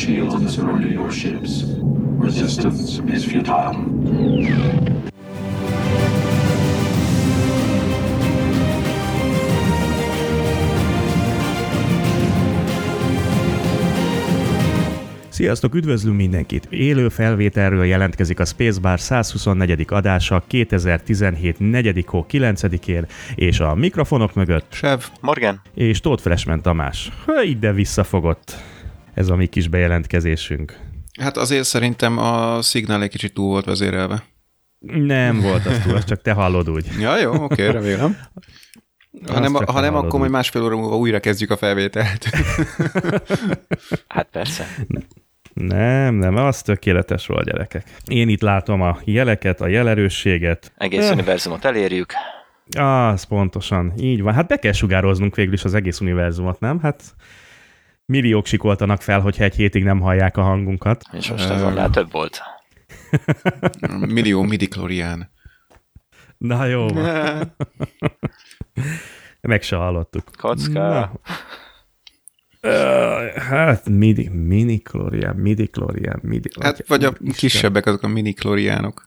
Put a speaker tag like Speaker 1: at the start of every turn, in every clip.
Speaker 1: shields and surrender your ships. Resistance is futile.
Speaker 2: Sziasztok, üdvözlünk mindenkit! Élő felvételről jelentkezik a Spacebar 124. adása 2017. 4. hó 9-én, és a mikrofonok mögött
Speaker 3: Sev, Morgan
Speaker 2: és Tóth Freshman Tamás. Ide visszafogott ez a mi kis bejelentkezésünk.
Speaker 3: Hát azért szerintem a szignál egy kicsit túl volt vezérelve.
Speaker 2: Nem volt az túl, csak te hallod úgy.
Speaker 3: Ja, jó, oké, remélem. Ha nem, akkor majd másfél óra múlva újra kezdjük a felvételt.
Speaker 4: Hát persze.
Speaker 2: Nem, az tökéletes volt, gyerekek. Én itt látom a jeleket, a jelerősséget.
Speaker 4: Egész univerzumot elérjük.
Speaker 2: Az pontosan, így van. Hát be kell sugároznunk végül is az egész univerzumot, nem? Hát milliók sikoltanak fel, hogyha egy hétig nem hallják a hangunkat.
Speaker 4: És most azonnal több volt.
Speaker 3: Millió midichlorian.
Speaker 2: Na jó van. Meg se hallottuk.
Speaker 4: Kocka.
Speaker 2: Hát midichlorian.
Speaker 3: Hát vagy a kisebbek azok a minichloriánok.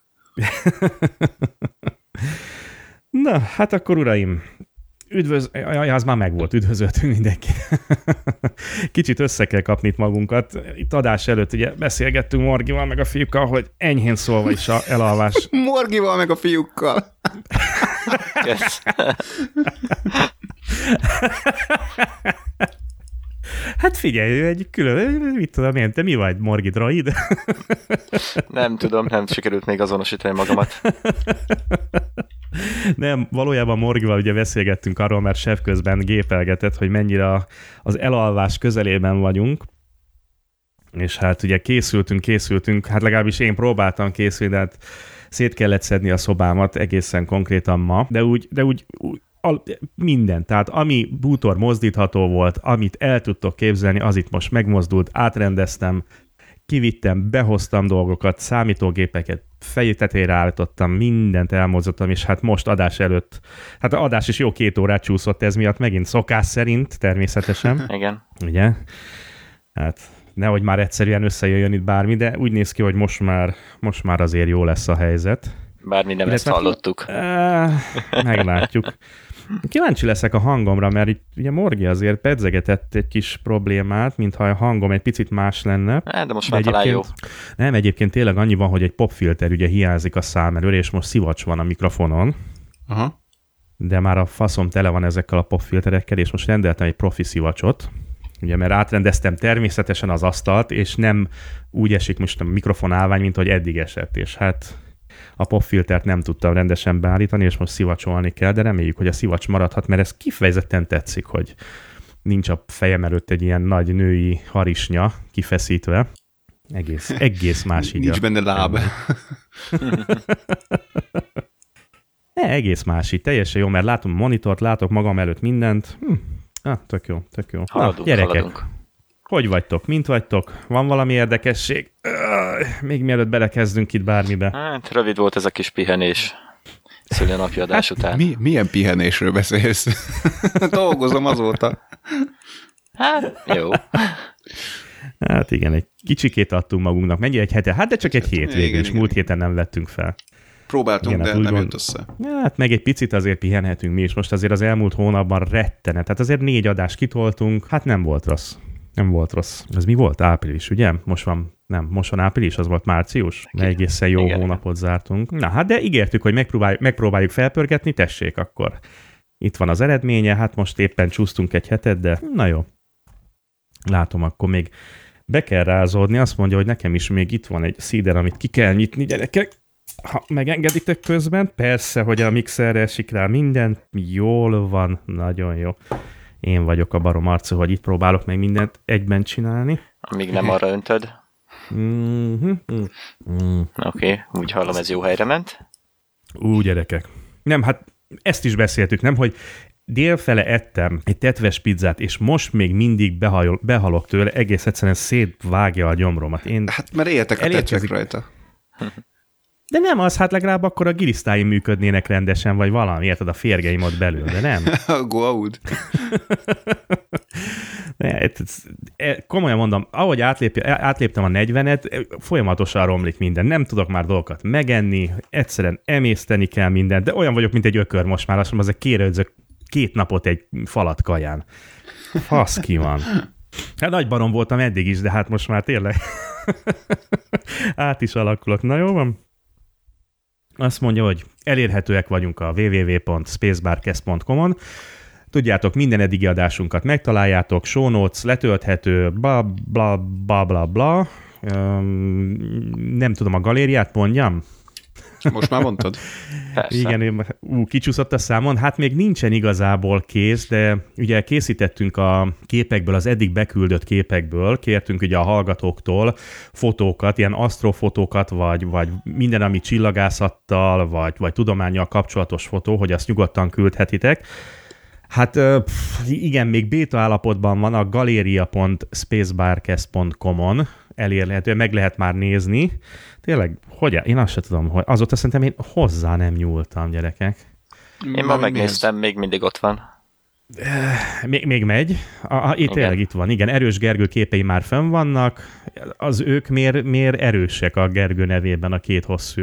Speaker 2: Na, hát akkor uraim, az már megvolt, üdvözöltünk mindenki. Kicsit össze kell kapni itt magunkat. Itt adás előtt ugye beszélgettünk Morgival meg a fiúkkal, hogy enyhén szólva is a elalvás.
Speaker 3: Morgival meg a fiúkkal.
Speaker 2: Hát figyelj, egy külön, mit tudom én, te mi vagy, Morgi droid?
Speaker 4: Nem tudom, nem sikerült még azonosítani magamat.
Speaker 2: Nem, valójában Morgival ugye beszélgettünk arról, mert Sev közben gépelgetett, hogy mennyire az elalvás közelében vagyunk, és hát ugye készültünk, hát legalábbis én próbáltam készülni, de hát szét kellett szedni a szobámat egészen konkrétan ma, de úgy minden, tehát ami bútor mozdítható volt, amit el tudtok képzelni, az itt most megmozdult, átrendeztem, kivittem, behoztam dolgokat, számítógépeket feje tetejére állítottam, mindent elmozdítottam, és hát most adás előtt, hát az adás is jó 2 órát csúszott ez miatt, megint szokás szerint, természetesen.
Speaker 4: Igen.
Speaker 2: Ugye? Hát nehogy már egyszerűen összejöjjön itt bármi, de úgy néz ki, hogy most már azért jó lesz a helyzet.
Speaker 4: Bármi nem ezt hallottuk.
Speaker 2: Meglátjuk. Kíváncsi leszek a hangomra, mert itt ugye Morgi azért pedzegetett egy kis problémát, mintha a hangom egy picit más lenne.
Speaker 4: De most már talán jó.
Speaker 2: Nem, egyébként tényleg annyi van, hogy egy popfilter ugye hiányzik a szám elől, és most szivacs van a mikrofonon.
Speaker 3: Aha.
Speaker 2: De már a faszom tele van ezekkel a popfilterekkel, és most rendeltem egy profi szivacsot, ugye, mert átrendeztem természetesen az asztalt, és nem úgy esik most a mikrofonálvány, mint hogy eddig esett, és hát a popfiltert nem tudtam rendesen beállítani, és most szivacsolni kell, de reméljük, hogy a szivacs maradhat, mert ez kifejezetten tetszik, hogy nincs a fejem előtt egy ilyen nagy női harisnya kifeszítve. Egész más így.
Speaker 3: Nincs benne láb.
Speaker 2: Egész más így, teljesen jó, mert látom a monitort, látok magam előtt mindent. Tök jó.
Speaker 4: Haladunk.
Speaker 2: Hogy vagytok? Mint vagytok? Van valami érdekesség? Még mielőtt belekezdünk itt bármibe.
Speaker 4: Hát rövid volt ez a kis pihenés szülőnapi adás után.
Speaker 3: Milyen pihenésről beszélsz? Dolgozom azóta.
Speaker 4: Hát, jó.
Speaker 2: Hát igen, egy kicsikét adtunk magunknak. Mennyi egy hete? Hát de csak egy hét végül is. Múlt héten nem vettünk fel.
Speaker 3: Próbáltunk, igen, de nem jött össze.
Speaker 2: Hát meg egy picit azért pihenhetünk mi is. Most azért az elmúlt hónapban rettenet. Tehát azért 4 adást kitoltunk. Hát nem volt rossz. Ez mi volt? Április, ugye? Most van április, az volt március. De egészen jó hónapot zártunk. Na hát, de ígértük, hogy megpróbáljuk felpörgetni, tessék akkor. Itt van az eredménye, hát most éppen csúsztunk egy hetet, de na jó. Látom, akkor még be kell rázódni. Azt mondja, hogy nekem is még itt van egy szíder, amit ki kell nyitni, gyerekek. Ha megengeditek közben, persze, hogy a mixerre esik rá minden. Jól van, nagyon jó. Én vagyok a barom arcú, hogy itt próbálok meg mindent egyben csinálni.
Speaker 4: Amíg nem arra öntöd. Oké, úgy hallom, ez jó helyre ment.
Speaker 2: Gyerekek. Nem, hát ezt is beszéltük, nem, hogy délfele ettem egy tetves pizzát, és most még mindig behalok tőle, egész egyszerűen szétvágja a gyomromat.
Speaker 3: Hát mert éltek a tetvek rajta.
Speaker 2: De nem az, hát legalább akkor a gilisztáim működnének rendesen, vagy valami, érted, a férgeim ott belül, de nem.
Speaker 3: Go out.
Speaker 2: Komolyan mondom, ahogy átléptem a 40-et, folyamatosan romlik minden. Nem tudok már dolgokat megenni, egyszerűen emészteni kell mindent, de olyan vagyok, mint egy ökör most már, azt mondom, azért kérődzök 2 napot egy falat kaján. Fasz ki van. Hát nagy barom voltam eddig is, de hát most már tényleg át is alakulok. Na jó van? Azt mondja, hogy elérhetőek vagyunk a www.spacebarcast.com-on. Tudjátok, minden eddigi adásunkat megtaláljátok, show notes, letölthető, bla bla bla bla bla. Nem tudom, a galériát mondjam?
Speaker 3: Most már mondtad?
Speaker 4: Persze.
Speaker 2: Igen, kicsúszott a számon. Hát még nincsen igazából kész, de ugye készítettünk a képekből, az eddig beküldött képekből, kértünk ugye a hallgatóktól fotókat, ilyen asztrofotókat, vagy minden, ami csillagászattal, vagy tudománnyal kapcsolatos fotó, hogy azt nyugodtan küldhetitek. Hát igen, még béta állapotban van a galeria.spacebarcast.com-on elérhető, meg lehet már nézni. Tényleg, hogy? Én azt sem tudom, hogy azóta szerintem én hozzá nem nyúltam, gyerekek.
Speaker 4: Én ma megnéztem, még mindig ott van.
Speaker 2: Még megy. Itt tényleg itt van. Igen, Erős Gergő képei már fönn vannak. Az ők miért erősek a Gergő nevében a 2 hosszú?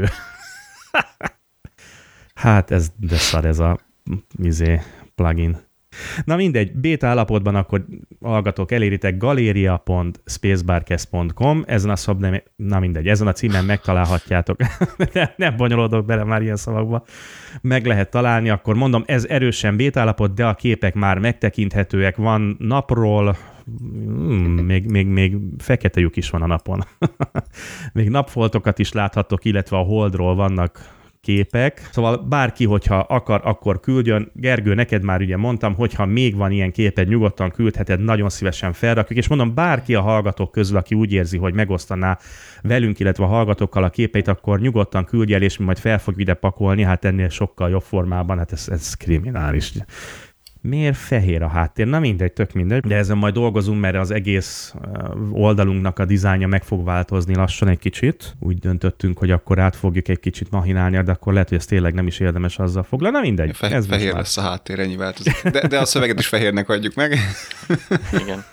Speaker 2: Hát de szar ez a plugin. Na mindegy, béta állapotban akkor hallgatók, eléritek galeria.spacebarcast.com, ezen a ezen a címen megtalálhatjátok, nem bonyolódok bele már ilyen szavakba, meg lehet találni, akkor mondom, ez erősen béta állapot, de a képek már megtekinthetőek, van napról, még fekete lyuk is van a napon. Még napfoltokat is láthattok, illetve a holdról vannak képek. Szóval bárki, hogyha akar, akkor küldjön. Gergő, neked már ugye mondtam, hogyha még van ilyen képed, nyugodtan küldheted, nagyon szívesen felrakjuk, és mondom, bárki a hallgatók közül, aki úgy érzi, hogy megosztaná velünk, illetve a hallgatókkal a képeit, akkor nyugodtan küldj el, és mi majd fel fogjuk ide pakolni, hát ennél sokkal jobb formában, hát ez kriminális. Miért fehér a háttér? Na mindegy, tök mindegy. De ezen majd dolgozunk, mert az egész oldalunknak a dizájnja meg fog változni lassan egy kicsit. Úgy döntöttünk, hogy akkor át fogjuk egy kicsit machinálni, de akkor lehet, hogy ez tényleg nem is érdemes azzal foglalni. Na mindegy.
Speaker 3: Ez fehér lesz a háttér, ennyi változik. De a szöveget is fehérnek adjuk meg.
Speaker 4: Igen.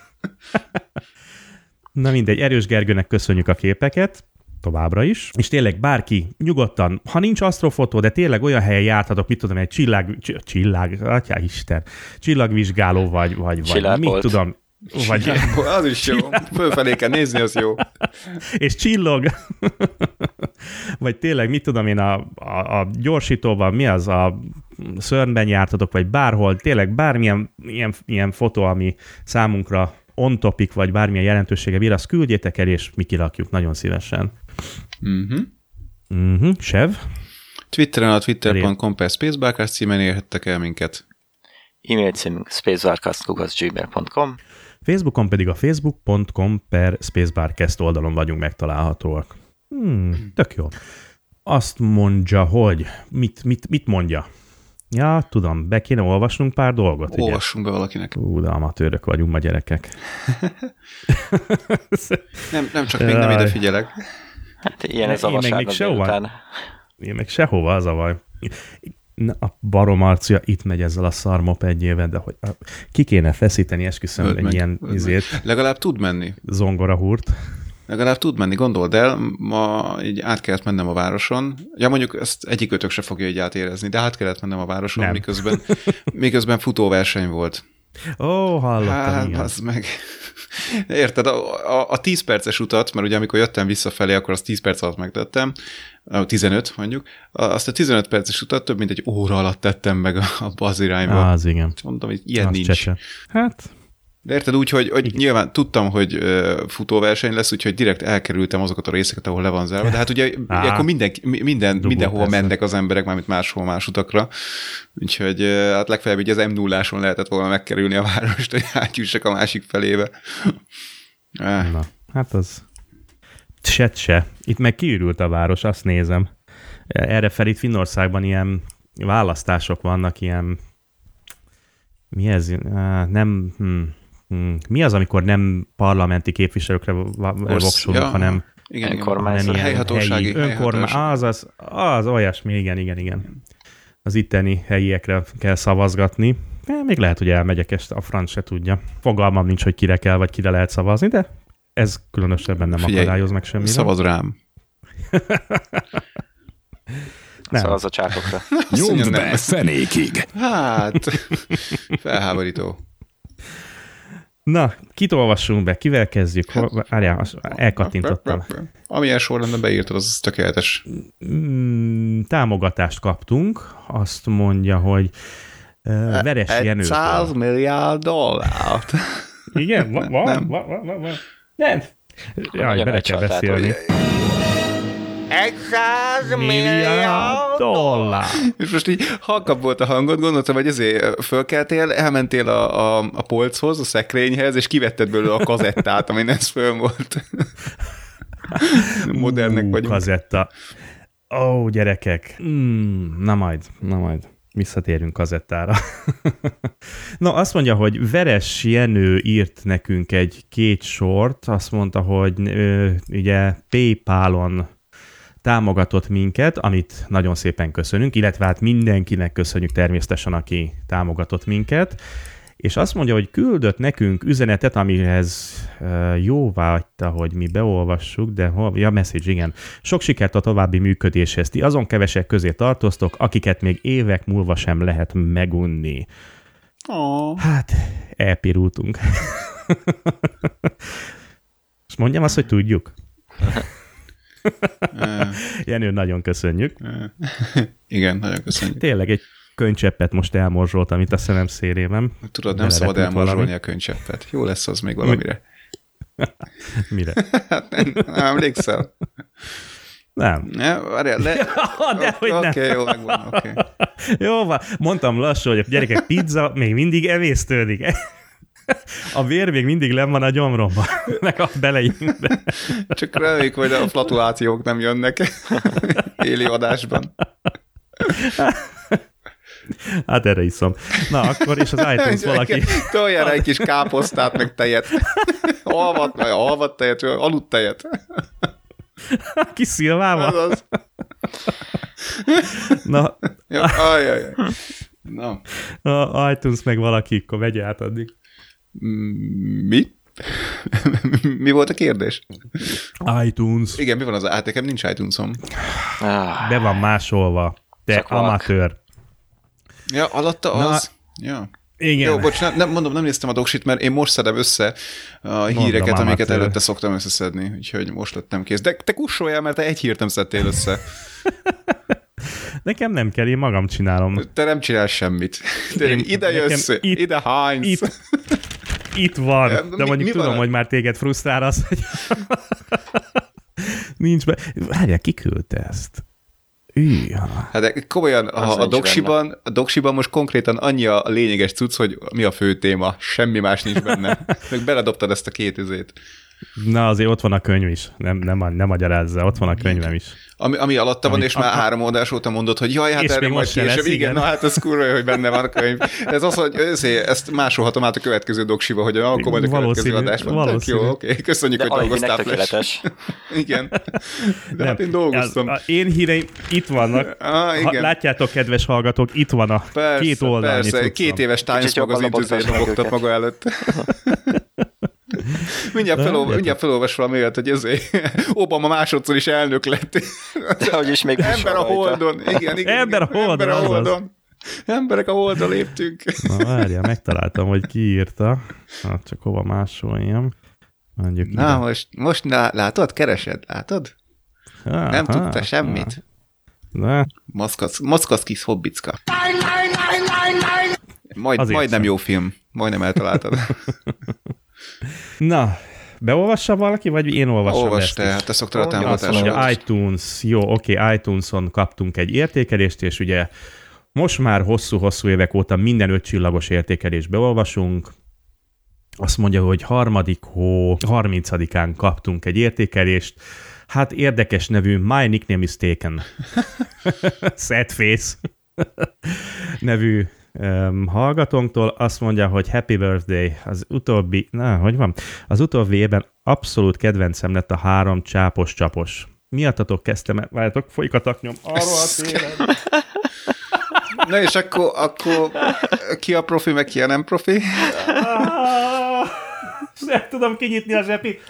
Speaker 2: Na mindegy, Erős Gergőnek köszönjük a képeket. Továbbra is. És tényleg bárki nyugodtan, ha nincs asztrofotó, de tényleg olyan helyen jártatok, mit tudom, egy csillagvizsgáló, vagy mit tudom, vagy...
Speaker 3: Az is jó. Fölfelé kell nézni, az jó.
Speaker 2: És csillog. Vagy tényleg, mit tudom én, a gyorsítóban, mi az, a CERN-ben jártatok, vagy bárhol, tényleg bármilyen ilyen fotó, ami számunkra on topic, vagy bármilyen jelentősége bír, azt küldjétek el, és mi kirakjuk nagyon szívesen. Sev?
Speaker 3: Twitteren a twitter.com/spacebarcast címen érhettek el minket.
Speaker 4: E-mail címünk spacebarcast@gmail.com.
Speaker 2: Facebookon pedig a facebook.com/spacebarcast oldalon vagyunk megtalálhatóak. Tök jó. Azt mondja, hogy mit mondja? Ja, tudom, be kéne olvasnunk pár dolgot.
Speaker 3: Olvassunk be valakinek.
Speaker 2: De amatőrök vagyunk ma, gyerekek.
Speaker 3: nem csak még nem ide figyelek.
Speaker 4: Hát ilyen ez a vasárnap délután.
Speaker 2: Én meg sehova, az a baj. A barom arcúja itt megy ezzel a szarmopedjével, de hogy ki kéne feszíteni, esküszöm, egy ilyen izét.
Speaker 3: Legalább tud menni.
Speaker 2: Zongorahúrt.
Speaker 3: Legalább tud menni, gondold el, ma így át kellett mennem a városon. Ja, mondjuk ezt egyikőtök se fogja így átérezni, de át kellett mennem a városon, miközben futóverseny volt.
Speaker 2: Ó, hallottam,
Speaker 3: hát,
Speaker 2: igen.
Speaker 3: az meg... Érted, a 10 perces utat, mert ugye amikor jöttem visszafelé, akkor azt 10 perc alatt megtettem, 15 mondjuk, azt a 15 perces utat több mint egy óra alatt tettem meg abba az irányba.
Speaker 2: Az igen.
Speaker 3: Mondtam, hogy ilyen
Speaker 2: az
Speaker 3: nincs.
Speaker 2: Csecse. Hát...
Speaker 3: De érted úgy, hogy nyilván tudtam, hogy futóverseny lesz, úgyhogy direkt elkerültem azokat a részeket, ahol le van zárva, de hát ugye akkor mindenhova mennek az emberek, mármint máshol más utakra, úgyhogy hát legfeljebb így az M0-áson lehetett volna megkerülni a várost, hogy átjussak a másik felébe.
Speaker 2: Na, hát az se. Itt meg kiürült a város, azt nézem. Errefelé itt Finnországban ilyen választások vannak, ilyen mi ez? Mi az, amikor nem parlamenti képviselőkre voksolunk, hanem
Speaker 4: helyhatósági.
Speaker 2: Az olyasmi, igen. Az itteni helyiekre kell szavazgatni. Még lehet, hogy elmegyek este, a franc se tudja. Fogalmam nincs, hogy kire kell, vagy kire lehet szavazni, de ez különösebben nem akadályoz meg semmire.
Speaker 3: Szavaz rám.
Speaker 4: Szavaz a csákokra.
Speaker 5: Nyomd be fenékig.
Speaker 3: Hát, felháborító.
Speaker 2: Na, kit olvassunk be? Kivel kezdjük? Várjál, elkattintottam.
Speaker 3: Amilyen sorrendben beírtad, az tökéletes.
Speaker 2: Támogatást kaptunk. Azt mondja, hogy Veres Jenőtől.
Speaker 3: 100 milliárd dollárt.
Speaker 2: Igen? Nem. Jaj, bele kell beszélni.
Speaker 3: 100 milliárd dollár. És most így halkabb volt a hangod, gondoltam, hogy ezért fölkeltél, elmentél a polchoz, a szekrényhez, és kivetted belőle a kazettát, amin ez fönn volt. Modernek vagyunk.
Speaker 2: Kazetta. Gyerekek. Na majd. Visszatérünk kazettára. Na, azt mondja, hogy Veres Jenő írt nekünk két sort, azt mondta, hogy ugye PayPal-on támogatott minket, amit nagyon szépen köszönünk, illetve hát mindenkinek köszönjük természetesen, aki támogatott minket, és azt mondja, hogy küldött nekünk üzenetet, amihez jóvá hagyta, hogy mi beolvassuk, de message, igen. Sok sikert a további működéshez. Ti azon kevesek közé tartoztok, akiket még évek múlva sem lehet megunni. Hát, elpirultunk. És mondjam azt, hogy tudjuk. Jenő, nagyon köszönjük.
Speaker 3: Igen, nagyon köszönjük.
Speaker 2: Tényleg egy könycseppet most elmorzsoltam itt a szemem szélében.
Speaker 3: Tudod, nem szabad elmorzsolni a könycseppet. Jó lesz az még valamire.
Speaker 2: Mire?
Speaker 3: Nem emlékszel?
Speaker 2: Nem.
Speaker 3: Várjál,
Speaker 2: dehogy nem.
Speaker 3: Oké, jó, megvan, oké.
Speaker 2: Jó van, mondtam lassan, hogy a gyerekek, pizza még mindig emésztődik. A vér még mindig lenn van a gyomromban, meg a beleimbe.
Speaker 3: Csak reméljük, hogy a flatulációk nem jönnek éli adásban.
Speaker 2: Hát erre iszom. Na, akkor és az iTunes valaki...
Speaker 3: Tolja rá egy kis káposztát, meg tejet. Alvat tejet, aludt tejet.
Speaker 2: Kis szilvával?
Speaker 3: Az.
Speaker 2: Na.
Speaker 3: Ja, ajajaj. Na.
Speaker 2: A iTunes meg valaki, akkor vegye át addig.
Speaker 3: Mi? Mi volt a kérdés?
Speaker 2: iTunes.
Speaker 3: Igen, mi van az? Nekem nincs iTunes-om.
Speaker 2: Be van másolva. Te amatőr.
Speaker 3: Ja, alatta az? Ja.
Speaker 2: Igen.
Speaker 3: Jó, bocs, nem néztem a doksit, mert én most szedem össze a híreket, amiket előtte szoktam összeszedni, úgyhogy most lettem kész. De te kussoljál, mert te egy hírt nem szedtél össze.
Speaker 2: Nekem nem kell, én magam csinálom.
Speaker 3: Te nem csinálsz semmit. Ide jössz, ide hánysz.
Speaker 2: Itt van, de mondjuk tudom, hogy már téged frusztrál az, hogy nincs be. Várjál, ki küldte ezt?
Speaker 3: Hát de komolyan, a doksiban most konkrétan annyi a lényeges cucc, hogy mi a fő téma. Semmi más nincs benne. Meg beledobtad ezt a két üzét.
Speaker 2: Na, azért ott van a könyv is. Nem magyarázza, ott van a könyvem is.
Speaker 3: Ami alatta van, és már 3 oldalás óta mondod, hogy jaj, hát erre majd később. Igen, na hát ez kurva, hogy benne van a könyv. Ez az, hogy ezt másolhatom át a következő doksiba, hogy akkor majd a következő adásban. Tök jó, oké. Köszönjük, hogy dolgoztál Flash. Igen. De hát én dolgoztam.
Speaker 2: Én híreim itt vannak. Látjátok, kedves hallgatók, itt van a 2 oldalnyi cuccom.
Speaker 3: 2 éves Times magazint dobogtat maga előtt. Mindjárt felolvas valami olyat, hogy ezért Obama másodszor is elnök lett.
Speaker 4: De hogy is még
Speaker 3: ember a holdon. Igen.
Speaker 2: Ember a holdon.
Speaker 3: Emberek a holdra léptünk.
Speaker 2: Na várjál, megtaláltam, hogy ki írta. Hát csak hova másoljam. Mondjuk
Speaker 3: na most látod? Keresed? Látod? Nem tudta semmit. Moszkvaszkis hobbicka. Majdnem jó film. Majdnem eltaláltad.
Speaker 2: Na, beolvassa valaki, vagy én olvassam?
Speaker 3: Olvasd te, hát te szoktál a támogatásokat.
Speaker 2: iTunes, jó, oké, iTunes-on kaptunk egy értékelést, és ugye most már hosszú-hosszú évek óta minden 5 csillagos értékelést beolvasunk. Azt mondja, hogy 3. hó 30-án kaptunk egy értékelést. Hát érdekes nevű My Nickname is Taken. Sad Face nevű hallgatónktól, azt mondja, hogy happy birthday. Az utóbbi évben abszolút kedvencem lett a 3 csápos csapos. Miattatok kezdtem el, várjátok, folyik a taknyom. Arról a télen.
Speaker 3: Na és akkor ki a profi, meg ki a nem profi?
Speaker 2: Nem tudom kinyitni a zsepit.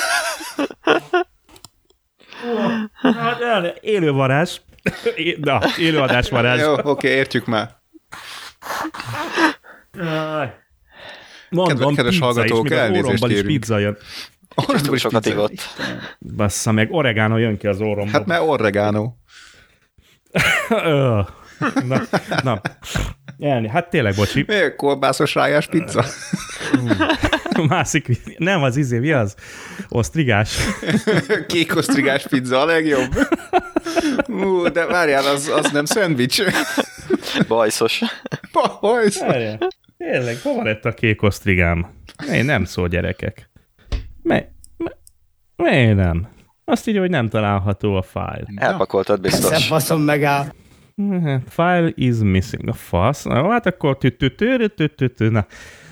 Speaker 2: Hát élő varázs. Na, élőadás varázs.
Speaker 3: Jó, oké, értjük már.
Speaker 2: Mondom,
Speaker 3: kedves hallgatók, elnézést kérünk.
Speaker 2: Pizza jön.
Speaker 4: Túl sokat ivott.
Speaker 2: Bassza meg, oregano jön ki az orromból.
Speaker 3: Hát mert oregano.
Speaker 2: Na. Hát tényleg, bocsi.
Speaker 3: Miért kolbászos rájás pizza?
Speaker 2: Mászik, nem az mi az? Osztrigás.
Speaker 3: Kék osztrigás pizza a legjobb. De várjál, az nem szendvics.
Speaker 4: Bajszos.
Speaker 3: Bajszos.
Speaker 2: Tényleg, hova lett a kék osztrigám? Én nem szól, gyerekek. Miért nem? Azt így, hogy nem található a file.
Speaker 4: Elpakoltad biztos.
Speaker 6: Szebb faszom megáll.
Speaker 2: File is missing. A fasz. Hát akkor na.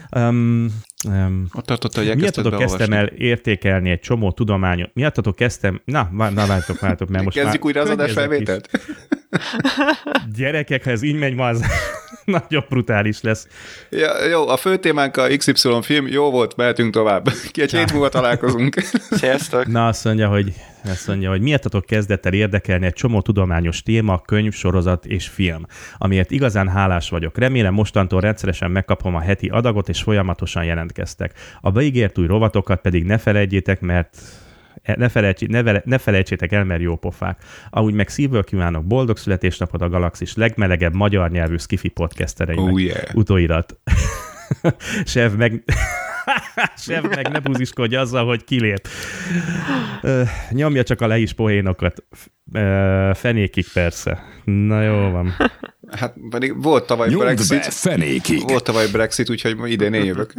Speaker 3: Ott tartotta, hogy
Speaker 2: miattatok kezdtem el értékelni egy csomó tudományot. Miattatok kezdtem... Na, várjátok, mert most
Speaker 3: kezdjük újra az adás felvételt?
Speaker 2: Gyerekek, ha ez így megy, ma az nagyon brutális lesz.
Speaker 3: Ja, jó, a fő témánk a XY film, jó volt, mehetünk tovább. Egy hét múlva találkozunk.
Speaker 4: Sziasztok!
Speaker 2: Na, azt mondja, hogy miattatok kezdett el érdekelni egy csomó tudományos téma, könyv, sorozat és film, amiért igazán hálás vagyok. Remélem mostantól rendszeresen megkapom a heti adagot, és folyamatosan jelentkeztek. A beígért új rovatokat pedig ne felejtjétek, mert ne felejtsétek el, mert jó pofák. Ahogy meg szívből kívánok boldog születésnapot a Galaxis legmelegebb magyar nyelvű skifi podcastereinek.
Speaker 3: Oh yeah.
Speaker 2: Utóirat. Sev meg ne búziskodj azzal, hogy kilép. Nyomja csak a leis poénokat. Fenékig persze. Na jó van.
Speaker 3: Hát pedig volt tavaly Brexit.
Speaker 5: Fenékig.
Speaker 3: Volt tavaly Brexit, úgyhogy idén én jövök.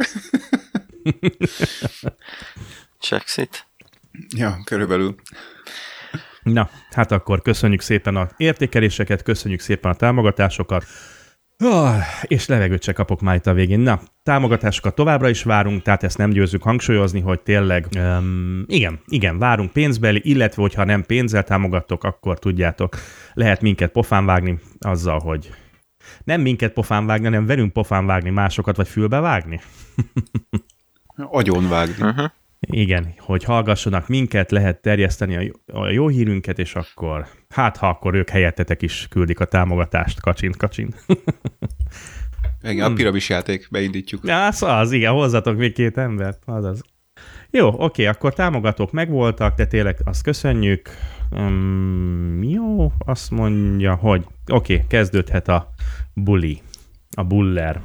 Speaker 4: Brexit.
Speaker 3: Ja, körülbelül.
Speaker 2: Na, hát akkor köszönjük szépen az értékeléseket, köszönjük szépen a támogatásokat, és levegőt se kapok már itt a végén. Na, támogatásokat továbbra is várunk, tehát ezt nem győzzük hangsúlyozni, hogy tényleg, igen, várunk pénzbeli, illetve hogyha nem pénzzel támogattok, akkor tudjátok, lehet minket pofán vágni azzal, hogy nem minket pofán vágni, hanem velünk pofán vágni másokat, vagy fülbe vágni.
Speaker 3: Agyon vágni. Uh-huh.
Speaker 2: Igen, hogy hallgassanak minket, lehet terjeszteni a jó hírünket, és akkor, ha akkor ők helyettetek is küldik a támogatást, kacsin.
Speaker 3: Igen, a piramis játék, beindítjuk.
Speaker 2: Ja, az, igen, hozzatok még 2 embert, azaz. Jó, oké, akkor támogatók megvoltak, de tényleg azt köszönjük. Jó, azt mondja, hogy oké, kezdődhet a buli, a buller.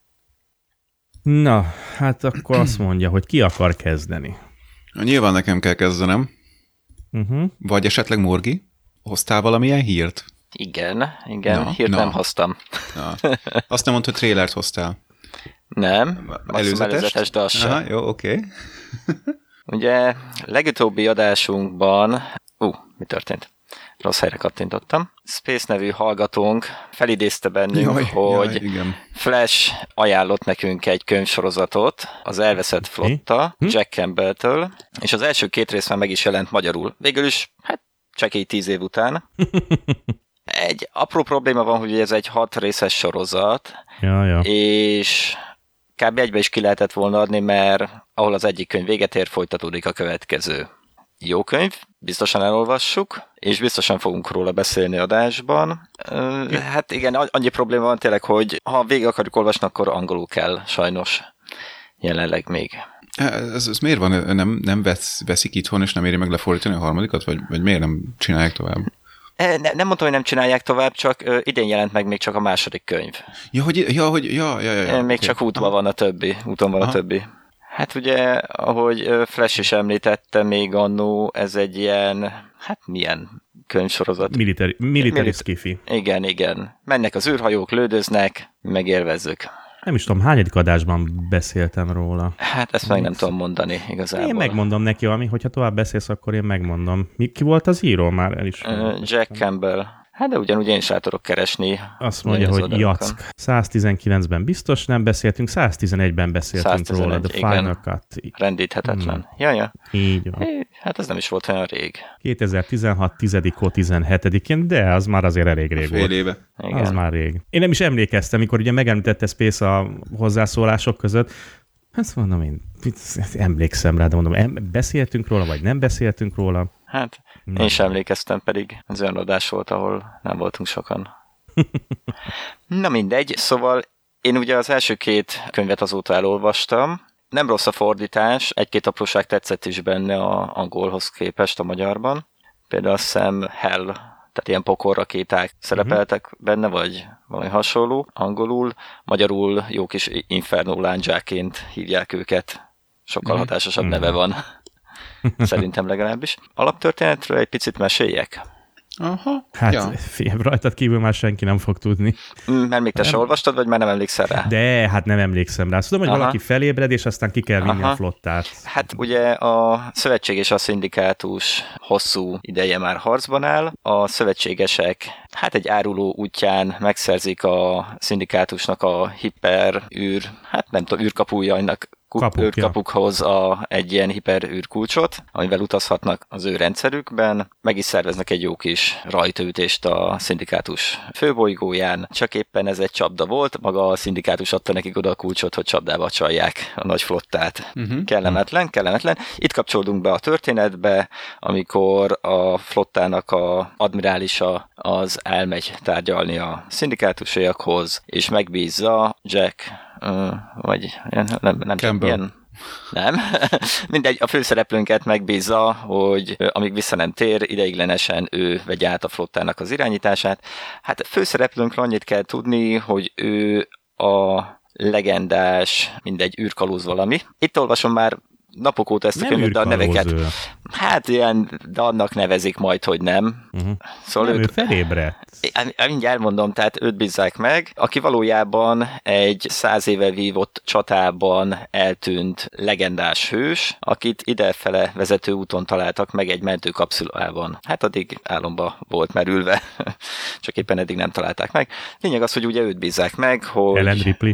Speaker 2: Na, hát akkor azt mondja, hogy ki akar kezdeni.
Speaker 3: Nyilván nekem kell kezdenem. Uh-huh. Vagy esetleg Morgi? Hoztál valamilyen hírt?
Speaker 4: Igen, hírt nem hoztam.
Speaker 3: Na. Azt nem mondta, hogy trélert hoztál.
Speaker 4: Nem, előzetes, de az sem.
Speaker 3: Aha, jó, oké.
Speaker 4: Ugye legutóbbi adásunkban... mi történt? Rossz helyre kattintottam. Space nevű hallgatónk felidézte bennünk, hogy igen. Flash ajánlott nekünk egy könyvsorozatot, az Elveszett flotta, Jack Campbell-től, és az első 2 rész már meg is jelent magyarul. Végül is, csak így 10 év után. Egy apró probléma van, hogy ez egy 6 részes sorozat, és kb. Egybe is ki lehetett volna adni, mert ahol az egyik könyv véget ér, folytatódik a következő. Jó könyv, biztosan elolvassuk, és biztosan fogunk róla beszélni adásban. Hát igen, annyi probléma van tényleg, hogy ha végig akarjuk olvasni, akkor angolul kell, sajnos. Jelenleg még.
Speaker 3: Ez miért van? Nem veszik itthon, és nem éri meg lefordítani a harmadikat? Vagy miért nem csinálják tovább?
Speaker 4: Nem mondtam, hogy nem csinálják tovább, csak idén jelent meg még csak a második könyv. Még csak úton van a többi. Hát ugye, ahogy Flash is említette még annó, ez egy ilyen, milyen könyvsorozat?
Speaker 2: Military skifi.
Speaker 4: Igen. Mennek az űrhajók, lődöznek, megélvezzük.
Speaker 2: Nem is tudom, hányadik adásban beszéltem róla.
Speaker 4: Hát ezt meg nem tudom mondani igazából.
Speaker 2: Én megmondom neki, hogyha tovább beszélsz, akkor én megmondom. Ki volt az író? Már el is.
Speaker 4: Jack Campbell. Hát de ugyanúgy én is rá tudok keresni.
Speaker 2: Azt mondja, hogy Jack. 119-ben biztos nem beszéltünk, 111-ben beszéltünk 111, róla, The Final Cut.
Speaker 4: Rendíthetetlen. Ja.
Speaker 2: Így van.
Speaker 4: Hát ez nem is volt olyan rég.
Speaker 2: 2016. 10-17-én, de az már azért elég rég volt.
Speaker 3: Fél éve.
Speaker 4: Igen.
Speaker 2: Az már rég. Én nem is emlékeztem, mikor ugye megemlítette Space a hozzászólások között. Azt mondom, én emlékszem rá, de mondom, beszéltünk róla, vagy nem beszéltünk róla?
Speaker 4: Hát, én is emlékeztem, pedig az olyan adás volt, ahol nem voltunk sokan. Na mindegy, szóval én ugye az első 2 könyvet azóta elolvastam. Nem rossz a fordítás, egy-két apróság tetszett is benne az angolhoz képest a magyarban. Például azt hiszem Hell, tehát ilyen pokolrakéták szerepeltek benne, vagy valami hasonló angolul. Magyarul jó kis Inferno lándzsáként hívják őket. Sokkal hatásosabb neve van. Szerintem legalábbis. Alaptörténetről egy picit meséljek?
Speaker 3: Aha.
Speaker 2: Hát rajtad kívül már senki nem fog tudni.
Speaker 4: Mert még te se olvastad, vagy már nem emlékszel rá?
Speaker 2: De, hát nem emlékszem rá. Tudom, hogy valaki felébred, és aztán ki kell vinni a flottát.
Speaker 4: Hát ugye a szövetség és a szindikátus hosszú ideje már harcban áll. A szövetségesek hát egy áruló útján megszerzik a szindikátusnak a hiperűr, hát nem tudom, űrkapujjainak űrkapukhoz egy ilyen hiperűrkulcsot, amivel utazhatnak az ő rendszerükben. Meg is szerveznek egy jó kis rajtaütést a szindikátus főbolygóján, csak éppen ez egy csapda volt, maga a szindikátus adta nekik oda a kulcsot, hogy csapdába csalják a nagy flottát. Kellemetlen. Itt kapcsolódunk be a történetbe, amikor a flottának a admirálisa az elmegy tárgyalni a szindikátusiakhoz, és megbízza Jack, vagy nem ilyen. Nem. Mindegy, a főszereplőnket megbízza, hogy amíg vissza nem tér, ideiglenesen ő vegye át a flottának az irányítását. Hát a főszereplőnkről annyit kell tudni, hogy ő a legendás, mindegy, űrkalóz valami. Itt olvasom már napok óta ezt a könyvet, de a neveket... Hát ilyen, de annak nevezik majd, hogy nem.
Speaker 2: Szóval nem, ő felébredt.
Speaker 4: Mindjárt elmondom, tehát őt bízzák meg, aki valójában egy 100 éve vívott csatában eltűnt legendás hős, akit idefele vezető úton találtak meg egy mentőkapszulában. Hát addig álomba volt merülve, csak éppen eddig nem találták meg. Lényeg az, hogy ugye őt bízzák meg, hogy...
Speaker 2: Ellen Ripley.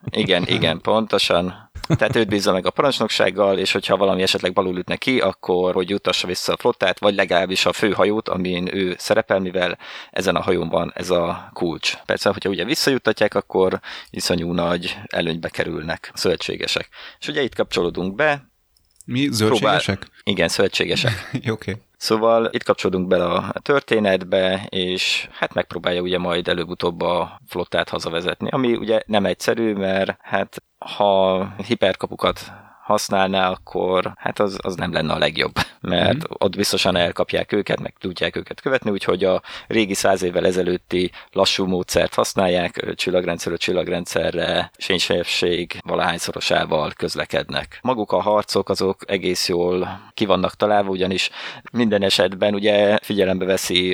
Speaker 4: Igen, pontosan. Tehát őt bízza meg a parancsnoksággal, és hogyha valami esetleg balul ütne ki, akkor hogy jutassa vissza a flottát, vagy legalábbis a főhajót, amin ő szerepel, mivel ezen a hajón van ez a kulcs. Persze, hogyha ugye visszajuttatják, akkor iszonyú nagy előnybe kerülnek a szövetségesek. És ugye itt kapcsolódunk be.
Speaker 3: Mi? Zöldségesek?
Speaker 4: Igen, szövetségesek.
Speaker 3: Oké.
Speaker 4: Szóval itt kapcsolódunk bele a történetbe, és hát megpróbálja ugye majd előbb-utóbb a flottát hazavezetni, ami ugye nem egyszerű, mert hát ha hiperkapukat használná, akkor hát az nem lenne a legjobb, mert ott biztosan elkapják őket, meg tudják őket követni, úgyhogy a régi 100 évvel ezelőtti lassú módszert használják, csillagrendszerről csillagrendszerre, fénysebesség valahányszorosával közlekednek. Maguk a harcok azok egész jól ki vannak találva, ugyanis minden esetben ugye figyelembe veszi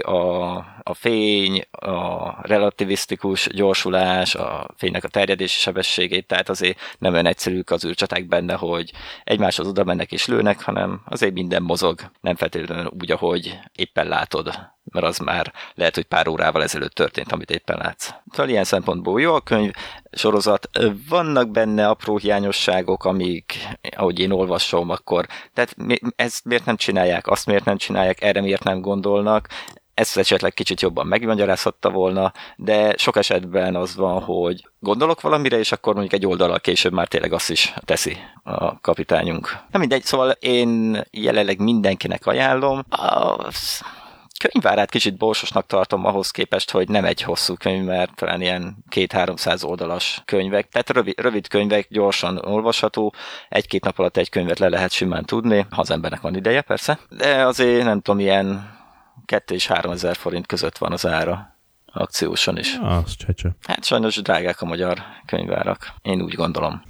Speaker 4: a fény, a relativisztikus gyorsulás, a fénynek a terjedési sebességét, tehát azért nem olyan egyszerűk az űrcsaták benne, hogy egymáshoz oda mennek és lőnek, hanem azért minden mozog, nem feltétlenül úgy, ahogy éppen látod, mert az már lehet, hogy pár órával ezelőtt történt, amit éppen látsz. Szóval ilyen szempontból jó a könyv, sorozat, vannak benne apró hiányosságok, amik, ahogy én olvasom, akkor, tehát ezt miért nem csinálják, azt miért nem csinálják, erre miért nem gondolnak, ezt esetleg kicsit jobban megmagyarázhatta volna, de sok esetben az van, hogy gondolok valamire, és akkor mondjuk egy oldallal később már tényleg azt is teszi a kapitányunk. Nem mindegy, szóval én jelenleg mindenkinek ajánlom. A könyvárát kicsit borsosnak tartom ahhoz képest, hogy nem egy hosszú könyv, mert talán ilyen 200-300 oldalas könyvek. Tehát rövid könyvek, gyorsan olvasható, 1-2 nap alatt egy könyvet le lehet simán tudni, ha az embernek van ideje, persze. De azért nem tudom, ilyen 2 és 3 ezer forint között van az ára akcióson is.
Speaker 2: Az csecse.
Speaker 4: Hát sajnos drágák a magyar könyvárak. Én úgy gondolom.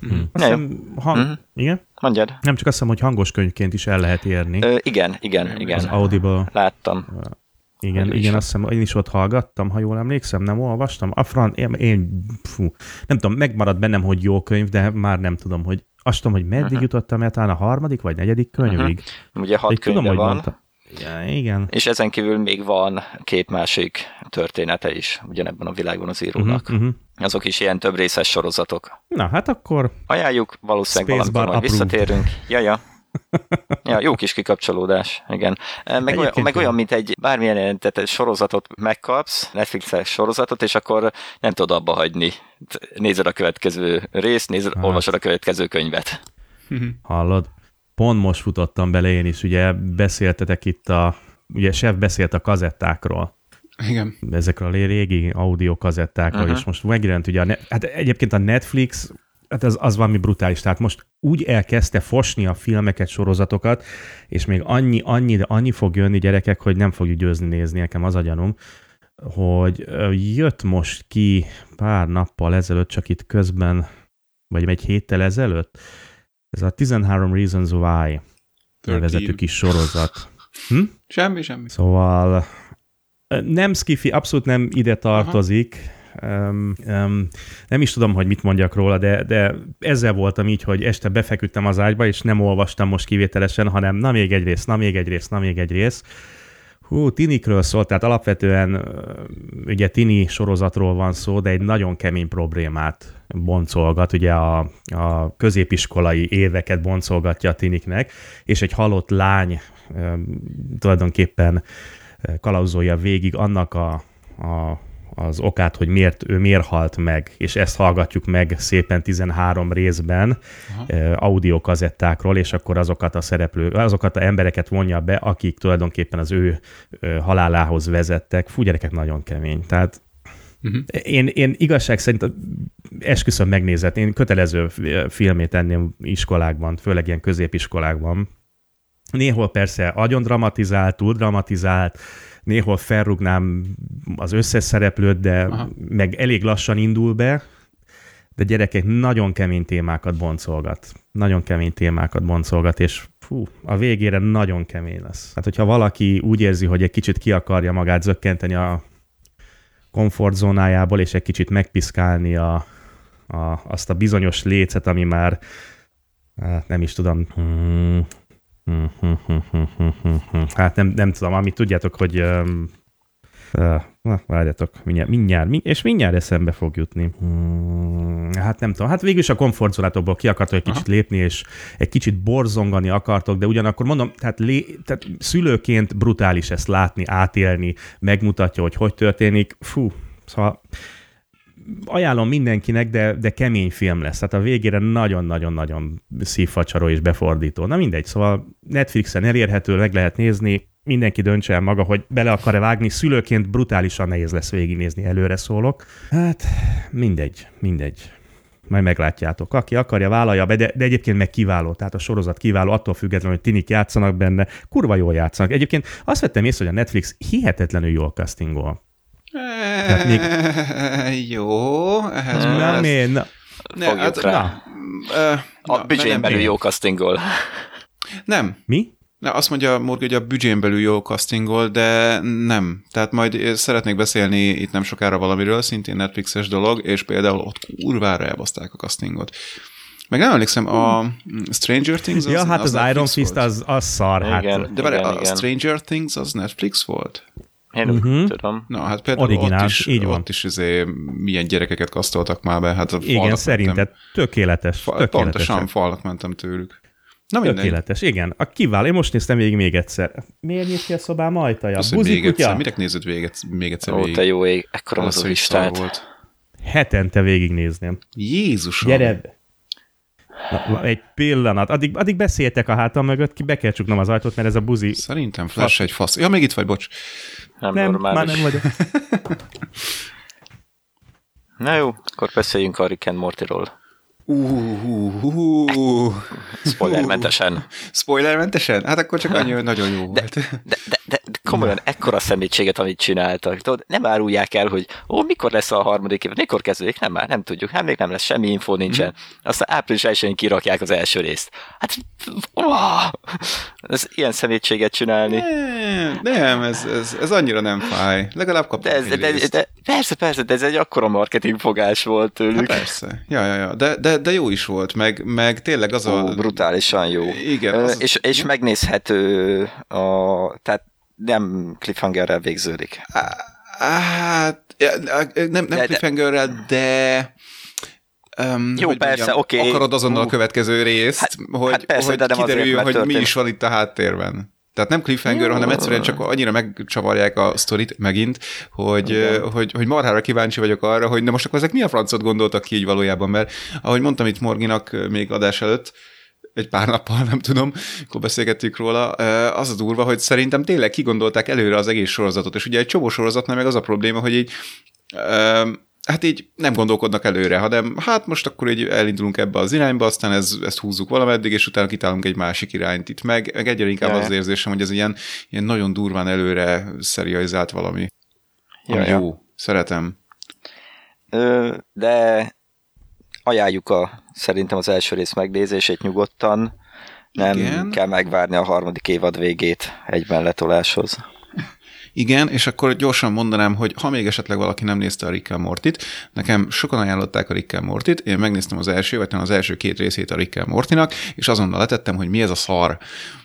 Speaker 2: Igen?
Speaker 4: Mondjad.
Speaker 2: Nem csak azt hiszem, hogy hangos könyvként is el lehet érni.
Speaker 4: Igen.
Speaker 2: Az Audible.
Speaker 4: Láttam.
Speaker 2: Igen, azt hiszem, én is ott hallgattam, ha jól emlékszem, nem olvastam. Nem tudom, megmaradt bennem, hogy jó könyv, de már nem tudom, hogy azt tudom, hogy meddig jutottam el, talán a 3. vagy 4. könyvig.
Speaker 4: Ugye 6 könyve van.
Speaker 2: Igen.
Speaker 4: És ezen kívül még van 2 másik története is ugyanebben a világban az írónak. Azok is ilyen több részes sorozatok.
Speaker 2: Na, hát akkor...
Speaker 4: Ajánljuk, valószínűleg valamikor majd visszatérünk. Ja. Ja, jó kis kikapcsolódás, igen. Meg olyan, mint egy bármilyen sorozatot megkapsz, Netflixes sorozatot, és akkor nem tudod abba hagyni. Nézed a következő részt, olvasod a következő könyvet.
Speaker 2: Hallod? Pont most futottam bele én is, ugye beszéltetek itt ugye Chef beszélt a kazettákról.
Speaker 3: Igen.
Speaker 2: Ezekről a régi audio kazettákról, és most megjelent ugye hát egyébként a Netflix, hát az valami brutális, tehát most úgy elkezdte fosni a filmeket, sorozatokat, és még annyi fog jönni, gyerekek, hogy nem fogjuk győzni nézni, nekem az a gyanúm, hogy jött most ki pár nappal ezelőtt, csak itt közben, vagy egy héttel ezelőtt, ez a 13 Reasons Why nevezetű kis sorozat.
Speaker 3: Semmi.
Speaker 2: Szóval nem skifi, abszolút nem ide tartozik. Nem is tudom, hogy mit mondjak róla, de ezzel voltam így, hogy este befeküdtem az ágyba, és nem olvastam most kivételesen, hanem na még egy rész. Tinikről szólt, tehát alapvetően ugye tini sorozatról van szó, de egy nagyon kemény problémát boncolgat, ugye a középiskolai éveket boncolgatja a tiniknek, és egy halott lány tulajdonképpen kalauzolja végig annak az okát, hogy miért halt meg, és ezt hallgatjuk meg szépen 13 részben audiokazettákról, és akkor azokat az embereket vonja be, akik tulajdonképpen az ő halálához vezettek. Fú, gyerekek, nagyon kemény. Tehát én igazság szerint esküszöm megnézett, én kötelező filmét tenném iskolákban, főleg ilyen középiskolákban. Néhol persze agyon dramatizált, túl dramatizált, néhol felrúgnám az összes szereplőt, de meg elég lassan indul be, de gyerekek nagyon kemény témákat boncolgat. És a végére nagyon kemény lesz. Hát, hogyha valaki úgy érzi, hogy egy kicsit ki akarja magát zökkenteni a komfortzónájából, és egy kicsit megpiszkálni azt a bizonyos lécet, ami már nem is tudom... Hát nem tudom, amit tudjátok, hogy várjatok, mindjárt eszembe fog jutni. Hát nem tudom, hát végülis a komfortzónátokból ki akartok egy kicsit lépni, és egy kicsit borzongani akartok, de ugyanakkor mondom, tehát szülőként brutális ezt látni, átélni, megmutatja, hogy történik. Szóval ajánlom mindenkinek, de kemény film lesz. Tehát a végére nagyon-nagyon-nagyon szívfacsaró és befordító. Na mindegy, szóval Netflixen elérhető, meg lehet nézni, mindenki döntse el maga, hogy bele akar-e vágni. Szülőként brutálisan nehéz lesz végignézni, előre szólok. Hát mindegy. Majd meglátjátok. Aki akarja, vállalja be, de egyébként meg kiváló. Tehát a sorozat kiváló, attól függetlenül, hogy tinik játszanak benne. Kurva jól játszanak. Egyébként azt vettem észre, hogy a Netflix hihetetlenül jól castingol.
Speaker 3: Jó, ehhez
Speaker 4: fogjuk rá. A büdzsén belül jó castingol.
Speaker 3: Nem.
Speaker 2: Mi?
Speaker 3: Azt mondja Morgan, hogy a büdzsén belül jó castingol, de nem. Tehát majd szeretnék beszélni itt nem sokára valamiről, szintén Netflixes dolog, és például ott kurvára elbaszták a castingot. Meg nem emlékszem, a Stranger Things
Speaker 2: az hát az Iron Fist az szar.
Speaker 4: Igen,
Speaker 2: hát.
Speaker 3: De várj, a Stranger Things az Netflix volt?
Speaker 4: Én úgy tudom.
Speaker 3: Na, hát például
Speaker 2: originális,
Speaker 3: ott is milyen gyerekeket kasztoltak már be. Hát
Speaker 2: igen, szerinted tökéletes.
Speaker 3: Pontosan falnak mentem tőlük. Na mindegy.
Speaker 2: Tökéletes, igen. A kiváló. Én most néztem végig még egyszer. Miért nyit ki a szobám ajtaja?
Speaker 3: Buzikutya? Minek nézed még egyszer végig?
Speaker 4: Ó, te jó ég, ekkora az a listát.
Speaker 2: Hetente végignézném.
Speaker 3: Jézusom!
Speaker 2: Gyere! Na, egy pillanat. Addig beszéltek a hátam mögött, ki be kell csuknom az ajtót, mert ez a buzi...
Speaker 3: Szerintem Flash egy fasz. Ja, még itt vagy, bocs.
Speaker 4: Nem, már nem
Speaker 2: vagyok.
Speaker 4: Na jó, akkor beszéljünk a Rick and Mortyról. Spoilermentesen.
Speaker 3: Spoilermentesen? Hát akkor csak annyi, hogy nagyon jó volt.
Speaker 4: De komolyan ekkora szemétséget, amit csináltak. Tudod, nem árulják el, hogy mikor lesz a harmadik év, mikor kezdődik, nem tudjuk. Hát még nem lesz, semmi infó nincsen. Aztán április 1-én kirakják az első részt. Hát, ez ilyen szemétséget csinálni.
Speaker 3: Nem, ez annyira nem fáj. Legalább kaptam
Speaker 4: Persze, de ez egy akkora marketingfogás volt tőlük.
Speaker 3: Hát persze. Ja. De jó is volt, meg tényleg az
Speaker 4: brutálisan jó.
Speaker 3: Igen.
Speaker 4: És megnézhető, tehát nem cliffhangerrel végződik.
Speaker 3: Hát, nem cliffhangerrel, de...
Speaker 4: jó, persze, oké.
Speaker 3: Akarod azonnal a következő részt, hogy
Speaker 4: persze, de
Speaker 3: kiderüljön, hogy mi is van itt a háttérben. Tehát nem cliffhanger, hanem egyszerűen csak annyira megcsavarják a sztorit megint, hogy marhára kíváncsi vagyok arra, hogy most akkor ezek mi a francot gondoltak ki így valójában, mert ahogy mondtam itt Morginak még adás előtt, egy pár nappal, nem tudom, akkor beszélgettük róla, az a durva, hogy szerintem tényleg kigondolták előre az egész sorozatot, és ugye egy csomó sorozatnál meg az a probléma, hogy így hát így nem gondolkodnak előre, hanem hát most akkor így elindulunk ebbe az irányba, aztán ezt húzzuk valameddig, és utána kitálunk egy másik irányt itt. Meg egyre inkább az érzésem, hogy ez ilyen nagyon durván előre szerializált valami. Jó, szeretem.
Speaker 4: De ajánljuk szerintem az első rész megnézését nyugodtan. Nem kell megvárni a harmadik évad végét egyben letoláshoz.
Speaker 3: Igen, és akkor gyorsan mondanám, hogy ha még esetleg valaki nem nézte a Rick and Mortyt, nekem sokan ajánlották a Rick and Mortyt, én megnéztem az első, vagy az első 2 részét a Rick and Mortynak, és azonnal letettem, hogy mi ez a szar.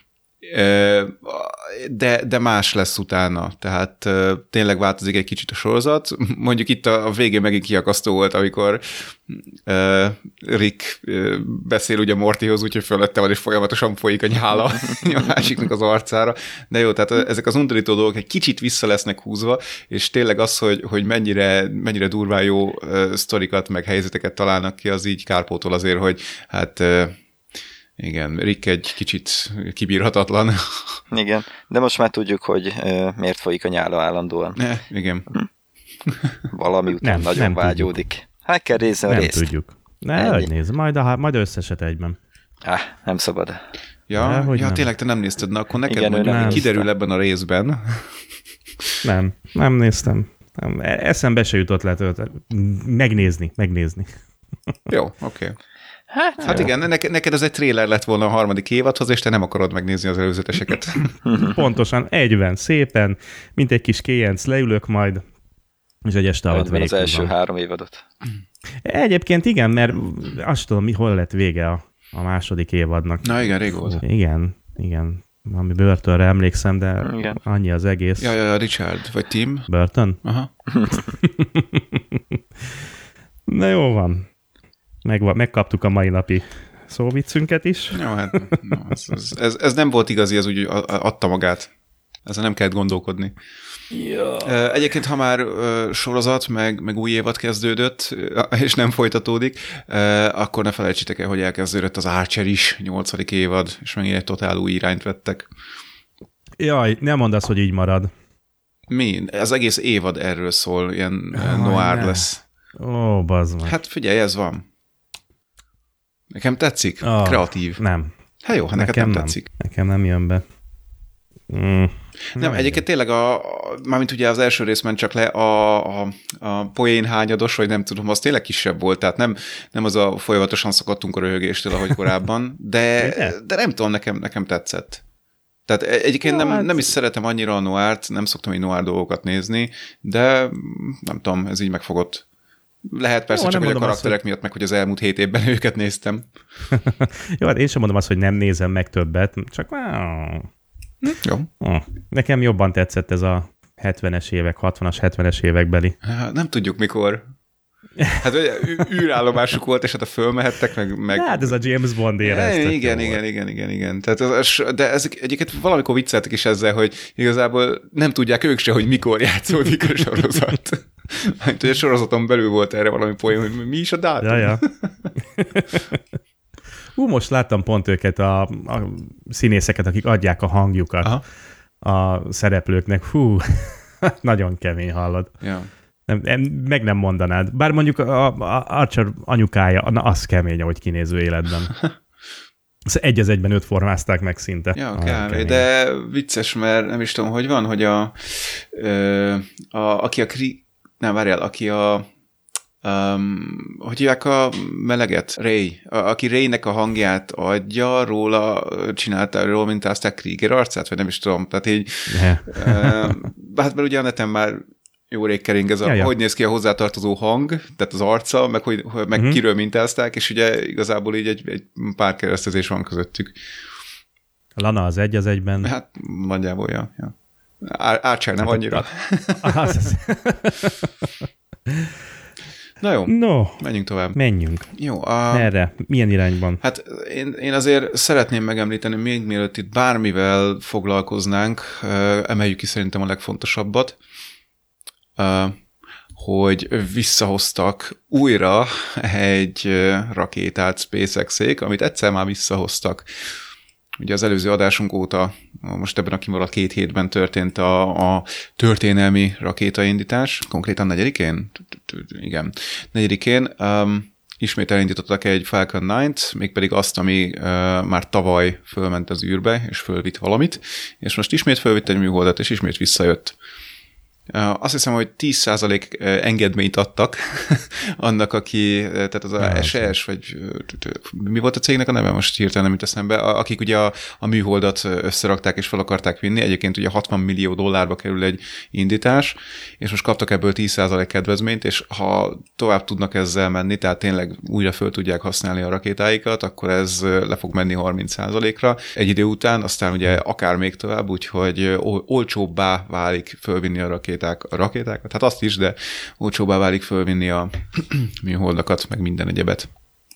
Speaker 3: De más lesz utána, tehát tényleg változik egy kicsit a sorozat. Mondjuk itt a végén megint kiakasztó volt, amikor Rick beszél ugye Mortyhoz, úgyhogy fölötte van, és folyamatosan folyik a nyála a másiknak az arcára. De jó, tehát ezek az undorító dolgok egy kicsit vissza lesznek húzva, és tényleg az, hogy mennyire durván jó sztorikat, meg helyzeteket találnak ki, az így kárpótol azért, hogy hát... Igen, Rick egy kicsit kibírhatatlan.
Speaker 4: Igen, de most már tudjuk, hogy miért folyik a nyála állandóan.
Speaker 3: Igen.
Speaker 4: Valami után nagyon vágyódik. Tudjuk. Hát kell nézni a részt.
Speaker 2: Nem tudjuk. Hogy nézd, majd összeset egyben.
Speaker 4: Nem szabad.
Speaker 3: Ja, tényleg te nem nézted, na akkor neked mondjuk, kiderül ebben a részben.
Speaker 2: Nem néztem. Eszembe se jutott megnézni.
Speaker 3: Jó, oké. Hát igen, neked ez egy tréler lett volna a harmadik évadhoz, és te nem akarod megnézni az előzeteseket.
Speaker 2: Pontosan, egyben, szépen, mint egy kis kéjenc, leülök majd, és egy este alatt
Speaker 4: az első 3 évadot.
Speaker 2: Egyébként igen, mert azt tudom, hol lett vége a második évadnak.
Speaker 3: Na igen, régóta.
Speaker 2: Igen. Valami Burtonre emlékszem, de igen. Annyi az egész.
Speaker 3: Ja, Richard, vagy Tim.
Speaker 2: Burton?
Speaker 3: Aha.
Speaker 2: Na jó van. Megkaptuk a mai napi szóviccünket is.
Speaker 3: Jó, hát ez nem volt igazi, ez úgy adta magát. Ezzel nem kellett gondolkodni.
Speaker 4: Ja.
Speaker 3: Egyébként, ha már sorozat, meg új évad kezdődött, és nem folytatódik, akkor ne felejtsétek el, hogy elkezdődött az Archer is, 8. évad, és megint egy totál új irányt vettek.
Speaker 2: Jaj, nem mondd azt, hogy így marad.
Speaker 3: Mi? Az egész évad erről szól, ilyen noir lesz.
Speaker 2: Ó, bazd meg.
Speaker 3: Hát figyelj, ez van. Nekem tetszik? Kreatív.
Speaker 2: Nem.
Speaker 3: Hát jó, ha neked nem tetszik.
Speaker 2: Nekem nem jön be.
Speaker 3: Nem, egyébként tényleg mármint ugye az első részben csak le a poén hányados, vagy nem tudom, az tényleg kisebb volt, tehát nem az a folyamatosan szakadtunk a röhögéstől, ahogy korábban, de nem tudom, nekem tetszett. Tehát egyébként nem is szeretem annyira a noirt, nem szoktam így noir dolgokat nézni, de nem tudom, ez így megfogott. Lehet persze csak, hogy a karakterek miatt, meg hogy az elmúlt 7 évben őket néztem.
Speaker 2: Jó, hát én sem mondom azt, hogy nem nézem meg többet, csak
Speaker 3: jó.
Speaker 2: Nekem jobban tetszett ez a 70-es évek, 60-as, 70-es évekbeli.
Speaker 3: Nem tudjuk mikor. Hát űrállomásuk volt, és hát fölmehettek, meg...
Speaker 2: Hát ez a James Bond éreztek.
Speaker 3: Igen. Tehát de ezek egyébként valamikor vicceltek is ezzel, hogy igazából nem tudják ők se, hogy mikor játszódik a sorozat. Hát, hogy a sorozaton belül volt erre valami poén, hogy mi is a dátum.
Speaker 2: Ja. Most láttam pont őket, a színészeket, akik adják a hangjukat a szereplőknek. Nagyon kemény, hallod.
Speaker 3: Ja.
Speaker 2: Meg nem mondanád. Bár mondjuk a Archer anyukája, az kemény, ahogy kinéző életben. Egy az egyben őt formázták meg szinte.
Speaker 3: Ja, kár, de vicces, mert nem is tudom, hogy van, hogy aki a hogy hívják a meleget? Ray. Aki Raynek a hangját adja, róla mintázták Krieger arcát, vagy nem is tudom. Tehát így, hát mert ugye a neten már jó rég kering ez hogy néz ki a hozzátartozó hang, tehát az arca, meg kiről mintázták, és ugye igazából így egy pár keresztezés van közöttük.
Speaker 2: Lana az egyben.
Speaker 3: Hát nagyjából, ja. Archer nem annyira. Na jó, menjünk tovább.
Speaker 2: Menjünk.
Speaker 3: Jó.
Speaker 2: Merre? Milyen irányban?
Speaker 3: Hát én azért szeretném megemlíteni, még mielőtt itt bármivel foglalkoznánk, emeljük ki szerintem a legfontosabbat, hogy visszahoztak újra egy rakétát SpaceX-ék, amit egyszer már visszahoztak. Ugye az előző adásunk óta, most ebben a kimaradt 2 hétben történt a történelmi rakétaindítás, konkrétan 4-én? Igen, 4-én. Ismét elindítottak egy Falcon 9-t, mégpedig azt, ami már tavaly fölment az űrbe, és fölvitt valamit, és most ismét fölvitt egy műholdat, és ismét visszajött. Azt hiszem, hogy 10% engedményt adtak annak, aki, tehát az a SES, vagy mi volt a cégnek a neve? Most hirtelen nem jut eszembe. Akik ugye a műholdat összerakták és fel akarták vinni. Egyébként ugye $60 millió kerül egy indítás, és most kaptak ebből 10% kedvezményt, és ha tovább tudnak ezzel menni, tehát tényleg újra föl tudják használni a rakétáikat, akkor ez le fog menni 30%-ra egy idő után, aztán ugye akár még tovább, úgyhogy olcsóbbá válik fölvinni a rakétákat, hát azt is, de olcsóbbá válik fölvinni a műholdakat, meg minden egyebet.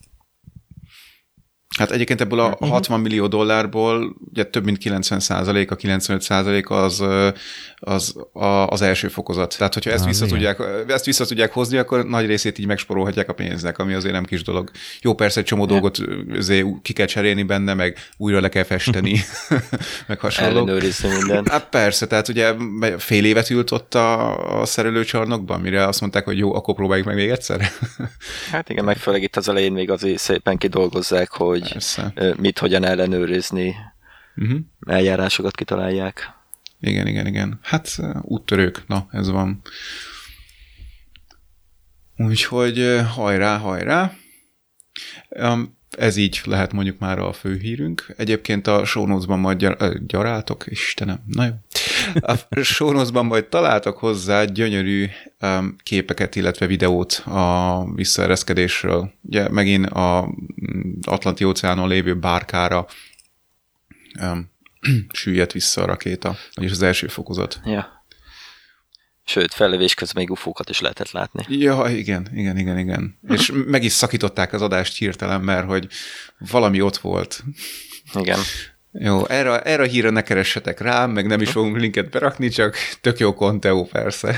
Speaker 3: Hát egyébként ebből a $60 millió ugye több mint 90%, a 95% az első fokozat. Tehát, hogyha ezt vissza tudják hozni, akkor nagy részét így megsporolhatják a pénznek, ami azért nem kis dolog. Jó, persze egy csomó dolgot ki kell cserélni benne, meg újra le kell festeni, meg hasonlók.
Speaker 4: Ellenőrizni minden.
Speaker 3: Hát persze, tehát ugye fél évet ült ott a szerelőcsarnokban, mire azt mondták, hogy jó, akkor próbáljuk meg még egyszer.
Speaker 4: Hát igen, meg főleg itt az elején még azért szépen kidolgozzák, hogy mit hogyan ellenőrizni, eljárásokat kitalálják.
Speaker 3: Igen. Hát úttörők, na ez van. Úgyhogy hajrá. Ez így lehet mondjuk már a fő hírünk. Egyébként a show notes-ban majd gyaráltok, Istenem, na jó. A show notes-ban majd találtok hozzá gyönyörű képeket, illetve videót a visszaereszkedésről. Ugye megint az Atlanti-óceánon lévő bárkára süllyedt vissza a rakéta, vagyis az első fokozat.
Speaker 4: Ja. Sőt, fellövés közben még ufókat is lehetett látni.
Speaker 3: Ja, igen. És meg is szakították az adást hirtelen, mert hogy valami ott volt.
Speaker 4: Igen.
Speaker 3: Jó, erre a hírre ne keressetek rám, meg nem is fogunk linket berakni, csak tök jó konteó persze.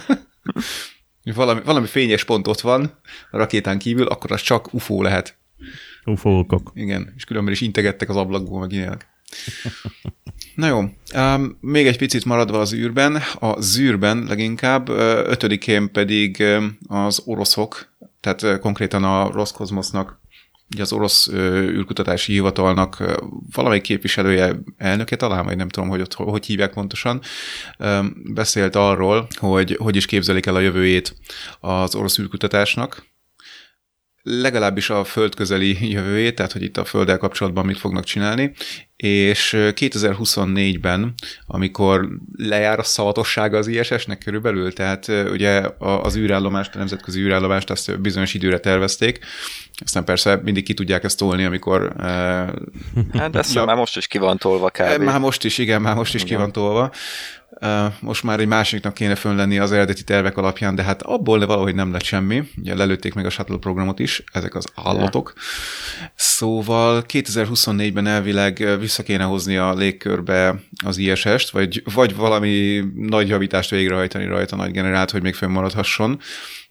Speaker 3: Valami fényes pont ott van a rakétán kívül, akkor az csak UFO lehet.
Speaker 2: UFO-okok.
Speaker 3: Igen, és különben is integettek az ablakból, meg ilyenek. Na jó, még egy picit maradva az űrben, a zűrben leginkább, 5-én pedig az oroszok, tehát konkrétan a Roszkozmosznak, ugye az orosz űrkutatási hivatalnak valamelyik képviselője, elnöke talán, vagy nem tudom, hogy hívják pontosan, beszélt arról, hogy is képzelik el a jövőjét az orosz űrkutatásnak, legalábbis a földközeli jövőjét, tehát hogy itt a Földdel kapcsolatban mit fognak csinálni, és 2024-ben, amikor lejár a szavatossága az ISS-nek körülbelül, tehát ugye az űrállomást, a nemzetközi űrállomást azt bizonyos időre tervezték, aztán persze mindig ki tudják ezt tolni, amikor...
Speaker 4: Hát de már most is ki van tolva kb.
Speaker 3: Már most is ki van tolva. Most már egy másiknak kéne fönn lenni az eredeti tervek alapján, de hát abból valahogy nem lett semmi. Ugye lelőtték meg a shuttle programot is, ezek az állatok. Ja. Szóval 2024-ben elvileg vissza kéne hozni a légkörbe az ISS-t, vagy valami nagy javítást végrehajtani rajta, nagy generált, hogy még fönnmaradhasson.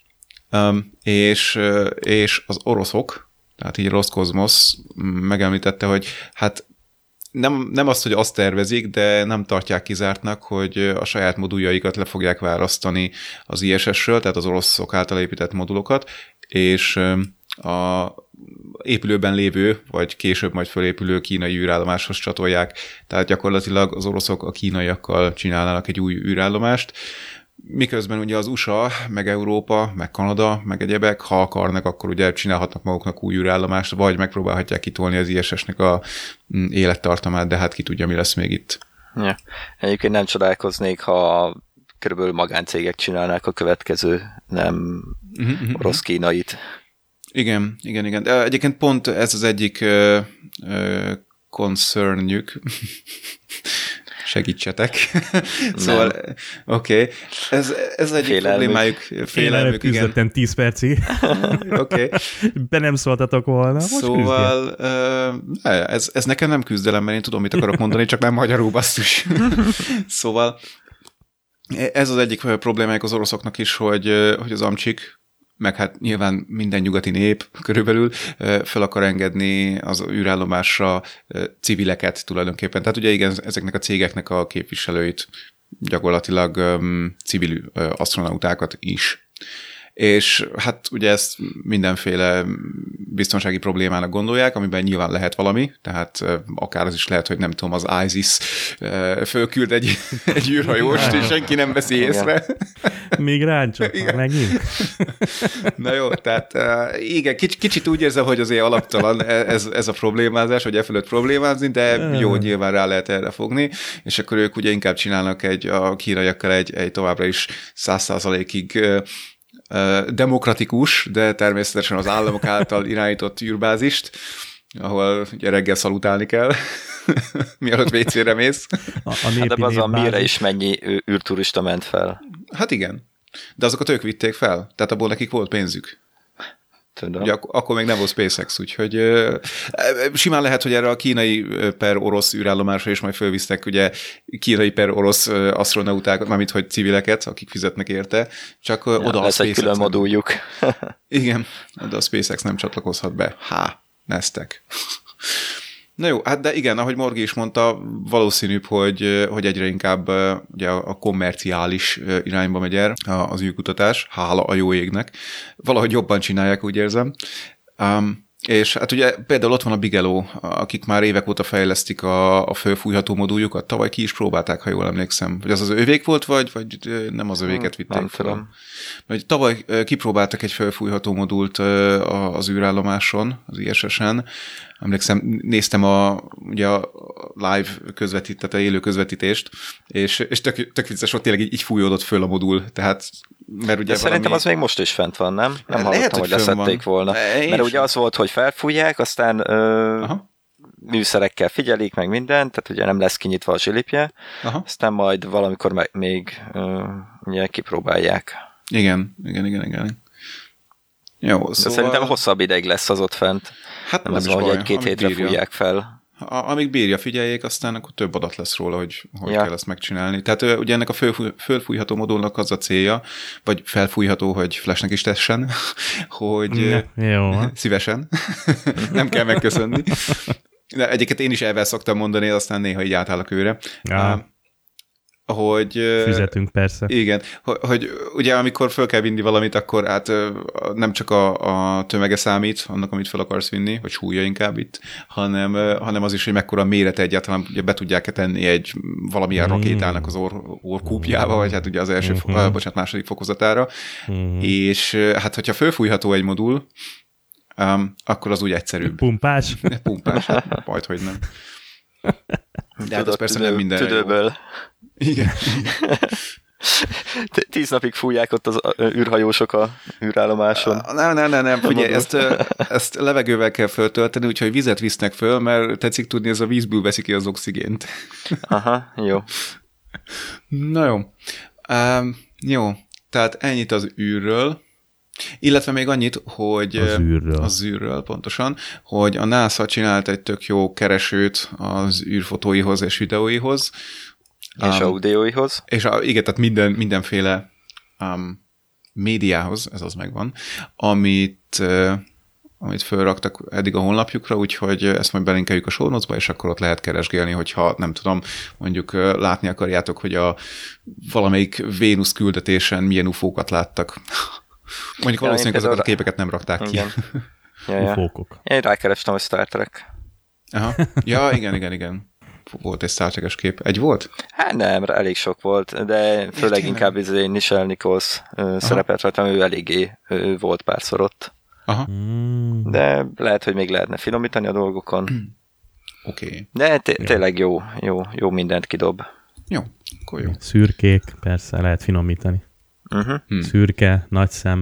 Speaker 3: És az oroszok, tehát így Roszkozmosz megemlítette, hogy hát nem azt, hogy azt tervezik, de nem tartják kizártnak, hogy a saját moduljaikat le fogják választani az ISS-ről, tehát az oroszok által épített modulokat, és a épülőben lévő, vagy később majd fölépülő kínai űrállomáshoz csatolják. Tehát gyakorlatilag az oroszok a kínaiakkal csinálnának egy új űrállomást. miközben ugye az USA, meg Európa, meg Kanada, meg egyebek, ha akarnak, akkor ugye csinálhatnak maguknak új űrállomást, vagy megpróbálhatják kitolni az ISS-nek a élettartamát, de hát ki tudja, mi lesz még itt.
Speaker 4: Ja. Egyébként nem csodálkoznék, ha körülbelül magáncégek csinálnák a következő, nem orosz kínait. Igen.
Speaker 3: De egyébként pont ez az egyik concernjük. Segítsetek. Szóval, oké. Ez egyik problémájuk.
Speaker 2: Félelmük, küzdöttem 10 percig.
Speaker 3: Oké.
Speaker 2: Be nem szóltatok volna.
Speaker 3: Szóval ez nekem nem küzdelem, mert én tudom, mit akarok mondani, csak nem magyarul, basszus. Szóval ez az egyik problémájuk az oroszoknak is, hogy az amcsik, meg hát nyilván minden nyugati nép körülbelül fel akar engedni az űrállomásra civileket tulajdonképpen. Tehát ugye igen, ezeknek a cégeknek a képviselőit, gyakorlatilag civil asztronautákat is. És hát ugye ezt mindenféle biztonsági problémának gondolják, amiben nyilván lehet valami, tehát akár az is lehet, hogy nem tudom, az ISIS fölküld egy űrhajóst, és senki nem veszi észre.
Speaker 2: Migráncsok, megint.
Speaker 3: Na jó, tehát igen, kicsit úgy érzem, hogy azért alaptalan ez a problémázás, hogy fölött problémázni, de jó, nyilván rá lehet erre fogni, és akkor ők ugye inkább csinálnak a kínaiakkal egy továbbra is 100%-ig demokratikus, de természetesen az államok által irányított űrbázist, ahol ugye reggel szalutálni kell, mielőtt WC-re mész.
Speaker 4: Hát de azon mire is mennyi űrturista ment fel?
Speaker 3: Hát igen, de azokat ők vitték fel, tehát abból nekik volt pénzük. Ugye, akkor még nem volt SpaceX, úgyhogy simán lehet, hogy erre a kínai per orosz űrállomásra is majd fölvisznek ugye kínai per orosz asztronautákat, mármint hogy civileket, akik fizetnek érte, csak oda a SpaceX
Speaker 4: egy külön moduljuk.
Speaker 3: Igen, oda a SpaceX nem csatlakozhat be. Neztek. Na jó, hát de igen, ahogy Morgi is mondta, valószínűbb, hogy egyre inkább ugye a kommerciális irányba megy el az űrkutatás, hála a jó égnek. Valahogy jobban csinálják, úgy érzem. És hát ugye például ott van a Bigelow, akik már évek óta fejlesztik a fölfújható moduljukat. Tavaly ki is próbálták, ha jól emlékszem. Vagy az övék volt, vagy nem az övéket vitték fel? Tavaly kipróbáltak egy fölfújható modult az űrállomáson, az ISS-en. Emlékszem, néztem ugye a live tehát a élő közvetítést, és tök vicces, ott tényleg így fújódott föl a modul, tehát mert ugye
Speaker 4: szerintem az még most is fent van, nem? Nem hallottam, hogy leszették volna. Mert ugye az volt, hogy felfújják, aztán műszerekkel figyelik, meg mindent, tehát ugye nem lesz kinyitva a zsilipje, aztán majd valamikor még ugye kipróbálják.
Speaker 3: Igen. Jó,
Speaker 4: szóval... De szerintem hosszabb ideig lesz az ott fent.
Speaker 3: Hát
Speaker 4: nem az van, hogy egy-két hétre fújják fel.
Speaker 3: Amíg bírja, figyeljék, aztán akkor több adat lesz róla, hogy kell ezt megcsinálni. Tehát ugye ennek a fölfújható modulnak az a célja, vagy felfújható, hogy Flashnek is tessen, hogy
Speaker 2: jó.
Speaker 3: Szívesen, nem kell megköszönni. De egyébként én is elvel szoktam mondani, aztán néha így átállok őre. Hogy...
Speaker 2: Fizetünk persze.
Speaker 3: Igen, hogy ugye amikor föl kell vinni valamit, akkor hát nem csak a tömege számít, annak, amit fel akarsz vinni, vagy súlya inkább itt, hanem az is, hogy mekkora méret egyáltalán ugye be tudják-e tenni egy valamilyen rakétának az orrkúpjába, vagy hát ugye az első, második fokozatára. És hát, hogyha fölfújható egy modul, akkor az úgy egyszerűbb.
Speaker 2: Pumpás?
Speaker 3: Pumpás, hát majdhogy nem. De hát az persze nem minden
Speaker 4: tüdőből.
Speaker 3: Igen.
Speaker 4: 10 napig fújják ott az űrhajósok a űrállomáson.
Speaker 3: Nem. Figyelj, ezt levegővel kell föltölteni, úgyhogy vizet visznek föl, mert tetszik tudni, ez a vízből veszi ki az oxigént.
Speaker 4: Aha, jó.
Speaker 3: Na jó. Jó, tehát ennyit az űrről. Illetve még annyit, hogy az űrről pontosan, hogy a NASA csinált egy tök jó keresőt az űrfotóihoz és videóihoz.
Speaker 4: És audióihoz.
Speaker 3: És igen, tehát mindenféle médiához, ez az megvan, amit felraktak eddig a honlapjukra, úgyhogy ezt majd belinkeljük a show notes-ba, és akkor ott lehet keresgélni, hogyha nem tudom, mondjuk látni akarjátok, hogy valamelyik Vénusz küldetésen milyen UFO-kat láttak. Mondjuk valószínűleg ezeket a képeket nem rakták ki.
Speaker 2: UFO-kok.
Speaker 4: Én rákerestem a Star Trek.
Speaker 3: Aha. Ja, igen. volt egy Star Trek-es kép. Egy volt?
Speaker 4: Hát nem, elég sok volt, de főleg inkább Nichelle Nichols szerepelt rajtam, ő eléggé volt párszor ott.
Speaker 3: Aha.
Speaker 4: De lehet, hogy még lehetne finomítani a dolgokon.
Speaker 3: Oké.
Speaker 4: De tényleg jó mindent kidob.
Speaker 3: Jó, akkor jó.
Speaker 2: Szürkék, persze, lehet finomítani. Szürke, nagy szem.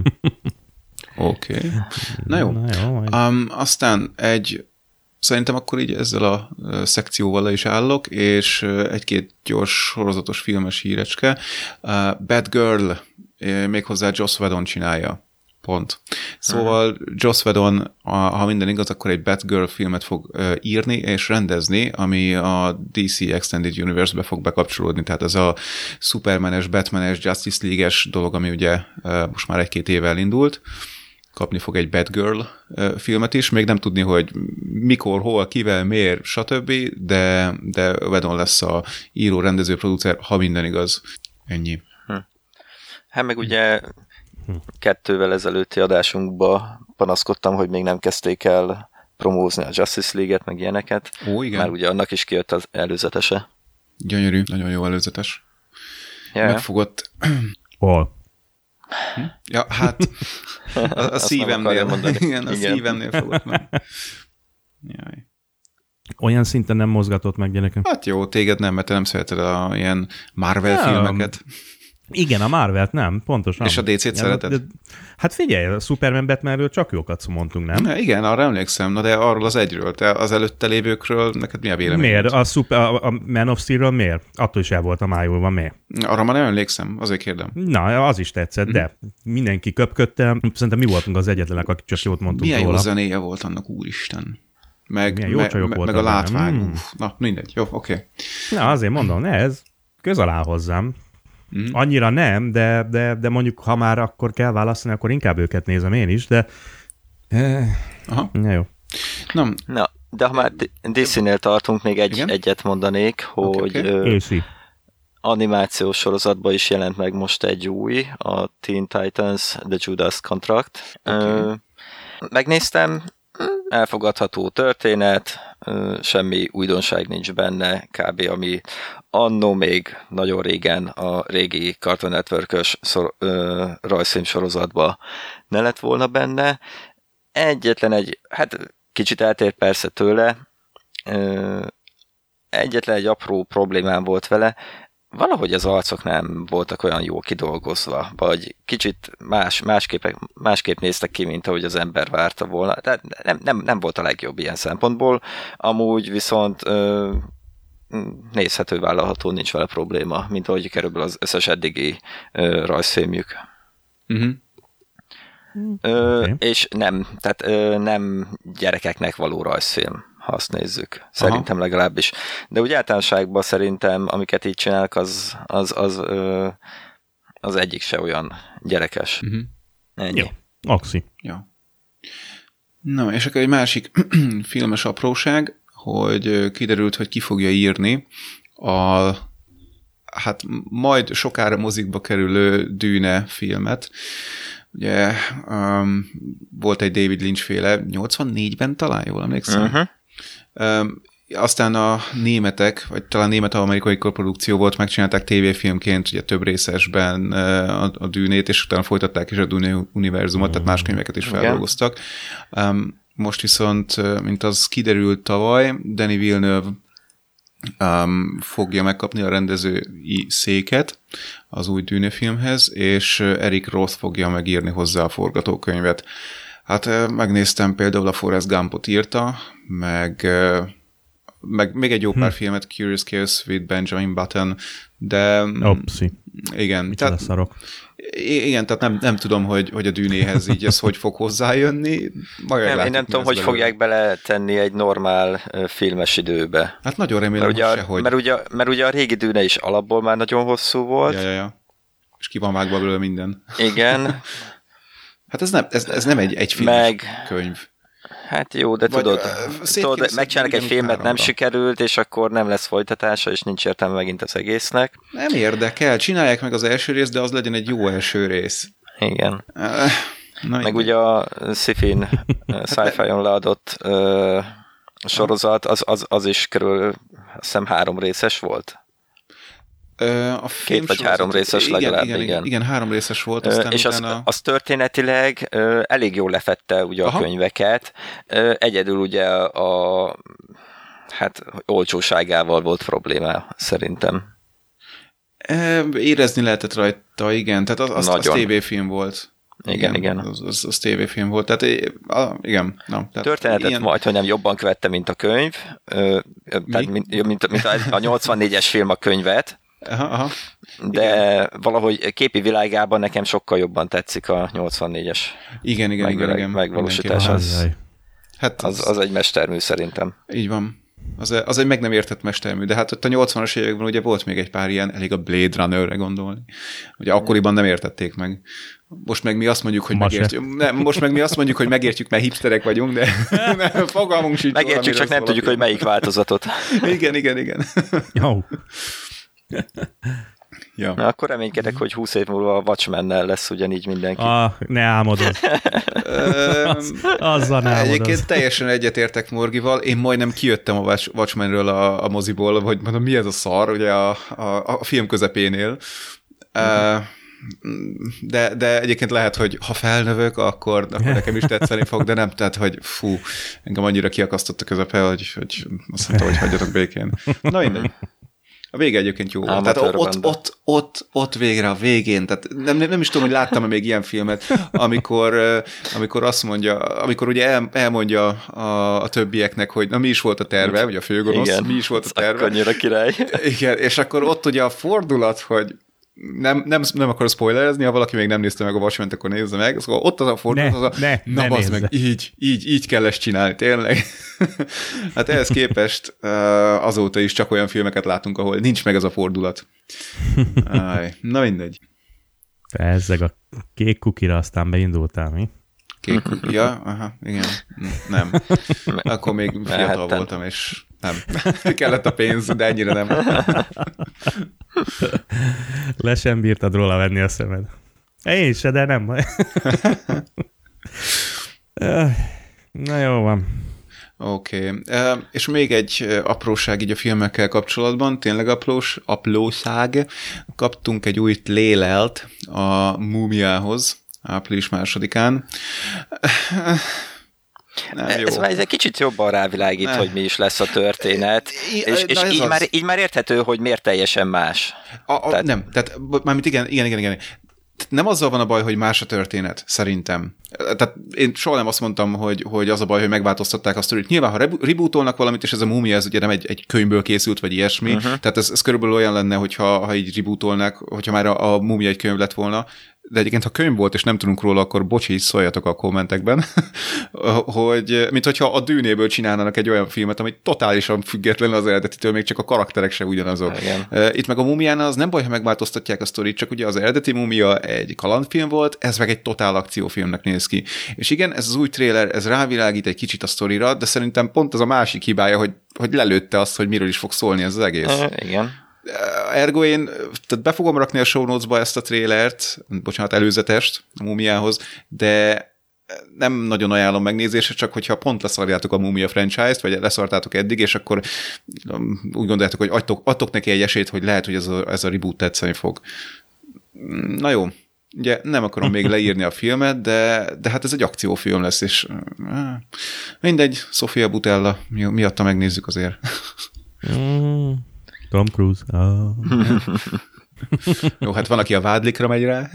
Speaker 3: Oké. Na jó. Aztán szerintem akkor így ezzel a szekcióval le is állok, és egy-két gyors sorozatos filmes hírecske. Bad Girl, méghozzá Joss Whedon csinálja. Pont. Szóval Joss Whedon, ha minden igaz, akkor egy Batgirl filmet fog írni és rendezni, ami a DC Extended Universe-be fog bekapcsolódni, tehát ez a Superman-es, Batman-es, Justice League-es dolog, ami ugye most már 1-2 éve elindult. Kapni fog egy Batgirl filmet is, még nem tudni, hogy mikor, hol, kivel, miért, stb., de Whedon lesz a író, rendező, producer, ha minden igaz. Ennyi.
Speaker 4: Hát meg ugye 2-vel ezelőtti adásunkban panaszkodtam, hogy még nem kezdték el promózni a Justice League-et, meg ilyeneket.
Speaker 3: Ó, igen.
Speaker 4: Már ugye annak is kijött az előzetese.
Speaker 3: Gyönyörű, nagyon jó előzetes.
Speaker 4: Yeah.
Speaker 3: Megfogott.
Speaker 2: Hol?
Speaker 3: Ja, hát a szívemnél. Igen, a szívemnél fogott meg. Jaj.
Speaker 2: Olyan szinten nem mozgatott meg, gyerekem.
Speaker 3: Hát jó, téged nem, mert te nem szereted ilyen Marvel filmeket.
Speaker 2: Igen, a Marvelt nem, pontosan.
Speaker 3: És a DC-t szereted?
Speaker 2: Hát figyelj, a Superman Batmanről csak jókat mondtunk, nem?
Speaker 3: Ja, igen, arra emlékszem, de arról az egyről, te az előtte lévőkről, neked mi a vélemény?
Speaker 2: Miért? A Man of Steel-ről miért? Attól is el volt a májulva, miért?
Speaker 3: Arra már nem emlékszem, azért kérdem.
Speaker 2: Na, az is tetszett, de mindenki köpködte. Szerintem mi voltunk az egyetlenek, akik csak jót mondtunk
Speaker 3: milyen
Speaker 2: róla.
Speaker 3: Milyen jó zenéje volt annak, úristen. Meg
Speaker 2: a
Speaker 3: látvány. Na, mindegy, jó, oké.
Speaker 2: Na, azért mondom, ez közel áll hozzám. Annyira nem, de mondjuk, ha már akkor kell választani, akkor inkább őket nézem én is, de...
Speaker 3: Aha.
Speaker 2: Ja, jó.
Speaker 4: Na, de ha már DC-nél tartunk, még egyet mondanék, hogy animációs sorozatban is jelent meg most egy új, a Teen Titans The Judas Contract. Megnéztem, elfogadható történet, semmi újdonság nincs benne, kb. Ami annó még nagyon régen a régi Cartoon Network-ös rajzfilm sorozatban ne lett volna benne. Hát kicsit eltér persze tőle, egyetlen egy apró problémám volt vele, valahogy az arcok nem voltak olyan jól kidolgozva, vagy kicsit másképp néztek ki, mint ahogy az ember várta volna. Tehát nem volt a legjobb ilyen szempontból, amúgy viszont nézhető, vállalható, nincs vele probléma, mint ahogy körülbelül az összes eddigi rajzfilmjük. És nem gyerekeknek való rajzfilm, ha azt nézzük. Szerintem legalábbis. De úgy általánosságban szerintem, amiket így csinálnak, az egyik se olyan gyerekes. Ennyi.
Speaker 2: Jó. Axi.
Speaker 3: Ja. Na, és akkor egy másik filmes apróság, hogy kiderült, hogy ki fogja írni hát majd sokára mozikba kerülő Dűne filmet. Ugye volt egy David Lynch féle, 84-ben talán, jól emlékszem. Aztán a németek, vagy talán német-amerikai koprodukció volt, megcsinálták tévéfilmként, ugye több részesben a Dűnét, és utána folytatták is a Dűne univerzumot, tehát más könyveket is feldolgoztak. Most viszont, mint az kiderült tavaly, Denis Villeneuve fogja megkapni a rendezői széket az új Dűne filmhez, és Eric Roth fogja megírni hozzá a forgatókönyvet. Hát megnéztem, például a Forrest Gumpot írta, meg még egy jó pár filmet, Curious Case with Benjamin Button, de... Igen.
Speaker 2: Tehát, szarok.
Speaker 3: Igen, tehát nem tudom, hogy a Dűnéhez így ez hogy fog hozzájönni.
Speaker 4: Én nem tudom, hogy fogják beletenni egy normál filmes időbe.
Speaker 3: Hát nagyon remélem,
Speaker 4: hogy mert ugye a régi Dűne is alapból már nagyon hosszú volt.
Speaker 3: Ja. És ki van vágva belőle minden.
Speaker 4: Igen.
Speaker 3: Hát ez nem egy filmes könyv.
Speaker 4: Hát jó, de tudod megcsinálnak egy filmet, nem sikerült, és akkor nem lesz folytatása, és nincs értelme megint az egésznek.
Speaker 3: Nem érdekel, csinálják meg az első részt, de az legyen egy jó első rész.
Speaker 4: Igen. Meg ugye a Sci-Fi-on leadott A sorozat az is körül, azt hiszem 3 részes volt.
Speaker 3: A
Speaker 4: 2 vagy 3 részes legalább,
Speaker 3: igen, 3 részes volt. Aztán
Speaker 4: és az történetileg elég jól lefette ugye a könyveket. Egyedül ugye a olcsóságával volt probléma, szerintem.
Speaker 3: Érezni lehetett rajta, igen. Tehát az tévéfilm volt.
Speaker 4: Igen.
Speaker 3: Az tévéfilm volt. Tehát igen. Tehát
Speaker 4: történetet majdhogy nem jobban követte, mint a könyv. Tehát mint a 84-es film a könyvet.
Speaker 3: Aha.
Speaker 4: De igen. Valahogy képi világában nekem sokkal jobban tetszik a 84-es
Speaker 3: igen.
Speaker 4: megvalósítás. Az egy mestermű szerintem.
Speaker 3: Így van. Az egy meg nem értett mestermű, de hát ott a 80-as években ugye volt még egy pár ilyen, elég a Blade Runner-re gondolni. Ugye akkoriban nem értették meg. Most meg mi azt mondjuk, hogy megértjük. Nem, most meg mi azt mondjuk, hogy megértjük, mert hipsterek vagyunk, de fogalmunk sincs.
Speaker 4: Megértjük, csak nem tudjuk, hogy melyik változatot.
Speaker 3: Igen.
Speaker 2: Jó.
Speaker 3: Ja.
Speaker 4: Na, akkor reménykedek, hogy 20 év múlva a Watchmen-nel lesz ugyanígy mindenki.
Speaker 2: Ne álmodod. Azzal ne álmodod.
Speaker 3: Egyébként teljesen egyetértek Morgival. Én majdnem kijöttem a Watchmenről a moziból, hogy mondom, mi ez a szar, ugye a film közepénél. De egyébként lehet, hogy ha felnövök, akkor nekem is tetszeni fog, de nem, tehát, hogy engem annyira kiakasztott a közepe, hogy azt mondta, hogy hagyjatok békén. Na mindegy. A vége egyébként jó volt. Tehát ott végre a végén, tehát nem is tudom, hogy láttam-e még ilyen filmet, amikor azt mondja, amikor ugye elmondja a többieknek, hogy na mi is volt a terve, ugye a főgonosz, igen, mi is volt a terve.
Speaker 4: Annyira király.
Speaker 3: Igen, és akkor ott ugye a fordulat, hogy nem akarok spoilerezni, ha valaki még nem nézte meg a Watchmen-t, akkor nézze meg. Szóval ott az a fordulat, na bazd meg, így kell ezt csinálni, tényleg. Hát ehhez képest azóta is csak olyan filmeket látunk, ahol nincs meg ez a fordulat. Na mindegy.
Speaker 2: Ezzeg a kék kukira aztán beindultál, mi?
Speaker 3: Kék kukira? Aha, igen. Nem. Akkor még fiatal voltam, és nem. Kellett a pénz, de ennyire nem.
Speaker 2: Le sem bírtad róla venni a szemed. Én se, de nem. Na jó van.
Speaker 3: Oké. És még egy apróság így a filmekkel kapcsolatban, tényleg apróság. Kaptunk egy új trélert a Múmiához, április 2-án.
Speaker 4: Ez egy kicsit jobban rávilágít, hogy mi is lesz a történet, és így már érthető, hogy miért teljesen más.
Speaker 3: Nem, tehát mármint igen. Nem azzal van a baj, hogy más a történet, szerintem. Tehát én soha nem azt mondtam, hogy az a baj, hogy megváltoztatták a sztorit. Nyilván, ha rebootolnak valamit, és ez a Múmia, ez ugye nem egy könyvből készült, vagy ilyesmi, tehát ez körülbelül olyan lenne, hogyha így rebootolnak, hogyha már a Múmia egy könyv lett volna, de egyébként, ha könyv volt, és nem tudunk róla, akkor bocsi, szóljatok a kommentekben, hogy mint hogyha a Dűnéből csinálnának egy olyan filmet, ami totálisan független az eredetitől, még csak a karakterek se ugyanazok. Igen. Itt meg a Múmiánál az nem baj, ha megváltoztatják a sztorit, csak ugye az eredeti Múmia egy kalandfilm volt, ez meg egy totál akciófilmnek néz ki. És igen, ez az új trailer, ez rávilágít egy kicsit a sztorira, de szerintem pont az a másik hibája, hogy lelőtte azt, hogy miről is fog szólni ez az egész.
Speaker 4: Igen.
Speaker 3: Ergo én tehát be fogom rakni a show notes-ba ezt a trailert, előzetest a Múmiához, de nem nagyon ajánlom megnézésre, csak hogyha pont leszarjátok a Múmia franchise-t, vagy leszartátok eddig, és akkor úgy gondoljátok, hogy adtok neki egy esélyt, hogy lehet, hogy ez a reboot tetszeni fog. Na jó, ugye nem akarom még leírni a filmet, de hát ez egy akciófilm lesz, és mindegy, Sofia Boutella, miatta megnézzük azért.
Speaker 2: Tom Cruise.
Speaker 3: Jó, hát van, aki a vádlikra megy rá.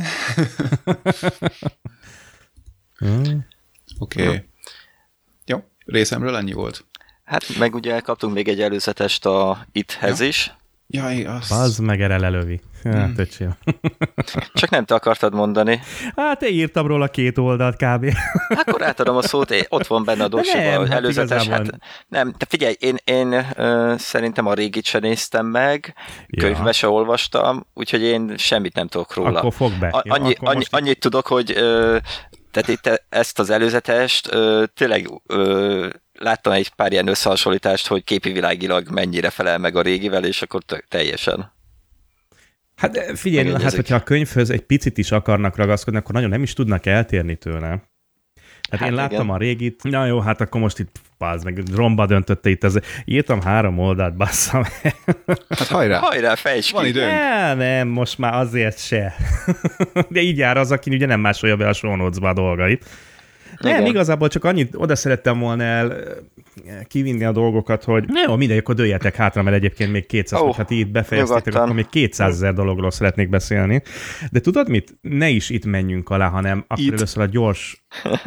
Speaker 3: Oké. Jó, részemről ennyi volt.
Speaker 4: Hát meg ugye kaptunk még egy előzetest a It-hez is.
Speaker 3: Jaj, azt...
Speaker 2: Bazd meg, erre lelövi. Hát, öcsém.
Speaker 4: Csak nem te akartad mondani.
Speaker 2: Hát én írtam róla 2 oldalt kb.
Speaker 4: Akkor átadom a szót, ott van benne a doksiban, hogy előzetes. Hát, nem, te figyelj, én szerintem a régit sem néztem meg, könyvbe se olvastam, úgyhogy én semmit nem tudok róla.
Speaker 2: Akkor fog be.
Speaker 4: Annyit tudok, hogy tehát itt ezt az előzetest tényleg láttam egy pár ilyen összehasonlítást, hogy képi világilag mennyire felel meg a régivel, és akkor teljesen.
Speaker 2: Hát figyelj, hogyha a könyvhöz egy picit is akarnak ragaszkodni, akkor nagyon nem is tudnak eltérni tőle. Hát én láttam a régit, na jó, hát akkor most itt meg romba döntötte itt, írtam 3 oldalt, basszam.
Speaker 3: Hát hajrá!
Speaker 4: Hajrá, fejtsd ki!
Speaker 3: Van időnk.
Speaker 2: Nem, most már azért se. De így jár az, aki ugye nem másolja be a show notes-ba a dolgait. Nem, igazából csak annyit oda szerettem volna kivinni a dolgokat, hogy jó, mindegy, akkor dőljetek hátra, mert egyébként még 200, ha ti itt befejeztétek, akkor még 200 000 dologról szeretnék beszélni. De tudod mit? Ne is itt menjünk alá, hanem akkor először a gyors...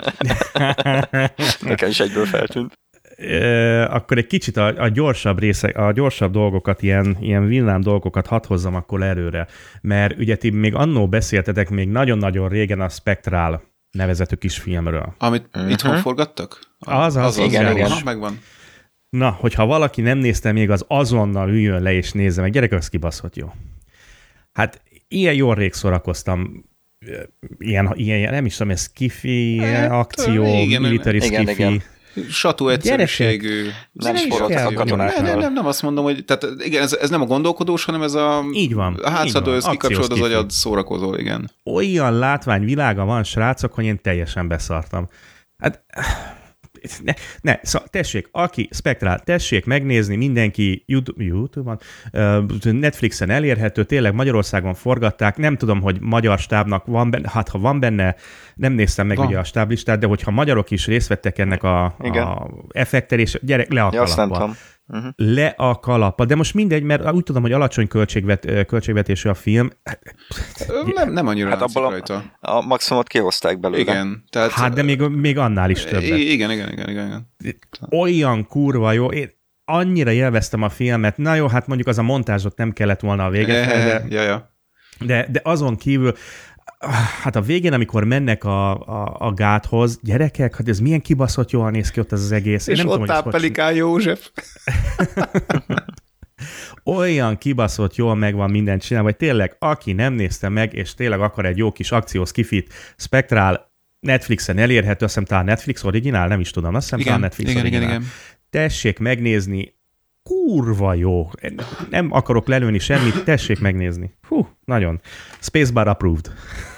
Speaker 4: Nekem is egyből feltűnt.
Speaker 2: Akkor egy kicsit a gyorsabb részek, a gyorsabb dolgokat, ilyen villám dolgokat hadd hozzam akkor előre. Mert ugye ti még annó beszéltetek még nagyon-nagyon régen a Spectral nevezetű kis filmről.
Speaker 3: Amit itthon forgattak?
Speaker 2: Az
Speaker 4: igen.
Speaker 3: Megvan.
Speaker 2: Na, hogyha valaki nem nézte még, az azonnal üljön le és nézze meg. Gyerek, az kibaszott jó. Hát ilyen jól rég szórakoztam. Ilyen, nem is tudom, ez skifi, akció, military skifi. Igen.
Speaker 3: Satú egyszerűségű.
Speaker 4: Nem sporoltak a katonáknál.
Speaker 3: Nem azt mondom, hogy tehát igen, ez nem a gondolkodós, hanem ez a
Speaker 2: így van,
Speaker 3: hátszadőz, kikapcsolod az agyad, szórakozol, igen.
Speaker 2: Olyan látványvilága van, srácok, hogy én teljesen beszartam. Hát, szóval tessék, aki Spectral, tessék megnézni, mindenki YouTube-on, Netflixen elérhető, tényleg Magyarországon forgatták, nem tudom, hogy magyar stábnak van benne, hát ha van benne, nem néztem meg ugye a stáblistát, de hogyha magyarok is részt vettek ennek a effektel, és gyerek, le a kalappa. Le a kalappa. De most mindegy, mert úgy tudom, hogy alacsony költségvetésű a film.
Speaker 3: Nem annyira
Speaker 4: hát abból
Speaker 3: rajta.
Speaker 4: A maximumot kihozták belőle.
Speaker 3: Igen. Tehát,
Speaker 2: hát de még annál is többet.
Speaker 3: Igen.
Speaker 2: Olyan kurva jó. Én annyira élveztem a filmet. Na jó, hát mondjuk az a montázsot nem kellett volna a vége. De azon kívül hát a végén, amikor mennek a gáthoz, gyerekek, hát ez milyen kibaszott jól néz ki ott az egész.
Speaker 3: És nem ott áll Pelikán József.
Speaker 2: Olyan kibaszott jól megvan mindent csinálva, vagy tényleg, aki nem nézte meg, és tényleg akar egy jó kis akciós skifit, Spectral, Netflixen elérhető, azt hiszem talán Netflix originál, nem is tudom, azt hiszem talán Netflix originál. Igen. Tessék megnézni, kurva jó. Nem akarok lelőni semmit, tessék megnézni. Hú, nagyon. Spacebar approved.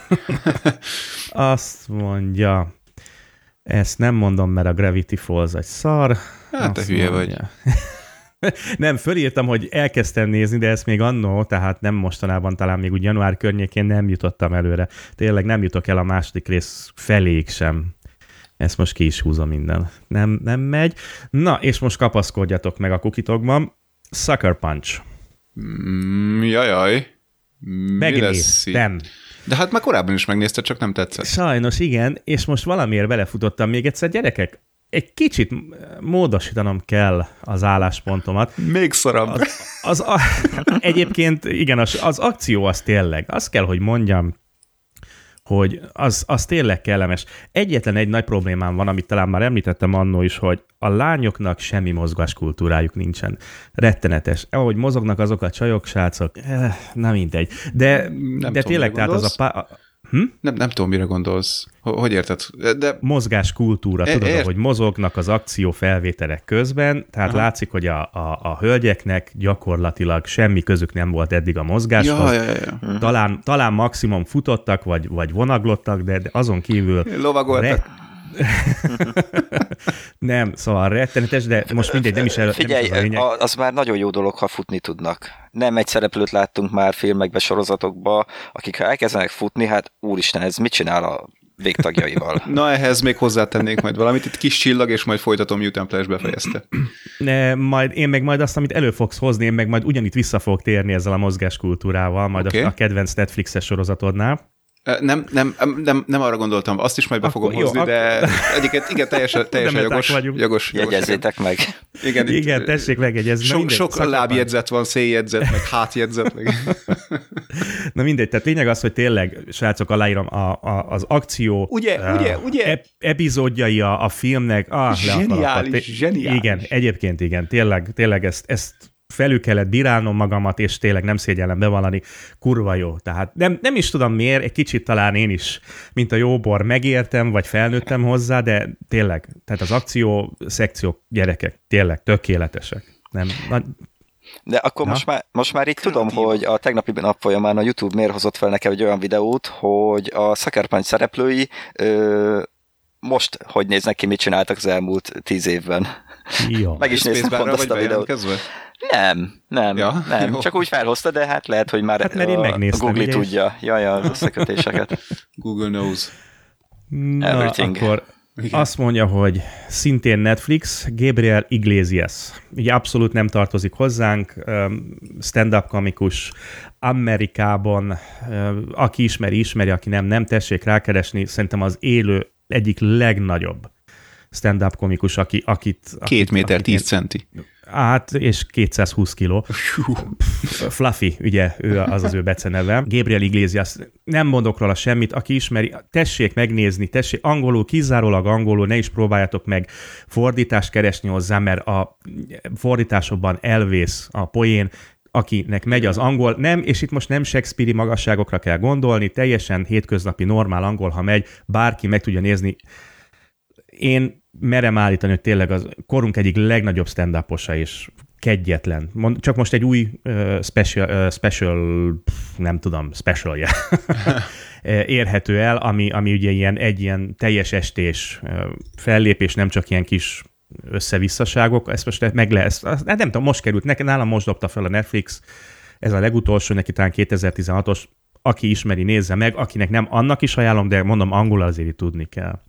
Speaker 2: Azt mondja, ezt nem mondom, mert a Gravity Falls egy szar.
Speaker 3: Hát te hülye vagy.
Speaker 2: Nem, fölírtam, hogy elkezdtem nézni, de ezt még annó, tehát nem mostanában, talán még úgy január környékén nem jutottam előre. Tényleg nem jutok el a második rész feléig sem. Ezt most ki is húzom minden. Nem megy. Na, és most kapaszkodjatok meg a kukitokban. Sucker Punch.
Speaker 3: Jajaj.
Speaker 2: Megnéztem.
Speaker 3: De hát már korábban is megnézted, csak nem tetszett.
Speaker 2: Sajnos igen, és most valamiért belefutottam még egyszer. Gyerekek, egy kicsit módosítanom kell az álláspontomat.
Speaker 3: Még szarabb.
Speaker 2: Egyébként igen, az akció az tényleg, azt kell, hogy mondjam, hogy az tényleg kellemes. Egyetlen egy nagy problémám van, amit talán már említettem annó is, hogy a lányoknak semmi mozgáskultúrájuk nincsen. Rettenetes. Ahogy mozognak azok a csajok, srácok, na mindegy. De tényleg, tehát az a
Speaker 3: Nem tudom, mire gondolsz. Hogy érted? De...
Speaker 2: Mozgáskultúra, tudod, hogy mozognak az akció felvételek közben, tehát látszik, hogy a hölgyeknek gyakorlatilag semmi közük nem volt eddig a mozgáshoz. Talán maximum futottak, vagy vonaglottak, de azon kívül...
Speaker 3: Lovagoltak.
Speaker 2: Nem, szóval rettenetes, de most mindegy, nem is
Speaker 4: Figyelj,
Speaker 2: nem is
Speaker 4: az már nagyon jó dolog, ha futni tudnak. Nem egy szereplőt láttunk már filmekbe, sorozatokba, akik ha elkezdenek futni, hát úristen, ez mit csinál a végtagjaival?
Speaker 3: Na, ehhez még hozzátennék majd valamit, itt kis csillag, és majd folytatom, miután Flash befejezte.
Speaker 2: Én meg majd azt, amit elő fogsz hozni, én meg majd ugyanitt vissza fogok térni ezzel a mozgáskultúrával, majd a kedvenc Netflixes sorozatodnál.
Speaker 3: Nem arra gondoltam, azt is majd be fogom hozni, de egyiket igen, teljesen jogos.
Speaker 4: Jegyezzétek meg.
Speaker 2: Igen, tessék megjegyezni.
Speaker 3: Sok lábjegyzet van, széljegyzet, meg hátjegyzet. Meg.
Speaker 2: Na mindegy, tehát lényeg az, hogy tényleg, srácok, aláírom az akció
Speaker 3: ugye?
Speaker 2: epizódjai a filmnek.
Speaker 3: Zseniális.
Speaker 2: Igen, egyébként igen, tényleg ezt felül kellett bírálnom magamat, és tényleg nem szégyellem bevallani, kurva jó. Tehát nem is tudom miért, egy kicsit talán én is, mint a jóbor megértem, vagy felnőttem hozzá, de tényleg, tehát az akció szekciók, gyerekek, tényleg tökéletesek.
Speaker 4: De akkor most már így tudom, hogy a tegnapi nap folyamán a YouTube miért hozott fel nekem egy olyan videót, hogy a Sucker Punch szereplői most hogy néznek ki, mit csináltak az elmúlt 10 évben.
Speaker 2: Jó.
Speaker 4: Meg is néztem pont azt a videót. Nem. Jó. Csak úgy felhozta, de hát lehet, hogy már
Speaker 2: mert én megnéztem,
Speaker 4: a Google tudja. Jaj, az összekötéseket.
Speaker 3: Google knows.
Speaker 2: Everything. Akkor azt mondja, hogy szintén Netflix, Gabriel Iglesias. Ugye abszolút nem tartozik hozzánk, stand-up komikus Amerikában, aki ismeri, aki nem, tessék rákeresni, szerintem az élő egyik legnagyobb stand-up komikus, akit
Speaker 3: 2 méter 10 centi.
Speaker 2: Hát, és 220 kiló. Fluffy, ugye, az ő beceneve. Gabriel Iglesias, nem mondok róla semmit, aki ismeri, tessék megnézni, angolul, kizárólag angolul, ne is próbáljátok meg fordítást keresni hozzá, mert a fordításokban elvész a poén, akinek megy az angol, nem, és itt most nem Shakespeare-i magasságokra kell gondolni, teljesen hétköznapi, normál angol, ha megy, bárki meg tudja nézni. Én merem állítani, hogy tényleg az korunk egyik legnagyobb stand-uposa, és kegyetlen. Csak most egy új specialja érhető el, ami ugye egy ilyen teljes estés fellépés, nem csak ilyen kis összevisszaságok. Ezt most meg lehet, nem tudom, most került, nálam most dobta fel a Netflix, ez a legutolsó, neki talán 2016-os, aki ismeri, nézze meg, akinek nem, annak is ajánlom, de mondom, angolul azért tudni kell.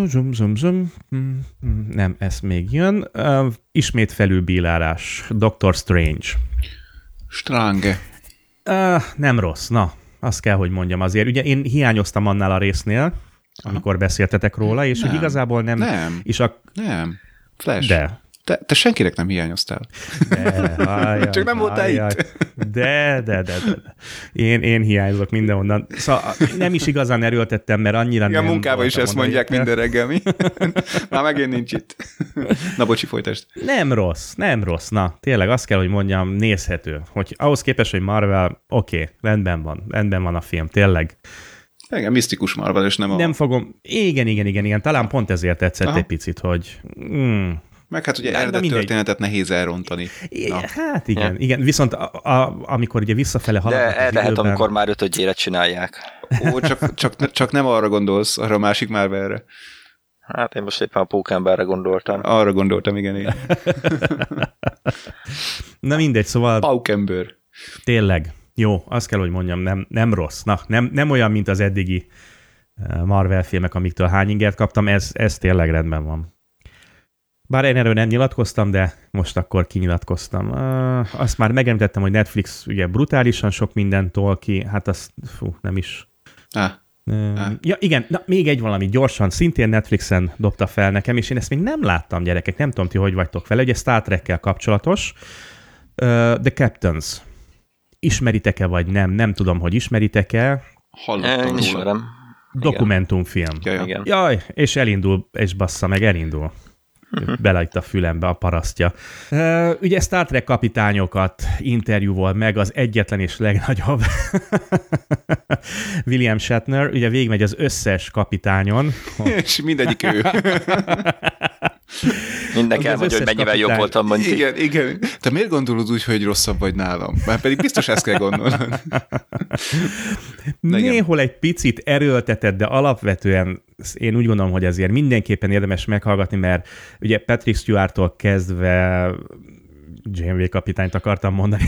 Speaker 2: Nem, ez még jön. Ismét felülbírálás. Doctor Strange. Nem rossz, na, azt kell, hogy mondjam azért. Ugye én hiányoztam annál a résznél, amikor beszéltetek róla, és hogy igazából nem.
Speaker 3: Nem. Flash.
Speaker 2: De.
Speaker 3: Te senkinek nem hiányoztál. Csak nem voltál itt.
Speaker 2: De. Én hiányzok mindenhonnan. Szóval nem is igazán erőltettem, mert annyira nem...
Speaker 3: A munkában is ezt mondják minden reggel, mi? Már megint nincs itt. Na, bocsi, folytasd.
Speaker 2: Nem rossz. Na, tényleg azt kell, hogy mondjam, nézhető. Hogy ahhoz képest, hogy Marvel, oké, rendben van a film, tényleg.
Speaker 3: Igen, misztikus Marvel, és nem a...
Speaker 2: Nem fogom... Igen. Talán pont ezért tetszett egy picit, hogy...
Speaker 3: Meg hát ugye eredet történetet nehéz elrontani.
Speaker 2: Hát igen. Viszont amikor ugye visszafele haladnak
Speaker 4: de lehet, amikor már 5-ére csinálják.
Speaker 3: Ó, csak nem arra gondolsz, arra a másik Marvelre.
Speaker 4: Hát én most éppen a Pókemberre gondoltam.
Speaker 3: Arra gondoltam, igen.
Speaker 2: Na mindegy, szóval...
Speaker 3: Pókember.
Speaker 2: Tényleg. Jó, azt kell, hogy mondjam, nem rossz. Na, nem olyan, mint az eddigi Marvel filmek, amiktől hány ingert kaptam, ez tényleg rendben van. Bár én erről nem nyilatkoztam, de most akkor kinyilatkoztam. Azt már megemlítettem, hogy Netflix ugye brutálisan sok mindent tol ki, hát azt nem is. Ja, igen, na, még egy valami gyorsan, szintén Netflixen dobta fel nekem, és én ezt még nem láttam, gyerekek, nem tudom, ti hogy vagytok vele, ugye Star Trek-kel kapcsolatos. The Captains. Ismeritek-e, vagy nem? Nem tudom, hogy ismeritek-e.
Speaker 3: Hallottam
Speaker 4: róla.
Speaker 2: Dokumentumfilm.
Speaker 3: Igen.
Speaker 2: Jaj, és elindul, és bassza meg, elindul. Belejt a fülembe a parasztja. Ugye Star Trek kapitányokat interjúvol meg az egyetlen és legnagyobb William Shatner, ugye végigmegy az összes kapitányon.
Speaker 3: És mindegyik ő.
Speaker 4: Mindenki elmondja, hogy mennyivel jobb voltam, mondjuk.
Speaker 3: Igen. Te miért gondolod úgy, hogy rosszabb vagy nálam? Már pedig biztos ezt kell gondolnod.
Speaker 2: Néhol egy picit erőltetett, de alapvetően én úgy gondolom, hogy ezért mindenképpen érdemes meghallgatni, mert ugye Patrick Stewart-tól kezdve Janeway kapitányt akartam mondani.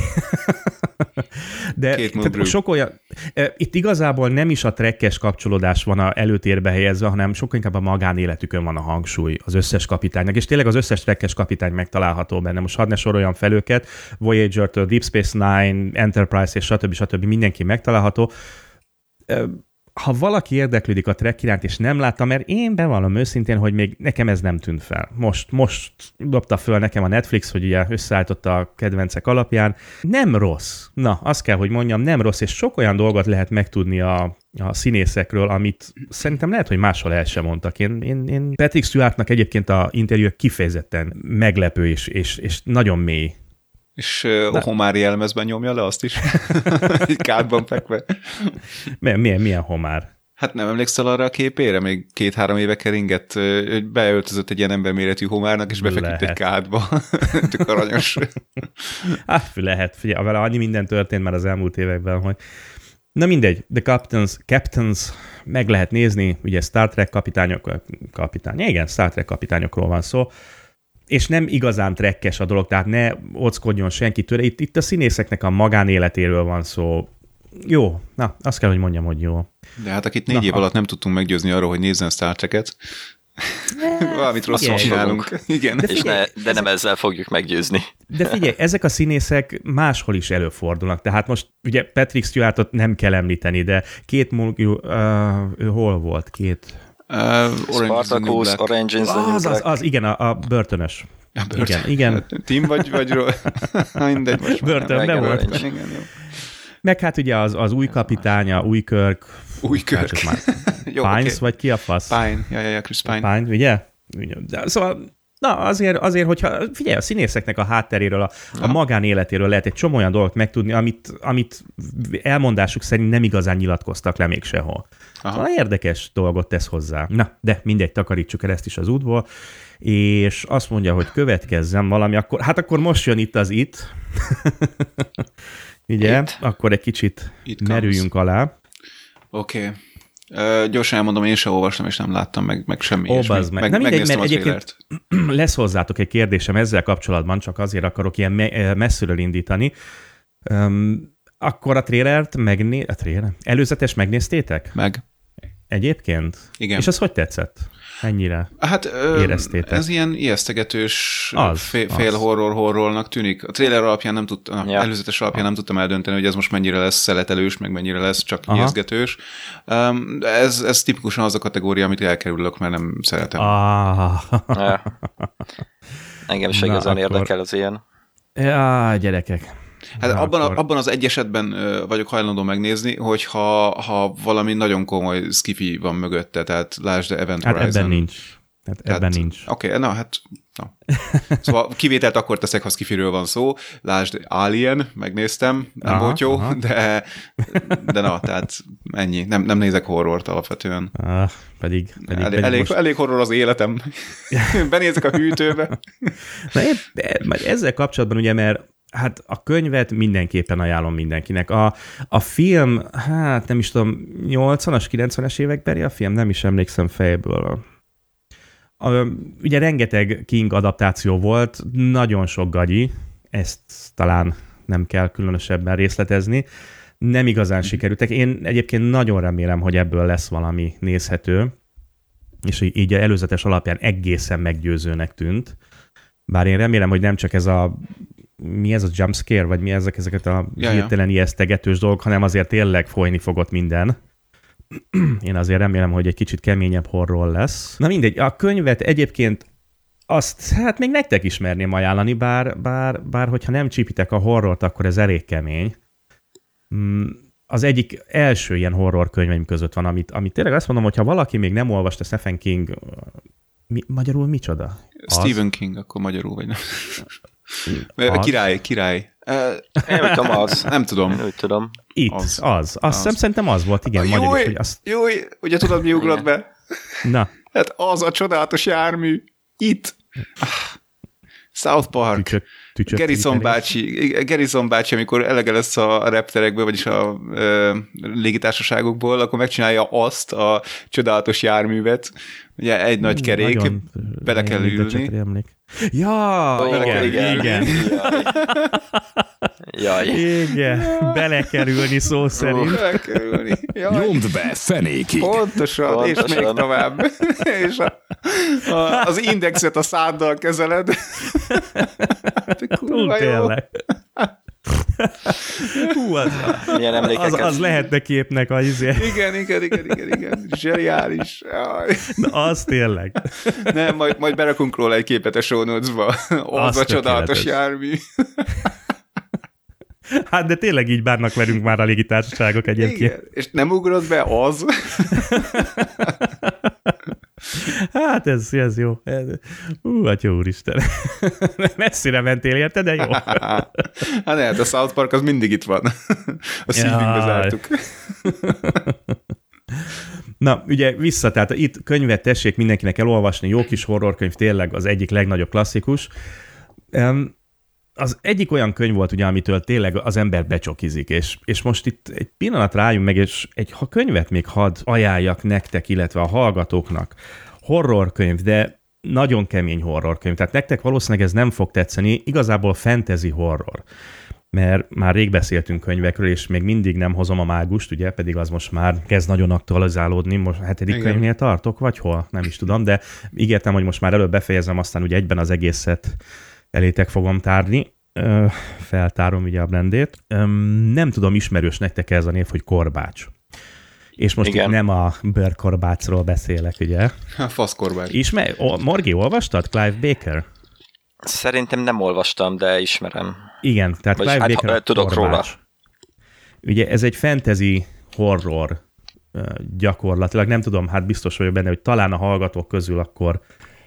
Speaker 2: De sok olyan... Itt igazából nem is a trekkes kapcsolódás van előtérbe helyezve, hanem sokkal inkább a magánéletükön van a hangsúly az összes kapitánynak, és tényleg az összes trekkes kapitány megtalálható benne. Most hadd ne soroljam fel őket, Voyager-től Deep Space Nine, Enterprise és stb. Mindenki megtalálható. Ha valaki érdeklődik a Trek iránt, és nem látta, mert én bevallom őszintén, hogy még nekem ez nem tűnt fel. Most dobta föl nekem a Netflix, hogy ugye összeállította a kedvencek alapján. Nem rossz. Na, azt kell, hogy mondjam, nem rossz, és sok olyan dolgot lehet megtudni a színészekről, amit szerintem lehet, hogy máshol el sem mondtak. Én Patrick Stewartnak egyébként a interjú kifejezetten meglepő, és nagyon mély.
Speaker 3: És homári jelmezben nyomja le azt is? Egy kádban fekve.
Speaker 2: Milyen homár?
Speaker 3: Hát nem emlékszel arra a képére? Még 2-3 éve keringett, hogy beöltözött egy ilyen emberméretű homárnak, és befeküdt egy kádba. Tök aranyos.
Speaker 2: Hát lehet, figyelj, vele annyi minden történt már az elmúlt években, hogy Na mindegy, The Captains meg lehet nézni, ugye Star Trek Star Trek kapitányokról van szó, és nem igazán trekkes a dolog, tehát ne ockodjon senki tőle. Itt a színészeknek a magánéletéről van szó. Jó, na, azt kell, hogy mondjam, hogy jó.
Speaker 3: De hát akit 4 év alatt nem tudtunk meggyőzni arról, hogy nézzen Star Trek-et, valamit rosszul csinálunk. Igen.
Speaker 4: De nem ezzel fogjuk meggyőzni.
Speaker 2: De figyelj, ezek a színészek máshol is előfordulnak. Tehát most ugye Patrick Stewartot nem kell említeni, de hol volt?
Speaker 4: Spartacus, Orange is the New Black.
Speaker 2: Az, igen, a börtönös. Igen.
Speaker 3: Tim vagy mindegy, most
Speaker 2: börtönben volt.
Speaker 3: Igen, jó.
Speaker 2: Meg hát ugye az új kapitánya, új Kirk. Pines, vagy ki a fasz?
Speaker 3: Pine, ja, Chris Pine.
Speaker 2: Pine, ugye? De, szóval, na azért, hogyha figyelj, a színészeknek a hátteréről, a magánéletéről lehet egy csomó olyan dolgot megtudni, amit elmondásuk szerint nem igazán nyilatkoztak le még sehol. Szóval érdekes dolgot tesz hozzá. Na, de mindegy, takarítsuk el ezt is az útból, és azt mondja, hogy következzen valami, akkor most jön itt az It. Ugye? Akkor egy kicsit merüljünk alá.
Speaker 3: Oké. Gyorsan elmondom, én sem olvastam, és nem láttam meg semmi.
Speaker 2: Megnéztem a trailert. Lesz hozzátok egy kérdésem ezzel kapcsolatban, csak azért akarok ilyen messziről indítani. Akkor a trailert előzetes megnéztétek?
Speaker 3: Meg.
Speaker 2: Egyébként?
Speaker 3: Igen.
Speaker 2: És az hogy tetszett? Ennyire éreztétek?
Speaker 3: Ez ilyen ijesztegetős fél horrornak tűnik. A trailer alapján nem tudtam, előzetes alapján nem tudtam eldönteni, hogy ez most mennyire lesz szeletelős, meg mennyire lesz csak ijesztgetős. Ez tipikusan az a kategória, amit elkerülök, mert nem szeretem.
Speaker 4: Engem is igazán érdekel az ilyen.
Speaker 2: Ja, gyerekek.
Speaker 3: Hát abban az egy esetben vagyok hajlandó megnézni, hogyha valami nagyon komoly skifi van mögötte, tehát lásd Event Horizon.
Speaker 2: Ebben nincs.
Speaker 3: Oké, na. Szóval kivételt akkor teszek, ha skifiről van szó. Lásd Alien, megnéztem, nem volt jó, de na, tehát ennyi. Nem nézek horrort alapvetően.
Speaker 2: Pedig
Speaker 3: elég horror az életem. Benézek a hűtőbe.
Speaker 2: Na ezzel kapcsolatban ugye, mert hát a könyvet mindenképpen ajánlom mindenkinek. A film, hát nem is tudom, 80-as, 90-es évekbeli a film, nem is emlékszem fejből. Ugye rengeteg King adaptáció volt, nagyon sok gagyi, ezt talán nem kell különösebben részletezni, nem igazán sikerültek. Én egyébként nagyon remélem, hogy ebből lesz valami nézhető, és így a előzetes alapján egészen meggyőzőnek tűnt. Bár én remélem, hogy nem csak ez mi ez a jumpscare, vagy mi ezeket a hirtelen ijesztegetős dolgok, hanem azért tényleg folyni fogott minden. Én azért remélem, hogy egy kicsit keményebb horror lesz. Na mindegy, a könyvet egyébként azt, hát még nektek is merném ajánlani, bár hogyha nem csípitek a horrort, akkor ez elég kemény. Az egyik első ilyen horror könyveim között van, amit tényleg azt mondom, hogyha valaki még nem olvasta Stephen King, magyarul micsoda?
Speaker 3: Stephen King, akkor magyarul vagy nem? Király.
Speaker 4: Én nem tudom, az.
Speaker 3: Nem tudom.
Speaker 4: Én úgy tudom.
Speaker 2: Szerintem az volt, igen.
Speaker 3: Magyarul, hogy azt... Jó, ugye tudod, mi ugrott be?
Speaker 2: Na.
Speaker 3: Hát az a csodálatos jármű. Itt. South Park. Garrison bácsi, amikor elege lesz a repterekből, vagyis a légitársaságokból, akkor megcsinálja azt a csodálatos járművet. Ugye egy nagy kerék, bele kell ülni.
Speaker 2: Igen.
Speaker 4: Jaj.
Speaker 2: Igen, bele kell ülni szó szerint.
Speaker 3: Bele kell ülni.
Speaker 5: Nyomd be fenékig.
Speaker 3: Pontosan, és még tovább. És az indexet a száddal kezeled.
Speaker 2: Tényleg. Az lehetne képnek a izé.
Speaker 3: Igen. Zseniális.
Speaker 2: Na, az tényleg.
Speaker 3: Nem, majd berakunk róla egy képet a show notes-ba. Az a csodálatos jármű.
Speaker 2: Hát de tényleg így bánnak velünk már a légitársaságok egyébként.
Speaker 3: Igen, és nem ugrott be az?
Speaker 2: Hát ez jó. Atya úristen. Messzire mentél érte, de jó.
Speaker 3: Hát lehet, a South Park az mindig itt van. A szívünkbe zártuk.
Speaker 2: Na, ugye vissza, tehát itt könyvet tessék mindenkinek elolvasni, jó kis horrorkönyv, tényleg az egyik legnagyobb klasszikus. az egyik olyan könyv volt, ugye, amitől tényleg az ember becsokizik, és most itt egy pillanat rájunk meg, és egy könyvet még hadd ajánljak nektek, illetve a hallgatóknak. Horrorkönyv, de nagyon kemény horrorkönyv. Tehát nektek valószínűleg ez nem fog tetszeni, igazából fantasy horror. Mert már rég beszéltünk könyvekről, és még mindig nem hozom a mágust, ugye, pedig az most már kezd nagyon aktualizálódni, most 7. könyvnél tartok, vagy hol, nem is tudom, de ígértem, hogy most már előbb befejezem, aztán ugye egyben az egészet elétek fogom tárni, feltárom ugye a blendét. Nem tudom, ismerős nektek ez a név, hogy korbács. És most itt nem a bőrkorbácsról beszélek, ugye?
Speaker 3: A faszkorbács.
Speaker 2: Morgi, olvastad? Clive Baker?
Speaker 4: Szerintem nem olvastam, de ismerem.
Speaker 2: Igen, tehát
Speaker 4: vagy
Speaker 2: Clive Baker
Speaker 4: tudok
Speaker 2: korbács.
Speaker 4: Róla.
Speaker 2: Ugye ez egy fantasy horror gyakorlatilag. Nem tudom, hát biztos vagyok benne, hogy talán a hallgatók közül akkor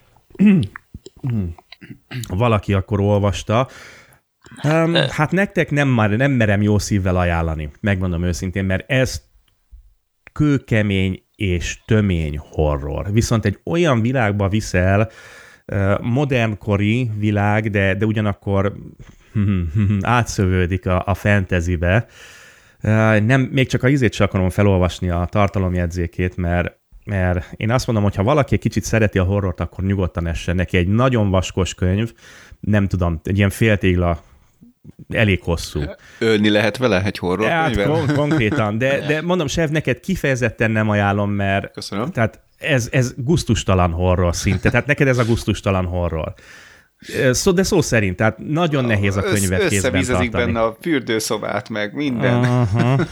Speaker 2: valaki akkor olvasta. Hát nektek nem merem jó szívvel ajánlani, megmondom őszintén, mert ez kőkemény és tömény horror. Viszont egy olyan világba viszel, modernkori világ, de ugyanakkor átszövődik a fantasybe. Még csak a ízét sem akarom felolvasni a tartalomjegyzékét, mert én azt mondom, hogy ha valaki egy kicsit szereti a horrort, akkor nyugodtan essen neki. Egy nagyon vaskos könyv, nem tudom, egy ilyen féltégla, elég hosszú.
Speaker 3: Ölni lehet vele egy horrorkönyvvel?
Speaker 2: Hát konkrétan, de mondom, Sev, neked kifejezetten nem ajánlom, mert
Speaker 3: köszönöm.
Speaker 2: Tehát ez gusztustalan horror szinte, tehát neked ez a gusztustalan horror. De szó szerint, tehát nagyon nehéz a könyvet kézben tartani.
Speaker 3: Összevízezik benne a fürdőszobát, meg minden.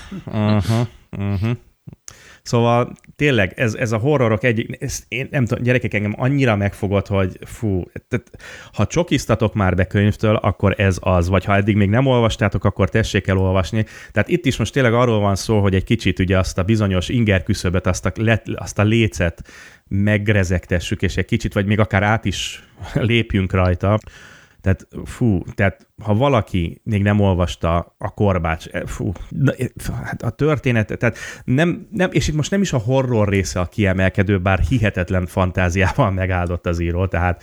Speaker 2: Szóval tényleg ez a horrorok én nem tudom, gyerekek, engem annyira megfogott, hogy tehát, ha csokiztatok már be könyvtől, akkor ez az, vagy ha eddig még nem olvastátok, akkor tessék el olvasni. Tehát itt is most tényleg arról van szó, hogy egy kicsit ugye azt a bizonyos ingerküszöböt, azt a lécet megrezegtessük, és egy kicsit, vagy még akár át is lépjünk rajta. Tehát ha valaki még nem olvasta a korbács, hát a történet, tehát nem, és itt most nem is a horror része a kiemelkedő, bár hihetetlen fantáziával megáldott az író, tehát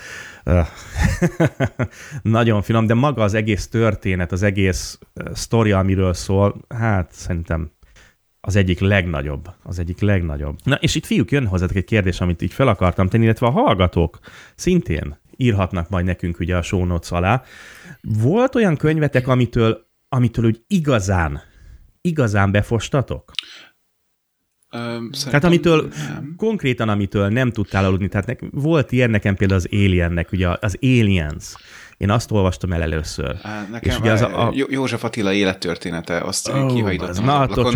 Speaker 2: nagyon finom, de maga az egész történet, az egész sztoria, amiről szól, hát szerintem az egyik legnagyobb. Na, és itt fiúk, jön hozzátok egy kérdés, amit így fel akartam tenni, illetve a hallgatók szintén írhatnak majd nekünk ugye a show notes alá. Volt olyan könyvetek, amitől úgy igazán befostatok? Tehát konkrétan amitől nem tudtál aludni. Tehát volt ilyen nekem például az Aliennek, ugye az Aliens. Én azt olvastam el először.
Speaker 3: Nekem és ugye József Attila élettörténete, azt kihajítottam
Speaker 2: az ablakon.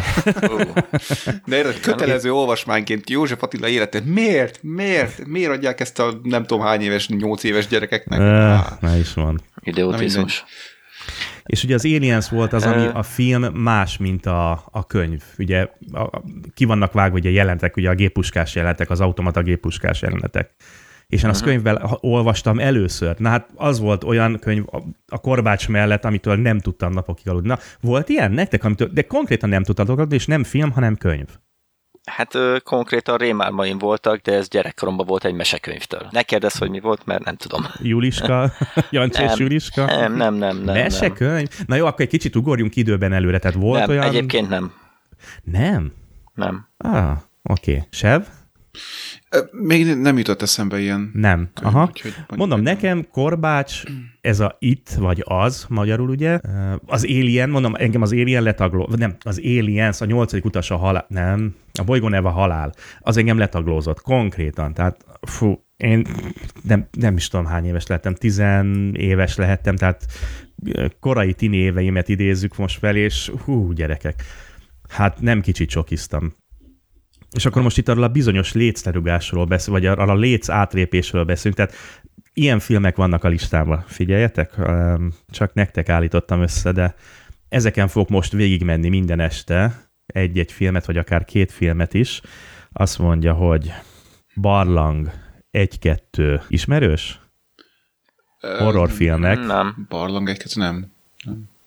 Speaker 3: De érted, kötelező olvasmányként József Attila életet. Miért adják ezt a nem tudom hány éves, 8 éves gyerekeknek?
Speaker 2: Na is van.
Speaker 4: Idiotizmus.
Speaker 2: És ugye az Aliens volt az, ami a film más, mint a könyv. Ugye ki vannak vágva ugye jelentek, ugye a géppuskás jelenetek, az automata géppuskás jelenetek. És én azt könyvvel olvastam először. Na hát az volt olyan könyv a korbács mellett, amitől nem tudtam napokig aludni. Na, volt ilyen nektek, de konkrétan nem tudtatok aludni, és nem film, hanem könyv?
Speaker 4: Hát konkrétan rémálmaim voltak, de ez gyerekkoromban volt egy mesekönyvtől. Ne kérdezz, hogy mi volt, mert nem tudom.
Speaker 2: Juliska? Jancsés Juliska?
Speaker 4: Nem.
Speaker 2: Mesekönyv? Na jó, akkor egy kicsit ugorjunk időben előre. Tehát volt
Speaker 4: nem,
Speaker 2: olyan...
Speaker 4: egyébként nem.
Speaker 2: Nem?
Speaker 4: Nem.
Speaker 2: Oké. Sev?
Speaker 3: Még nem jutott eszembe ilyen.
Speaker 2: Nem.
Speaker 3: Könyv,
Speaker 2: aha. Mondom, nekem korbács, ez a It, vagy az, magyarul ugye, az Alien, mondom, engem az Alien letaglózott, nem, az Aliens, a 8. utas a halál, nem, a bolygóneve halál, az engem letaglózott, konkrétan, tehát én nem is tudom hány éves lettem, 10 éves lehettem, tehát korai tini éveimet idézzük most fel, és gyerekek, hát nem kicsit csokiztam. És akkor most itt arról a bizonyos léclerugásról beszélünk, vagy arról a léc átlépésről beszélünk, tehát ilyen filmek vannak a listában. Figyeljetek, csak nektek állítottam össze, de ezeken fogok most végigmenni minden este, egy-egy filmet, vagy akár 2 filmet is. Azt mondja, hogy Barlang 1-2 ismerős? Horrorfilmek.
Speaker 4: Nem.
Speaker 3: Barlang 1-2 nem.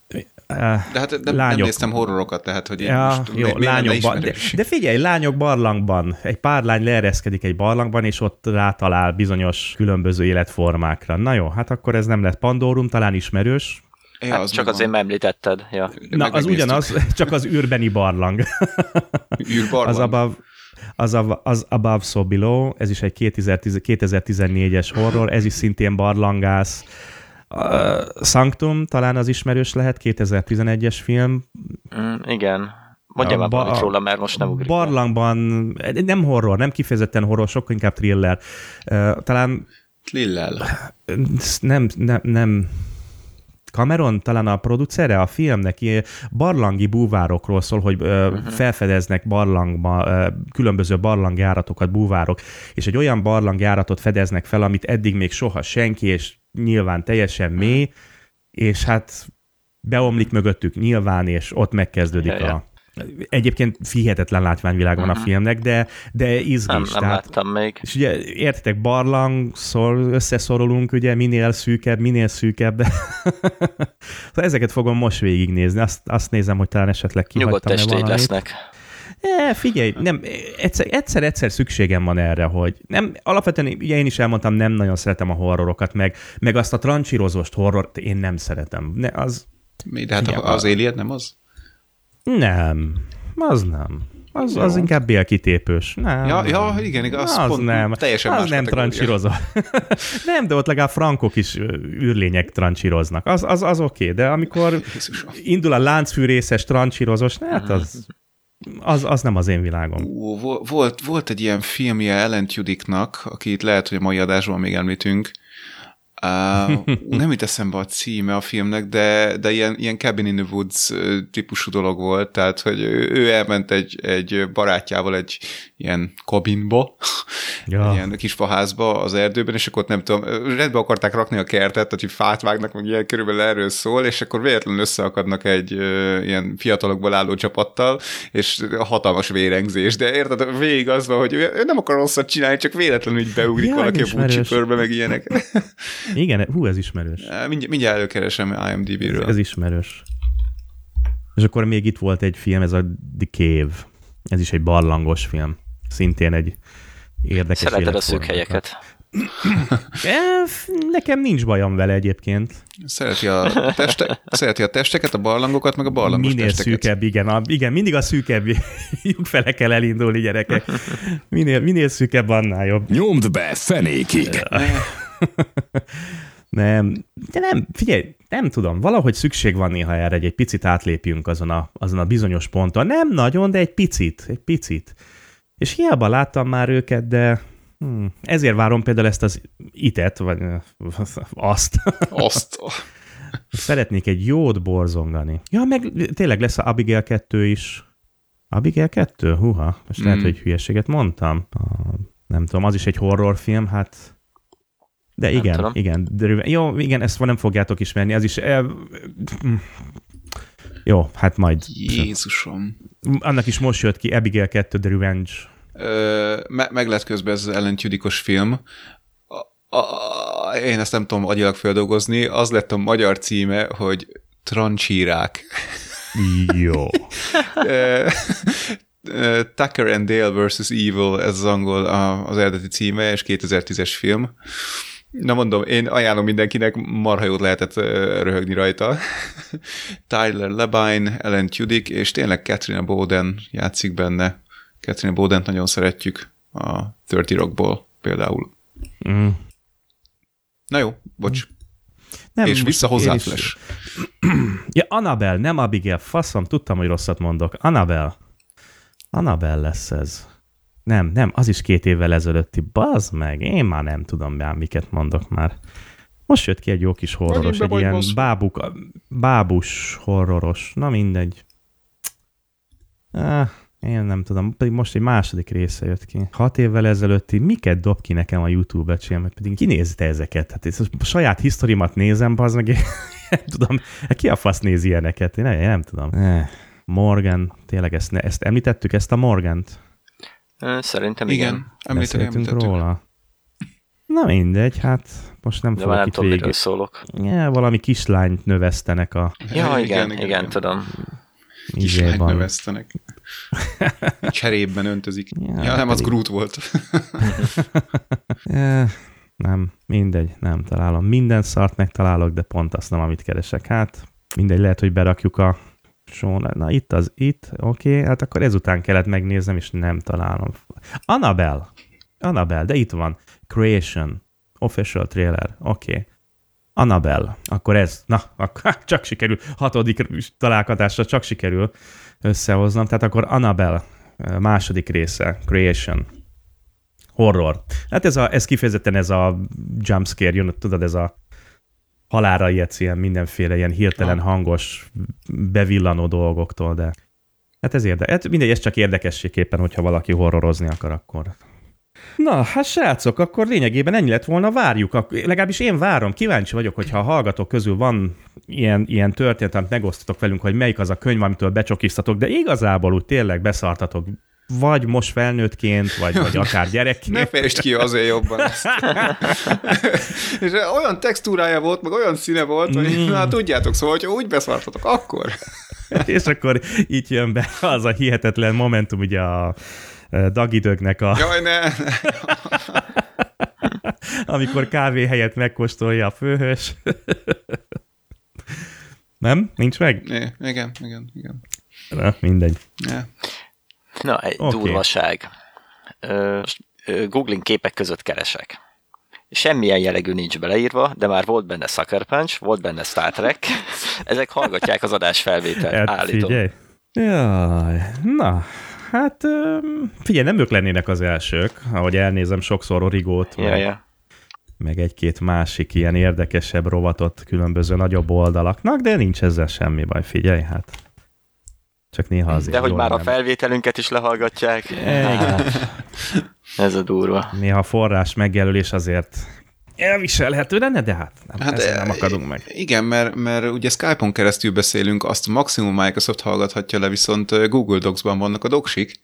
Speaker 3: De hát nem néztem horrorokat, tehát hogy
Speaker 2: most jó, lányokban. De figyelj, lányok barlangban. Egy pár lány leereszkedik egy barlangban, és ott rátalál bizonyos különböző életformákra. Na jó, hát akkor ez nem lett Pandorum, talán ismerős.
Speaker 4: Ja, hát csak azért említetted. Ja.
Speaker 2: Na, az ugyanaz, csak az űrbeni barlang.
Speaker 3: Űrbarlang.
Speaker 2: Az Above So Below, ez is egy 2014-es horror, ez is szintén barlangász. Sanctum talán az ismerős lehet, 2011-es film.
Speaker 4: Igen. Mondjam már valamit róla, mert most nem ugrik.
Speaker 2: Barlangban, nem horror, nem kifejezetten horror, sokkal inkább thriller. Talán...
Speaker 3: Thriller.
Speaker 2: Nem. Cameron talán a producere a filmnek, barlangi búvárokról szól, hogy felfedeznek barlangba, különböző barlangjáratokat búvárok, és egy olyan barlangjáratot fedeznek fel, amit eddig még soha senki, és nyilván teljesen mély, és hát beomlik mögöttük nyilván, és ott megkezdődik Egyébként hihetetlen látványvilág van a filmnek, de izgis.
Speaker 4: Nem láttam még.
Speaker 2: És ugye értitek, barlangszor összeszorulunk, ugye minél szűkebb. Ezeket fogom most végignézni. Azt nézem, hogy talán esetleg kihagytam.
Speaker 4: Nyugodt estéid lesznek.
Speaker 2: Figyelj, nem, egyszer szükségem van erre, hogy nem, alapvetően ugye én is elmondtam, nem nagyon szeretem a horrorokat, meg azt a trancsírozost horrort én nem szeretem.
Speaker 3: De hát az Alien nem az?
Speaker 2: Nem. Az inkább bélkitépős. Nem.
Speaker 3: Ja, igen,
Speaker 2: az nem.
Speaker 3: Teljesen
Speaker 2: az
Speaker 3: más
Speaker 2: nem trancsírozó. Nem, de ott legalább frankok is űrlények trancsíroznak. Az oké, de amikor indul a láncfűrészes trancsírozós, hát az nem az én világom.
Speaker 3: Volt egy ilyen filmje Ellen Tudyknak, akit lehet, hogy a mai adásban még említünk. Nem jut eszembe a címe a filmnek, de ilyen Cabin in the Woods típusú dolog volt, tehát, hogy ő elment egy barátjával egy ilyen kabinba, egy ilyen kis faházba az erdőben, és akkor ott nem tudom, rendbe akarták rakni a kertet, tehát, hogy fát vágnak, meg ilyen körülbelül erről szól, és akkor véletlenül összeakadnak egy ilyen fiatalokból álló csapattal, és hatalmas vérengzés, de érted, végig az van, hogy ő nem akar rosszat csinálni, csak véletlenül így beugrik valaki a búcsipörbe, meg ilyenek.
Speaker 2: Igen, ez ismerős.
Speaker 3: Mindjárt előkeresem IMDb-ről.
Speaker 2: Ez ismerős. És akkor még itt volt egy film, ez a The Cave. Ez is egy barlangos film. Szintén egy érdekes
Speaker 4: Szereted a szűk helyeket.
Speaker 2: Nekem nincs bajom vele egyébként.
Speaker 3: Szereti a testeket, a barlangokat, meg a barlangos
Speaker 2: minél
Speaker 3: testeket.
Speaker 2: Szűkebb, igen, mindig a szűkebb lyuk fele kell elindulni, gyerekek. Minél szűkebb, annál jobb.
Speaker 5: Nyomd be fenékig!
Speaker 2: Nem, figyelj, nem tudom, valahogy szükség van néha erre, egy picit átlépjünk azon a bizonyos ponton. Nem nagyon, de egy picit. És hiába láttam már őket, de ezért várom például ezt az itet, vagy azt. Szeretnék egy jót borzongani. Ja, meg tényleg lesz a Abigail 2 is. Abigail 2? Húha, most lehet, hogy hülyeséget mondtam. Nem tudom, az is egy horrorfilm, hát... De igen. Jó, igen, ezt nem fogjátok ismerni, az is... Jó, hát majd...
Speaker 3: Jézusom.
Speaker 2: Annak is most jött ki, Abigail 2 The Revenge.
Speaker 3: Meg lett közben ez az Ellen Tudykos film. Én ezt nem tudom agyilag feldolgozni. Az lett a magyar címe, hogy Trancsírák.
Speaker 2: Jó.
Speaker 3: Tucker and Dale vs. Evil, ez az angol az eredeti címe, és 2010-es film. Na mondom, én ajánlom mindenkinek, marha jót lehetett röhögni rajta. Tyler Labine, Ellen Tudyk, és tényleg Katrina Bowden játszik benne. Katrina Bowdent nagyon szeretjük a 30 Rockból például. Na jó, bocs. Nem, és vissza hozzá Flash.
Speaker 2: Ja, Annabelle, nem Abigail. Faszom, tudtam, hogy rosszat mondok. Annabelle lesz ez. Nem, az is 2 évvel ezelőtti. Bazd meg, én már nem tudom, miket mondok már. Most jött ki egy jó kis horroros, egy ilyen bábus horroros. Na mindegy. Én nem tudom, pedig most egy második része jött ki. 6 évvel ezelőtti, miket dob ki nekem a YouTube-et, meg pedig kinézte ezeket? Hát a saját historimat nézem, bazd meg, nem tudom, ki a fasz néz ilyeneket? Én nem tudom. Morgan, tényleg ezt említettük, ezt a Morgant?
Speaker 4: Szerintem
Speaker 3: igen. Említettük
Speaker 2: róla. Na mindegy, hát most nem fogok
Speaker 4: nem
Speaker 2: itt
Speaker 4: tudom,
Speaker 2: végig.
Speaker 4: szólok.
Speaker 2: Ja, valami kislányt növesztenek a...
Speaker 4: Ja, igen, tudom.
Speaker 3: Kislányt növesztenek. Cserében öntözik. Ja, nem, az Groot volt.
Speaker 2: Nem, mindegy, nem találom. Minden szart megtalálok, de pont azt nem, amit keresek. Hát mindegy, lehet, hogy berakjuk a na itt, oké, hát akkor ezután kellett megnéznem, és nem találom. Annabelle, de itt van. Creation, official trailer, oké. Annabelle, akkor ez, akkor csak sikerül, 6. találkozásra csak sikerül összehoznom, tehát akkor Annabelle, második része, Creation, horror. Hát ez kifejezetten ez a jumpscare, jön, tudod, ez a halálra ijedsz ilyen mindenféle ilyen hirtelen hangos, bevillanó dolgoktól, de hát ez mindegy, ez csak érdekességképpen, hogyha valaki horrorozni akar, akkor. Na, hát srácok, akkor lényegében ennyi lett volna, várjuk. Legalábbis én várom, kíváncsi vagyok, hogyha a hallgatók közül van ilyen történet, amit megosztatok velünk, hogy melyik az a könyv, amitől becsokiztatok, de igazából úgy tényleg beszartatok, vagy most felnőttként, vagy akár gyerekként.
Speaker 3: Ne fejtsd ki azért jobban. És olyan textúrája volt, meg olyan színe volt, hogy tudjátok, szóval, hogyha úgy beszartatok, akkor.
Speaker 2: És akkor itt jön be az a hihetetlen momentum, ugye a Dagidögnek a...
Speaker 3: Jaj, ne!
Speaker 2: Amikor kávé helyett megkóstolja a főhős. Nem? Nincs meg?
Speaker 3: Igen.
Speaker 2: Na, mindegy.
Speaker 3: Yeah.
Speaker 4: Na, egy durvaság. Googling képek között keresek. Semmilyen jellegű nincs beleírva, de már volt benne Sucker Punch, volt benne Star Trek. Ezek hallgatják az adás felvételt, állítom.
Speaker 2: Figyelj. Jaj, na... Hát figyelj, nem ők lennének az elsők, ahogy elnézem sokszor Origót, meg egy-két másik ilyen érdekesebb rovatot különböző nagyobb oldalaknak, de nincs ezzel semmi baj, figyelj, hát csak néha azért.
Speaker 4: De hogy már a felvételünket is lehallgatják. Ez a durva.
Speaker 2: Néha forrás megjelölés azért elviselhető lenne, de hát nem akadunk meg.
Speaker 3: Igen, mert ugye Skype-on keresztül beszélünk, azt maximum Microsoft hallgathatja le, viszont Google Docs-ban vannak a doksik.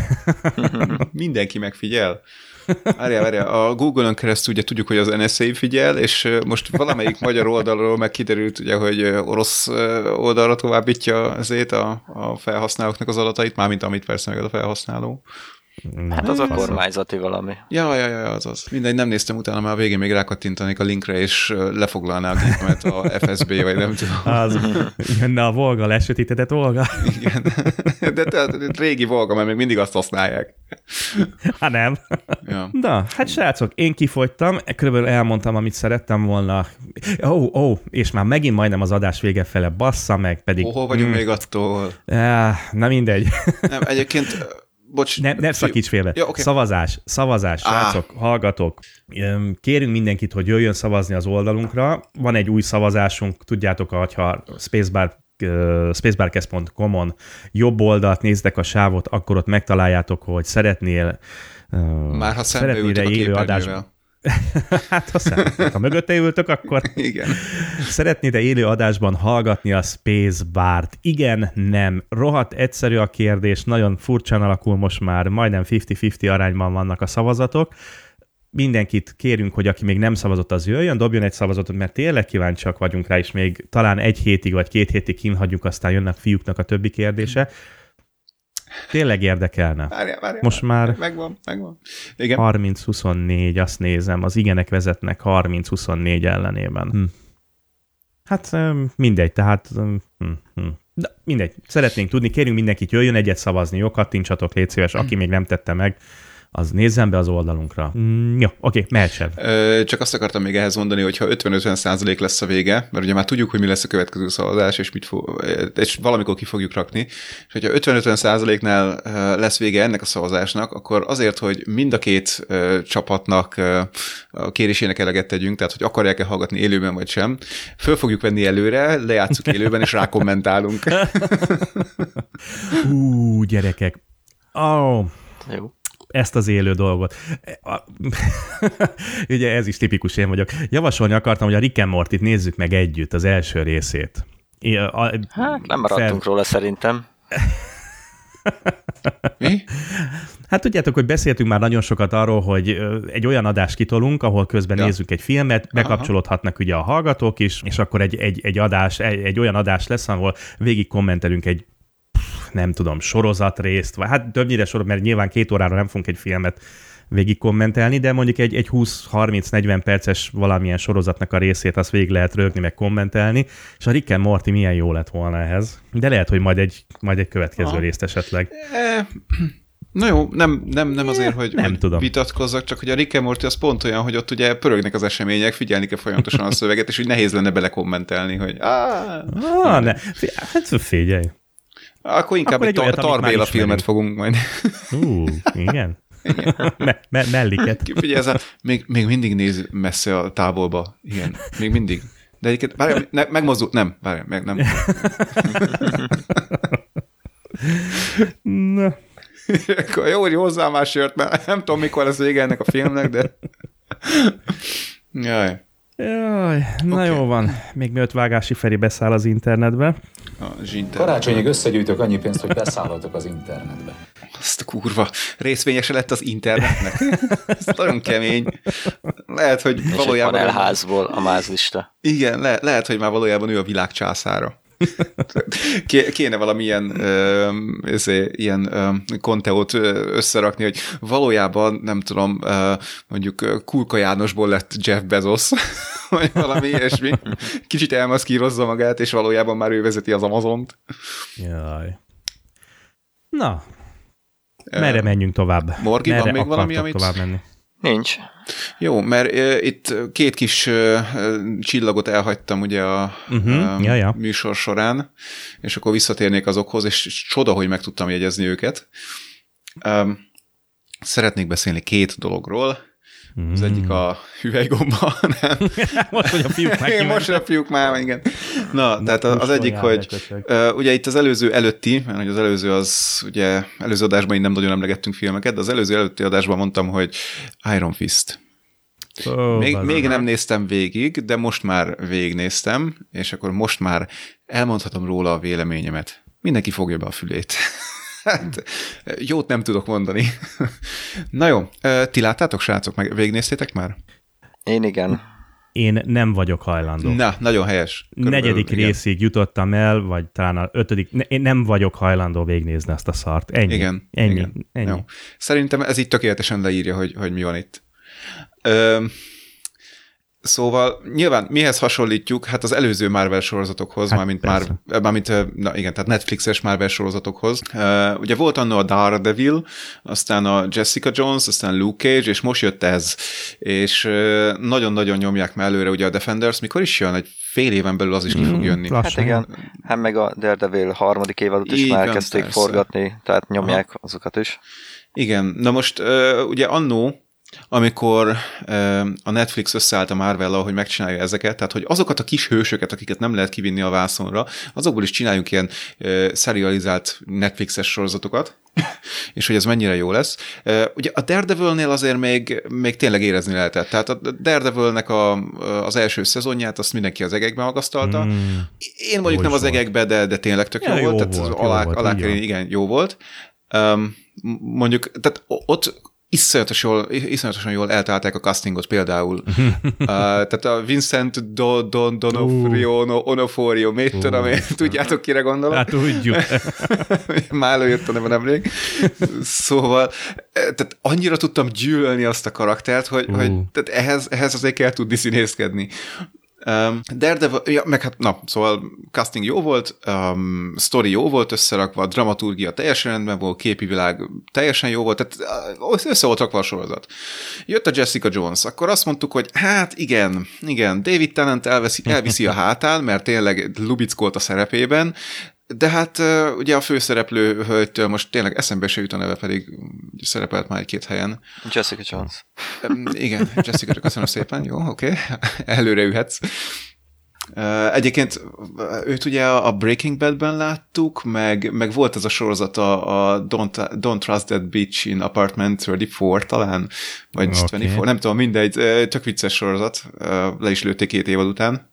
Speaker 3: Mindenki megfigyel. Várjál, a Google-on keresztül ugye tudjuk, hogy az NSA figyel, és most valamelyik magyar oldalról meg kiderült, ugye, hogy orosz oldalra továbbítja azért a felhasználóknak az adatait, mármint amit persze meg a felhasználó.
Speaker 4: Hát az a kormányzati valami.
Speaker 3: Ja, az. Mindegy, nem néztem utána, már a végén még rákattintanék a linkre, és lefoglalná a gépemet a FSB, vagy nem tudom.
Speaker 2: Az, jönne a Volga, lesötítetett Volga.
Speaker 3: Igen, de régi Volga, mert még mindig azt használják.
Speaker 2: Hát nem.
Speaker 3: Ja.
Speaker 2: Na, hát srácok, én kifogytam, körülbelül elmondtam, amit szerettem volna. És már megint majdnem az adás vége fele, bassza meg, pedig...
Speaker 3: Hol vagyunk még attól?
Speaker 2: Na mindegy.
Speaker 3: Nem, egyébként... Bocs.
Speaker 2: Ne szakíts félbe. Ja, okay. Szavazás, srácok, hallgatok. Kérünk mindenkit, hogy jöjjön szavazni az oldalunkra. Van egy új szavazásunk, tudjátok, hogyha spacebarcast.com-on jobb oldalt néztek a sávot, akkor ott megtaláljátok, hogy szeretnél
Speaker 3: már ha szembeültök a képernyővel.
Speaker 2: Hát ha mögötte ültök, akkor
Speaker 3: igen.
Speaker 2: Szeretnéd-e élő adásban hallgatni a Spacebart? Igen, nem. Rohadt egyszerű a kérdés, nagyon furcsán alakul most már, majdnem 50-50 arányban vannak a szavazatok. Mindenkit kérünk, hogy aki még nem szavazott, az jöjjön, dobjon egy szavazatot, mert tényleg kíváncsiak vagyunk rá, és még talán 1 hétig vagy 2 hétig kínhagyjuk, aztán jönnek fiúknak a többi kérdése. Tényleg érdekelne.
Speaker 3: Várjál.
Speaker 2: Most már
Speaker 3: megvan. Igen.
Speaker 2: 30-24, azt nézem, az igenek vezetnek 30-24 ellenében. Hát mindegy, tehát de mindegy, szeretnénk tudni, kérjünk mindenkit, jöjjön egyet szavazni, jó, kattintsatok, légy szíves, aki még nem tette meg, az nézzen be az oldalunkra. Jó, oké, mehetsen.
Speaker 3: Csak azt akartam még ehhez mondani, hogy ha 50-50% lesz a vége, mert ugye már tudjuk, hogy mi lesz a következő szavazás, és valamikor ki fogjuk rakni, és hogyha 50-50%-nál lesz vége ennek a szavazásnak, akkor azért, hogy mind a két csapatnak a kérésének eleget tegyünk, tehát hogy akarják-e hallgatni élőben vagy sem, föl fogjuk venni előre, lejátszuk élőben, és rákommentálunk.
Speaker 2: Gyerekek.
Speaker 4: Jó.
Speaker 2: Ezt az élő dolgot. Ugye ez is tipikus, én vagyok. Javasolni akartam, hogy a Rick and Mortyt nézzük meg együtt, az első részét.
Speaker 4: Hát nem maradtunk róla szerintem.
Speaker 3: Mi?
Speaker 2: Hát tudjátok, hogy beszéltünk már nagyon sokat arról, hogy egy olyan adást kitolunk, ahol közben nézzük egy filmet, bekapcsolódhatnak ugye a hallgatók is, és akkor egy olyan adás lesz, ahol végig kommentelünk egy nem tudom, sorozatrészt, vagy hát többnyire mert nyilván 2 órára nem fogunk egy filmet végig kommentelni, de mondjuk egy 20-30-40 perces valamilyen sorozatnak a részét azt végig lehet rögni, meg kommentelni, és a Rick and Morty milyen jó lett volna ehhez. De lehet, hogy majd egy következő részt esetleg.
Speaker 3: Na jó, nem azért, hogy vitatkozzak, csak hogy a Rick and Morty az pont olyan, hogy ott ugye pörögnek az események, figyelni kell folyamatosan a szöveget, és úgy nehéz lenne belekommentelni, hogy
Speaker 2: ne. Hát figyelj.
Speaker 3: Akkor inkább egy Tarbéla filmet fogunk majd.
Speaker 2: Igen? Melliket.
Speaker 3: Figyelj, még mindig néz messze a távolba. Igen, még mindig. De egyébként, várjál, megmozdult, nem, várjál, nem.
Speaker 2: Na.
Speaker 3: Akkor jó, hogy hozzá már sört, mert nem tudom, mikor lesz vége ennek a filmnek, de... Jaj,
Speaker 2: na jó van. Még mielőtt Vágási Feri beszáll az internetbe.
Speaker 5: Karácsonyig összegyűjtök annyi pénzt, hogy beszállhatok az internetbe.
Speaker 3: Azt a kurva részvényese lett az internetnek. Ez nagyon kemény. Lehet, hogy valójában...
Speaker 4: elházból a mázlista.
Speaker 3: Igen, lehet, hogy már valójában ő a világ császára. Kéne valamilyen ilyen konteót összerakni, hogy valójában, nem tudom, mondjuk Kulka Jánosból lett Jeff Bezos, vagy valami ilyesmi. Kicsit elmaszkírozza magát, és valójában már ő vezeti az Amazont.
Speaker 2: Jaj. Na, merre menjünk tovább?
Speaker 3: Morgi, van még valami, amit...
Speaker 2: tovább menni?
Speaker 4: Nincs.
Speaker 3: Jó, mert itt 2 kis csillagot elhagytam ugye a műsor során, és akkor visszatérnék azokhoz, és csoda, hogy meg tudtam jegyezni őket. Szeretnék beszélni 2 dologról. Az egyik a hüvelygomba, nem?
Speaker 2: Most, hogy a fiúk már
Speaker 3: most a fiúk már, igen. Na, tehát az egyik, hogy ugye itt az előző előtti, mert az előző az, ugye előző adásban nem nagyon emlegettünk filmeket, de az előző előtti adásban mondtam, hogy Iron Fist. Még nem néztem végig, de most már végignéztem, és akkor most már elmondhatom róla a véleményemet. Mindenki fogja be a fülét. Hát, jót nem tudok mondani. Na jó, ti láttátok, srácok? Meg végignéztétek már?
Speaker 4: Én igen.
Speaker 2: Én nem vagyok hajlandó.
Speaker 3: Na, nagyon helyes.
Speaker 2: 4. részig jutottam el, vagy talán a 5. Én nem vagyok hajlandó végignézni ezt a szart. Ennyi.
Speaker 3: Igen. Jó. Szerintem ez így tökéletesen leírja, hogy mi van itt. Szóval nyilván mihez hasonlítjuk? Hát az előző Marvel sorozatokhoz, tehát Netflixes Marvel sorozatokhoz. Ugye volt annó a Daredevil, aztán a Jessica Jones, aztán Luke Cage, és most jött ez. És nagyon-nagyon nyomják már előre ugye a Defenders. Mikor is jön? Egy fél éven belül az is ki fog jönni.
Speaker 4: Hát igen, hát meg a Daredevil 3. évadot is már kezdték forgatni, tehát nyomják azokat is.
Speaker 3: Igen, na most ugye annó, amikor a Netflix összeállt a Marvel-al, hogy megcsinálja ezeket, tehát hogy azokat a kis hősöket, akiket nem lehet kivinni a vászonra, azokból is csináljunk ilyen serializált Netflixes sorozatokat, és hogy ez mennyire jó lesz. Ugye a Daredevilnél azért még tényleg érezni lehetett. Tehát a Daredevilnek az első szezonját azt mindenki az egekbe magasztalta. Én mondjuk nem az egekbe, de tényleg tök jó volt. Tehát alá kell, igen, jó volt. Mondjuk, tehát ott iszonyatosan jól eltalálták a castingot például. Tehát a Vincent D'Onofrio, mit tudom én, tudjátok, kire gondolok?
Speaker 2: Hát tudjuk.
Speaker 3: Már előjött a neve nemrég. Szóval, tehát annyira tudtam gyűlölni azt a karaktert, hogy tehát ehhez azért kell tudni színészkedni. Daredevil, meg hát, szóval casting jó volt, sztori jó volt összerakva, dramaturgia teljesen rendben volt, képi világ teljesen jó volt, tehát össze volt rakva a sorozat. Jött a Jessica Jones, akkor azt mondtuk, hogy hát igen, David Tennant elviszi a hátán, mert tényleg lubickolt a szerepében, de hát ugye a főszereplő hölgytől most tényleg eszembe se jut a neve, pedig szerepelt már 1-2 helyen.
Speaker 4: Jessica Jones.
Speaker 3: Igen, Jessica, köszönöm szépen, jó, oké. Előre ülhetsz. Egyébként őt ugye a Breaking Badben láttuk, meg volt az a sorozat a Don't Trust That Bitch in Apartment 34 talán, vagy 24, nem tudom, mindegy, tök vicces sorozat, le is lőtték 2 évad után.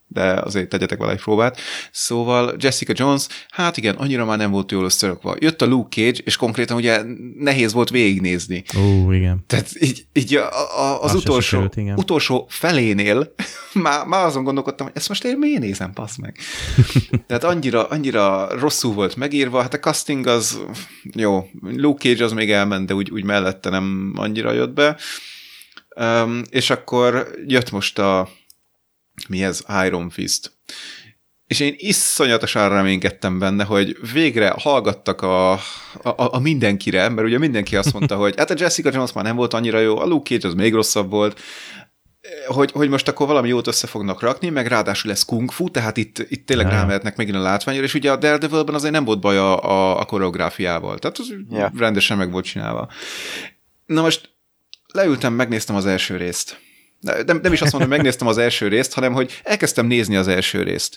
Speaker 3: de azért tegyetek vele egy próbát. Szóval Jessica Jones, hát igen, annyira már nem volt jól összerakva. Jött a Luke Cage, és konkrétan ugye nehéz volt végignézni.
Speaker 2: Igen.
Speaker 3: Tehát így az utolsó felénél már azon gondolkodtam, hogy ezt most én miért nézem, passz meg. Tehát annyira rosszul volt megírva, hát a casting az jó, Luke Cage az még elment, de úgy mellette nem annyira jött be. És akkor jött most mi ez? Iron Fist. És én iszonyatosan reménykedtem benne, hogy végre hallgattak a mindenkire, mert ugye mindenki azt mondta, hogy hát a Jessica Jones már nem volt annyira jó, a Luke Cage az még rosszabb volt, hogy most akkor valami jót össze fognak rakni, meg ráadásul lesz kung fu, tehát itt tényleg rámehetnek megint a látványra, és ugye a Daredevilben azért nem volt baj a koreográfiával, tehát az rendesen meg volt csinálva. Na most leültem, megnéztem az első részt. Nem is azt mondom, hogy megnéztem az első részt, hanem hogy elkezdtem nézni az első részt.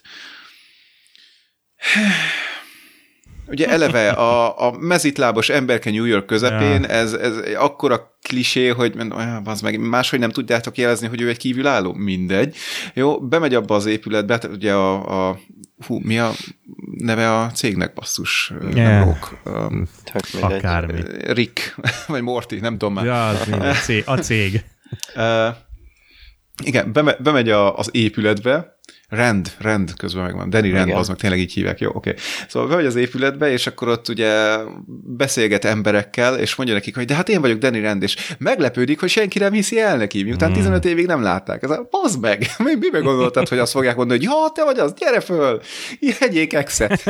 Speaker 3: Ugye eleve a mezitlábos emberke New York közepén, ez akkora klisé, hogy meg máshogy nem tudjátok jelezni, hogy ő egy kívülálló. Mindegy. Jó, bemegy abba az épületbe, ugye mi a neve a cégnek, basszus? Nem Rock.
Speaker 2: Akármi.
Speaker 3: Rick, vagy Morty, nem tudom már.
Speaker 2: Ja, a cég.
Speaker 3: Igen, bemegy az épületbe, Rand közben megvan. Danny Rand, az meg tényleg így hívják, jó, oké. Szóval bemegy az épületbe, és akkor ott ugye beszélget emberekkel, és mondja nekik, hogy de hát én vagyok Danny Rand, és meglepődik, hogy senki nem hiszi el neki, miután 15 évig nem látták. Ez bazd meg! Mi gondoltad, hogy azt fogják mondani, hogy ja, te vagy az, gyere föl! Hegyék exet!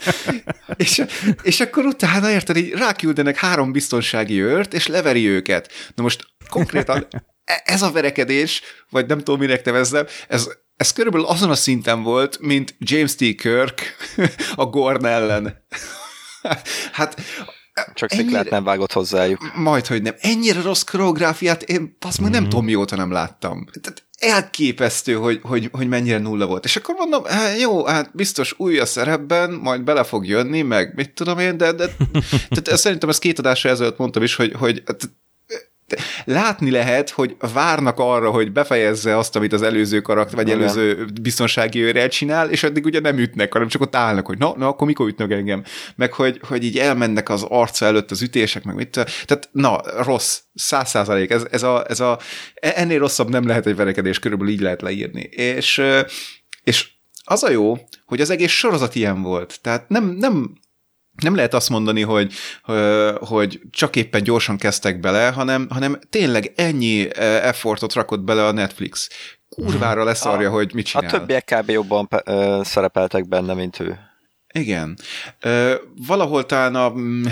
Speaker 3: és akkor utána, érted, így ráküldenek 3 biztonsági őrt, és leveri őket. Na most konkrétan ez a verekedés, vagy nem tudom, minek nevezzem, ez körülbelül azon a szinten volt, mint James T. Kirk a Gorn ellen. Hát...
Speaker 4: Csak sziklát nem vágott hozzájuk.
Speaker 3: Majdhogy nem. Ennyire rossz koreográfiát én azt már nem tudom, mióta nem láttam. Tehát elképesztő, hogy mennyire nulla volt. És akkor mondom, jó, hát biztos új a szerepben, majd bele fog jönni, meg mit tudom én, de tehát szerintem ezt 2 adásra ezelőtt mondtam is, hogy látni lehet, hogy várnak arra, hogy befejezze azt, amit az előző karakter, vagy előző biztonsági őrrel csinál, és addig ugye nem ütnek, hanem csak ott állnak, hogy na akkor mikor ütnek engem? Meg hogy így elmennek az arca előtt az ütések, meg mit. Tehát rossz, 100%. Ennél rosszabb nem lehet egy verekedés, körülbelül így lehet leírni. És az a jó, hogy az egész sorozat ilyen volt. Tehát nem lehet azt mondani, hogy csak éppen gyorsan kezdtek bele, hanem tényleg ennyi effortot rakott bele a Netflix. Kurvára leszarja, hogy mit csinál.
Speaker 4: A többiek kb. Jobban szerepeltek benne, mint ő.
Speaker 3: Igen. Valahol talán a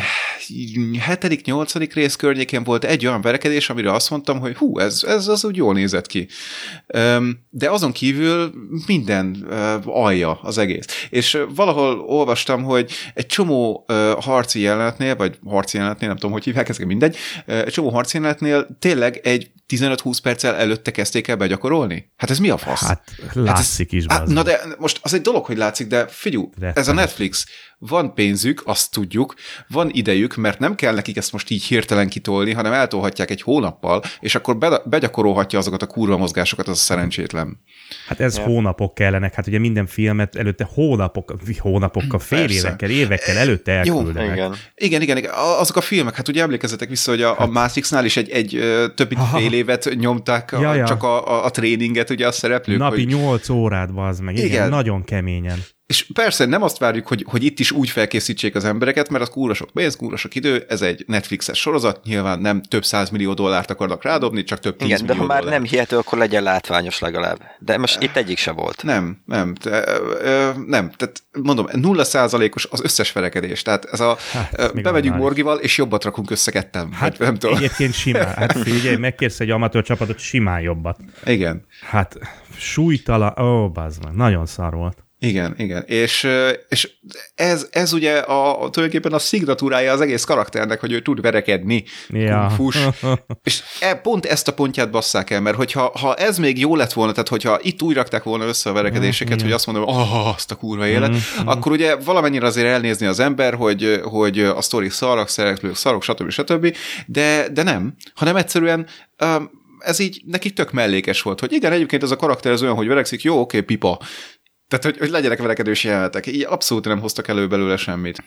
Speaker 3: 7.-8. rész környékén volt egy olyan verekedés, amire azt mondtam, hogy ez az úgy jól nézett ki. De azon kívül minden alja az egész. És valahol olvastam, hogy egy csomó harci jelenetnél, nem tudom, hogy hívják, ez mindegy, egy csomó harci jelenetnél tényleg egy 15-20 perccel előtte kezdték el begyakorolni? Hát ez mi a fasz?
Speaker 2: Hát látszik is.
Speaker 3: Na de most az egy dolog, hogy látszik, de figyelj, ez a Netflix. Van pénzük, azt tudjuk, van idejük, mert nem kell nekik ezt most így hirtelen kitolni, hanem eltolhatják egy hónappal, és akkor begyakorolhatja azokat a kurva mozgásokat, az a szerencsétlen.
Speaker 2: Hát ez hónapok kellenek, hát ugye minden filmet előtte hónapokkal, fél évekkel előtte elküldenek.
Speaker 3: Jó, igen. Azok a filmek, hát ugye emlékezzetek vissza, hogy a Matrixnál is egy több mint fél évet nyomták csak a tréninget, ugye a szereplők.
Speaker 2: Napi 8 órát, bazd meg, igen, nagyon keményen.
Speaker 3: És persze nem azt várjuk, hogy itt is úgy felkészítsék az embereket, mert az kurva sok pénz, kurva sok idő, ez egy Netflixes sorozat, nyilván nem több $100 millió akarnak rádobni, csak több 10 millió
Speaker 4: Igen, de ha már nem hihető, akkor legyen látványos legalább. De most itt egyik se volt.
Speaker 3: Nem. Tehát mondom, 0%-os az összes verekedés. Tehát ez bemegyünk Morgival, és jobbat rakunk össze ketten.
Speaker 2: Hát nem tudom. Egyébként simán. Hát figyelj, megkérsz egy amatőr csapatot, simán jobbat.
Speaker 3: Igen.
Speaker 2: Hát súlytalan, bazd meg, nagyon szar volt.
Speaker 3: Igen. És ez ugye tulajdonképpen a szignatúrája az egész karakternek, hogy ő tud verekedni, kungfus. És pont ezt a pontját basszák el, mert ha ez még jó lett volna, tehát hogyha itt úgy rakták volna össze a verekedéseket, hogy azt mondom, azt a kurva élet, akkor ugye valamennyire azért elnézni az ember, hogy a sztori szarok, szereplők szarok, stb. De nem, hanem egyszerűen ez így neki tök mellékes volt, hogy igen, egyébként ez a karakter az olyan, hogy verekszik, jó, oké, pipa. Tehát, hogy legyenek verekedős jelenetek. Így abszolút nem hoztak elő belőle semmit.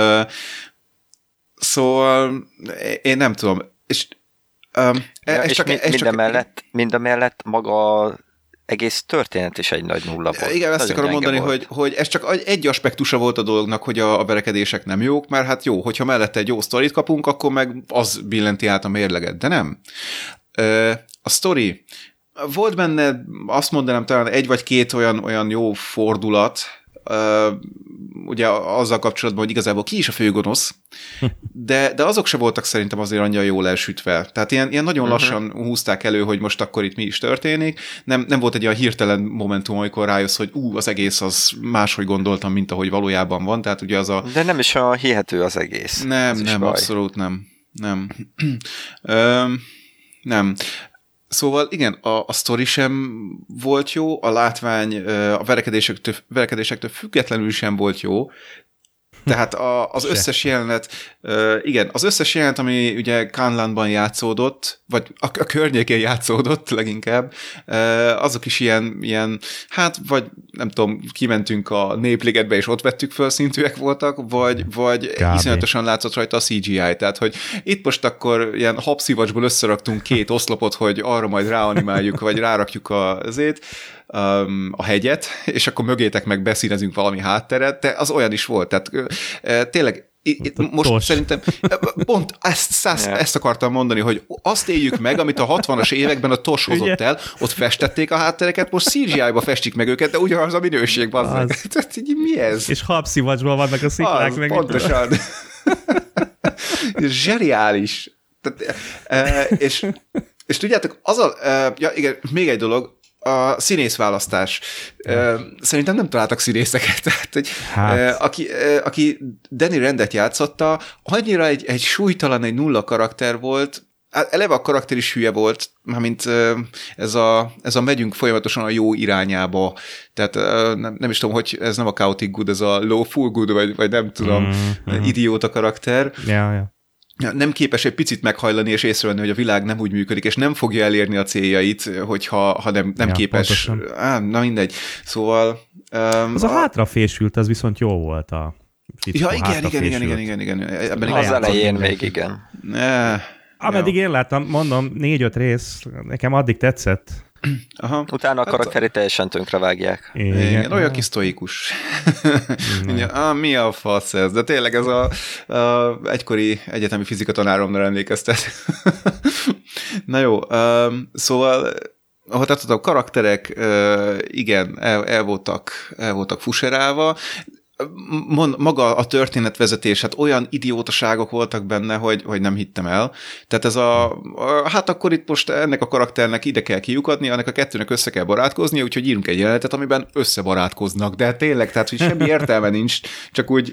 Speaker 3: Szóval én nem tudom. És
Speaker 4: mindemellett maga egész történet is egy nagy nulla volt.
Speaker 3: Igen, ezt akarom mondani, hogy ez csak egy aspektusa volt a dolognak, hogy a verekedések nem jók, mert hát jó, hogyha mellette egy jó sztorit kapunk, akkor meg az billenti át a mérleget, de nem. A sztori, volt benne, azt mondanám talán egy vagy két olyan jó fordulat, ugye azzal kapcsolatban, hogy igazából ki is a főgonosz, de azok se voltak szerintem azért annyira jól elsütve. Tehát ilyen nagyon lassan húzták elő, hogy most akkor itt mi is történik. Nem volt egy olyan hirtelen momentum, amikor rájössz, hogy az egész az máshogy gondoltam, mint ahogy valójában van. Tehát ugye az a...
Speaker 4: De nem is olyan hihető az egész.
Speaker 3: Nem, abszolút nem. Nem. Szóval igen, a sztori sem volt jó, a látvány a verekedésektől függetlenül sem volt jó, tehát az összes jelenet, igen, az összes jelenet, ami ugye Kánlánban játszódott, vagy a környékén játszódott leginkább, azok is ilyen, hát vagy nem tudom, kimentünk a Népligetbe és ott vettük föl szintűek voltak, vagy iszonyatosan látszott rajta a CGI, tehát hogy itt most akkor ilyen habszivacsból összeraktunk két oszlopot, hogy arra majd ráanimáljuk, vagy rárakjuk a hegyet, és akkor mögétek meg beszínezünk valami hátteret, de az olyan is volt, tehát tényleg most szerintem pont ezt akartam mondani, hogy azt éljük meg, amit a 60-as években a TOS hozott el, ott festették a háttereket, most CGI-ba festik meg őket, de ugyanaz a minőség, tehát mi ez?
Speaker 2: És habszivacsból vannak a sziklák meg.
Speaker 3: Pontosan. Zseniális. És tudjátok, igen, még egy dolog, a színészválasztás. Szerintem nem találtak színészeket. Tehát, hogy aki Danny Randet játszotta, annyira egy súlytalan, egy nulla karakter volt, eleve a karakter is hülye volt, mármint ez a megyünk folyamatosan a jó irányába. Tehát nem is tudom, hogy ez nem a chaotic good, ez a lawful good, vagy nem tudom, idióta karakter.
Speaker 2: Ja.
Speaker 3: Nem képes egy picit meghajlani és észrevenni, hogy a világ nem úgy működik, és nem fogja elérni a céljait, hogyha nem képes. Na mindegy. Szóval...
Speaker 2: az a hátrafésült, az viszont jó volt a...
Speaker 3: Ja, igen.
Speaker 4: Ebben az elején még igen.
Speaker 2: Ameddig én láttam, mondom, 4-5 rész, nekem addig tetszett.
Speaker 4: Aha. Utána a karakteri teljesen tönkrevágják.
Speaker 3: Igen, olyan kis sztoikus. Mi a fasz ez? De tényleg ez a egykori egyetemi fizikatanáromra emlékeztet. Na jó, szóval ahogy tartottam, karakterek igen, el voltak fuserálva. Maga a történetvezetés, hát olyan idiótaságok voltak benne, hogy nem hittem el. Tehát ez hát akkor itt most ennek a karakternek ide kell kiukadni, ennek a kettőnek össze kell barátkozni, úgyhogy írunk egy jelenetet, amiben összebarátkoznak. De tényleg, tehát hogy semmi értelme nincs, csak úgy,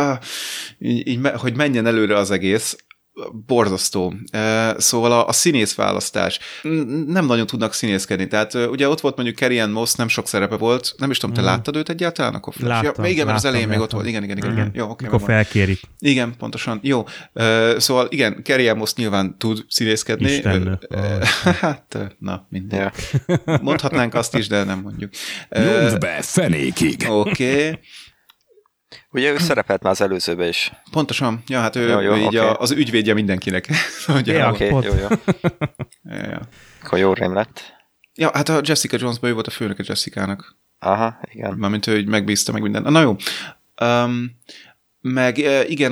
Speaker 3: hogy menjen előre az egész. Borzasztó. Szóval a színészválasztás. Nem nagyon tudnak színészkedni. Tehát ugye ott volt mondjuk Carrie Ann Moss, nem sok szerepe volt. Nem is tudom, te láttad őt egyáltalán? Akkor
Speaker 2: láttam,
Speaker 3: igen, mert az elején még ott volt. Igen. Jó, okay,
Speaker 2: akkor felkérik.
Speaker 3: Igen, pontosan. Jó. Szóval igen, Carrie Ann Moss nyilván tud színészkedni.
Speaker 2: Istennő.
Speaker 3: Hát, na, minden. Mondhatnánk azt is, de nem mondjuk.
Speaker 6: Nyomd be fenékig.
Speaker 3: Oké.
Speaker 4: Ugye ő szerepelt már az előzőben is.
Speaker 3: Pontosan. Ja, hát ő így az ügyvédje mindenkinek.
Speaker 4: Oké, jó.
Speaker 3: Ja.
Speaker 4: Akkor jó rém lett.
Speaker 3: Ja, hát a Jessica Jonesban ő volt a főnöke Jessica-nak.
Speaker 4: Aha, igen.
Speaker 3: Mármint ő megbízta meg minden. Na jó. Meg igen,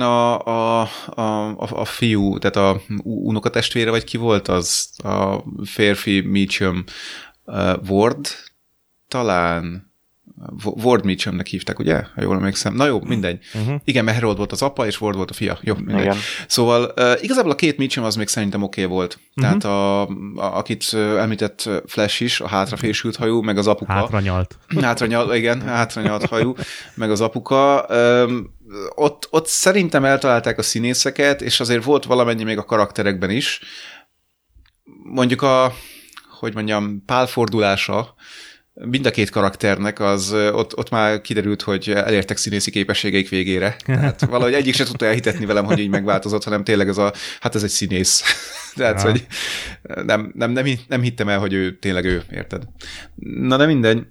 Speaker 3: a fiú, tehát a unokatestvére, vagy ki volt az? A férfi Meacham Ward talán... Ward Meachamnek hívták, ugye? Ha jól emlékszem. Na jó, mindegy. Igen, mert Harold volt az apa, és Ward volt a fia. Jó, mindegy. Igen. Szóval igazából a két Meacham az még szerintem oké volt. Tehát akit említett Flash is, a hátrafésült hajú, meg az apuka. Hátranyalt hajú, meg az apuka. Ott szerintem eltalálták a színészeket, és azért volt valamennyi még a karakterekben is. Mondjuk pálfordulása mind a két karakternek, az ott már kiderült, hogy elértek színészi képességeik végére. Tehát valahogy egyik se tudta elhitetni velem, hogy így megváltozott, hanem tényleg ez egy színész. Tehát, hogy nem hittem el, hogy ő tényleg ő, érted? Na, de mindegy.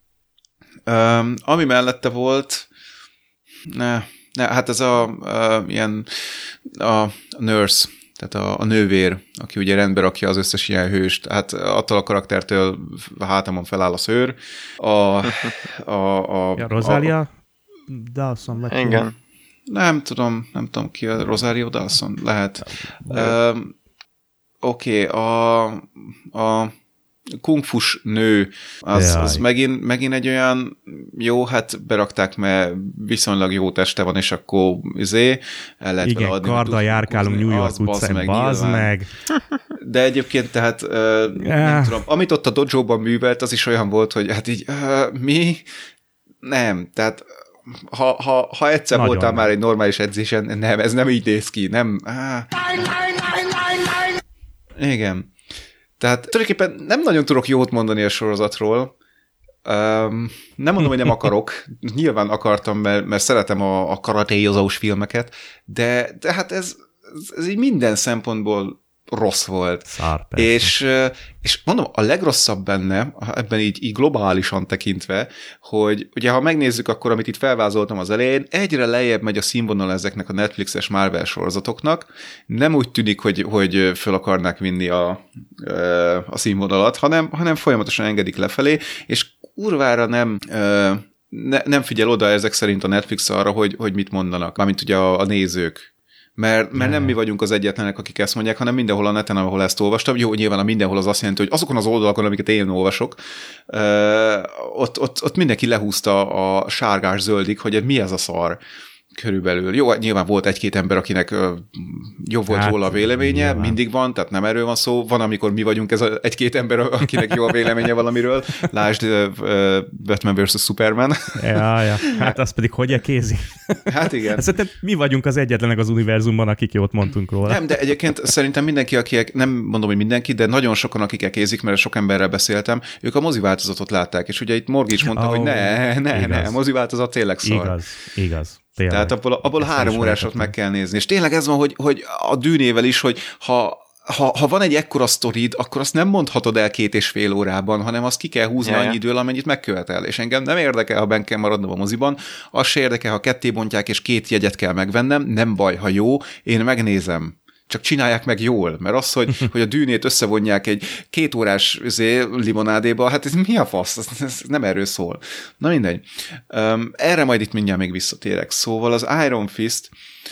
Speaker 3: Ami mellette volt, hát ez ilyen a nurse, tehát a nővér, aki ugye rendbe rakja az összes ilyen hőst, hát attól a karaktertől hátamon feláll a szőr.
Speaker 2: Rosalia Dawson lett.
Speaker 4: Igen.
Speaker 3: Nem tudom ki a Rosario Dawson, lehet. Oké, a kungfus nő, az megint egy olyan jó, hát berakták, mert viszonylag jó teste van, és akkor el lehet
Speaker 2: igen,
Speaker 3: adni.
Speaker 2: karddal járkálunk New York utcán, bazd meg.
Speaker 3: De egyébként tehát nem tudom, amit ott a dojóban művelt, az is olyan volt, hogy hát így mi? Nem, tehát ha egyszer nagyon voltál már egy normális edzésen, nem, ez nem így néz ki, nem. Igen. Tehát tulajdonképpen nem nagyon tudok jót mondani a sorozatról. Nem mondom, hogy nem akarok. Nyilván akartam, mert szeretem a karatéozós filmeket, de hát ez így minden szempontból rossz volt.
Speaker 2: Szár,
Speaker 3: és mondom, a legrosszabb benne, ebben így globálisan tekintve, hogy ugye ha megnézzük akkor, amit itt felvázoltam az elején, egyre lejjebb megy a színvonal ezeknek a Netflixes Marvel sorozatoknak. Nem úgy tűnik, hogy föl akarnák vinni a színvonalat, hanem folyamatosan engedik lefelé, és kurvára nem figyel oda ezek szerint a Netflix arra, hogy mit mondanak, mármint ugye a nézők. Mert nem mi vagyunk az egyetlenek, akik ezt mondják, hanem mindenhol a neten, ahol ezt olvastam. Jó, nyilván a mindenhol az azt jelenti, hogy azokon az oldalakon, amiket én olvasok, ott mindenki lehúzta a sárgás-zöldig, hogy mi ez a szar körülbelül. Jó, nyilván volt egy-két ember, akinek jobb volt róla a véleménye, nyilván. Mindig van, tehát nem erről van szó. Van, amikor mi vagyunk ez egy-két ember, akinek jó a véleménye valamiről. Lásd Batman vs. Superman.
Speaker 2: Ja. Hát az pedig hogy ekézi?
Speaker 3: Hát igen.
Speaker 2: Szerintem mi vagyunk az egyetlenek az univerzumban, akik jót mondtunk róla.
Speaker 3: Nem, de egyébként szerintem mindenki, nem mondom, hogy mindenki, de nagyon sokan, akik ekézik, mert sok emberrel beszéltem, ők a mozi változatot látták, és ugye itt Morgi is mondta, hogy ne, a mozi változat tényleg szar.
Speaker 2: Igaz. Tényleg.
Speaker 3: Tehát abból 3 órásot meg kell nézni. És tényleg ez van, hogy a Dűnével is, hogy ha van egy ekkora sztorid, akkor azt nem mondhatod el 2,5 órában, hanem azt ki kell húzni annyi idővel, amennyit megkövetel. És engem nem érdekel, ha benn kell maradnom a moziban, az se érdekel, ha ketté bontják, és 2 jegyet kell megvennem, nem baj, ha jó, én megnézem. Csak csinálják meg jól, mert az, hogy a Dűnét összevonják egy 2 órás limonádéba, hát ez mi a fasz? Ez nem erről szól. Na mindegy. Erre majd itt mindjárt még visszatérek. Szóval az Iron Fist,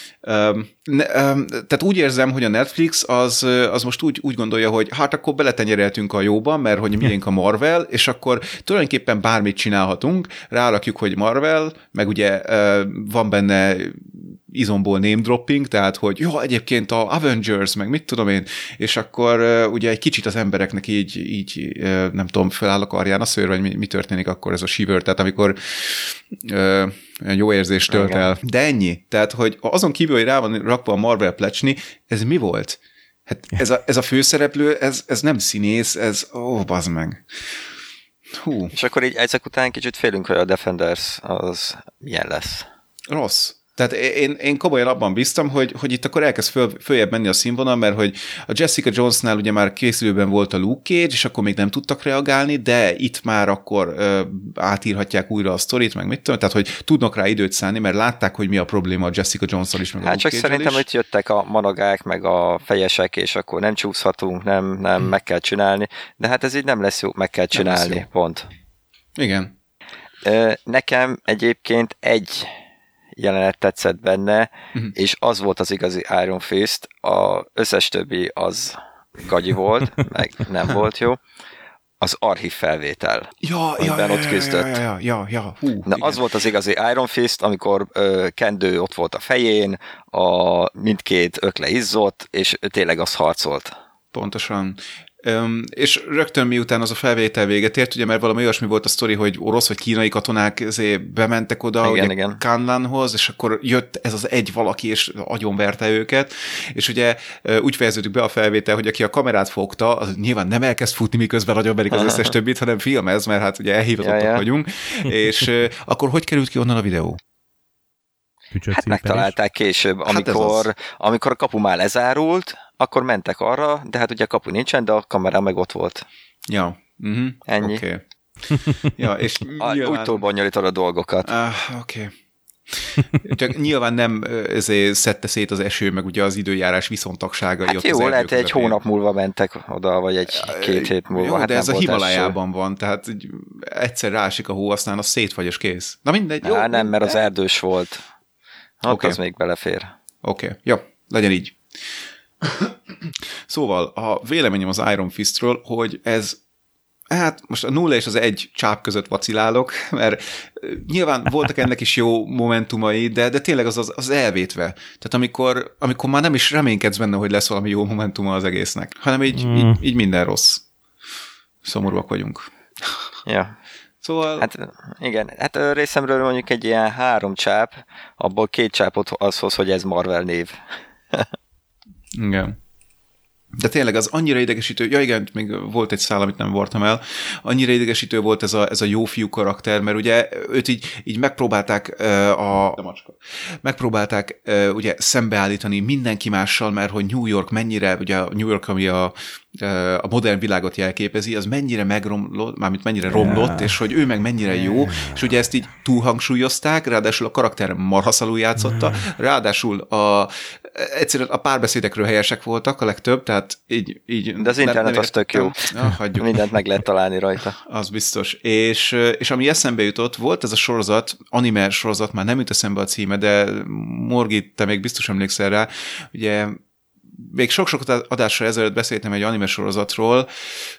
Speaker 3: tehát úgy érzem, hogy a Netflix az most úgy gondolja, hogy hát akkor beletenyereltünk a jóba, mert hogy miénk a Marvel, és akkor tulajdonképpen bármit csinálhatunk, rárakjuk, hogy Marvel, meg ugye van benne izomból name dropping, tehát hogy jó, egyébként a Avengers, meg mit tudom én, és akkor ugye egy kicsit az embereknek így nem tudom, feláll a karján a szőr, vagy mi történik akkor ez a shiver, tehát amikor jó érzést tölt el. De ennyi. Tehát, hogy azon kívül, hogy rá van rakva a Marvel plecsni, ez mi volt? Hát ez a főszereplő, ez nem színész, bazd meg. Hú.
Speaker 4: És akkor így ezek után kicsit félünk, hogy a Defenders az milyen lesz.
Speaker 3: Rossz. Tehát én komolyan abban bíztam, hogy itt akkor elkezd följebb menni a színvonal, mert hogy a Jessica Jonesnál ugye már készülőben volt a Luke Cage, és akkor még nem tudtak reagálni, de itt már akkor átírhatják újra a sztorit, meg mit tudom, tehát hogy tudnak rá időt szállni, mert látták, hogy mi a probléma a Jessica Jones-szal is, meg a Luke
Speaker 4: csak szerintem, hogy jöttek a managák, meg a fejesek, és akkor nem csúszhatunk, nem, meg kell csinálni, de hát ez így nem lesz jó, meg kell csinálni, pont.
Speaker 3: Igen.
Speaker 4: Nekem egyébként egy jelenet tetszett benne, és az volt az igazi Iron Fist, az összes többi az gagyi volt, meg nem volt jó. Az archív felvétel, amiben ott küzdött.
Speaker 3: Hú,
Speaker 4: na, az volt az igazi Iron Fist, amikor Kendő ott volt a fején, mindkét ökle izzott, és tényleg az harcolt.
Speaker 3: Pontosan. És rögtön miután az a felvétel véget ért, ugye, mert valami olyasmi volt a sztori, hogy orosz vagy kínai katonák bementek oda, igen. Kanlanhoz, és akkor jött ez az egy valaki, és agyonverte őket, és ugye úgy fejeződik be a felvétel, hogy aki a kamerát fogta, az nyilván nem elkezd futni, miközben agyonverik az összes többit, hanem filmez, mert hát ugye elhivatottak vagyunk, és akkor hogy került ki onnan a videó?
Speaker 4: Hát megtalálták később, amikor a kapu már lezárult, akkor mentek arra, de hát ugye a kapu nincsen, de a kamera meg ott volt.
Speaker 3: Ja.
Speaker 4: Ennyi.
Speaker 3: Okay. Ja, és nyilván...
Speaker 4: Úgy túl bonyolítod a dolgokat.
Speaker 3: Oké. Csak nyilván nem szedte szét az eső, meg ugye az időjárás viszontagságai.
Speaker 4: Hát jó, lehet egy hónap múlva mentek oda, vagy egy-két hét múlva.
Speaker 3: Jó,
Speaker 4: hát
Speaker 3: de ez a Himalájában van, tehát egyszer rásik a hó, aztán az szétfagy, és kész. Na mindegy. Jó,
Speaker 4: nem, mert az erdős volt. Okay. Az még belefér.
Speaker 3: Oké. Jó, legyen így. Szóval a véleményem az Iron Fistről, hogy ez, hát most a 0 és az 1 csáp között vacilálok, mert nyilván voltak ennek is jó momentumai, de tényleg az elvétve. Tehát amikor már nem is reménykedsz benne, hogy lesz valami jó momentuma az egésznek, hanem így minden rossz. Szomorúak vagyunk.
Speaker 4: Ja.
Speaker 3: Szóval...
Speaker 4: Hát igen, hát részemről mondjuk egy ilyen 3 csáp, abból 2 csápot az hoz, hogy ez Marvel név.
Speaker 3: Igen. De tényleg az annyira idegesítő, ja igen, még volt egy szál, amit nem vartam el, annyira idegesítő volt ez a jó fiú karakter, mert ugye őt így megpróbálták megpróbálták ugye szembeállítani mindenki mással, mert hogy New York mennyire, ugye New York, ami a modern világot jelképezi, az mennyire megromlott, mármint mennyire romlott, és hogy ő meg mennyire jó, és ugye ezt így túlhangsúlyozták, ráadásul a karakter marhaszalul játszotta, ráadásul egyszerűen a párbeszédekről helyesek voltak a legtöbb, tehát így
Speaker 4: de az internet az tök jó.
Speaker 3: Hagyjuk.
Speaker 4: Mindent meg lehet találni rajta.
Speaker 3: Az biztos. És ami eszembe jutott, volt ez a sorozat, anime sorozat, már nem jut eszembe a címe, de Morgi, te még biztos emlékszel rá, ugye még sok-sok adásra ezelőtt beszéltem egy anime sorozatról,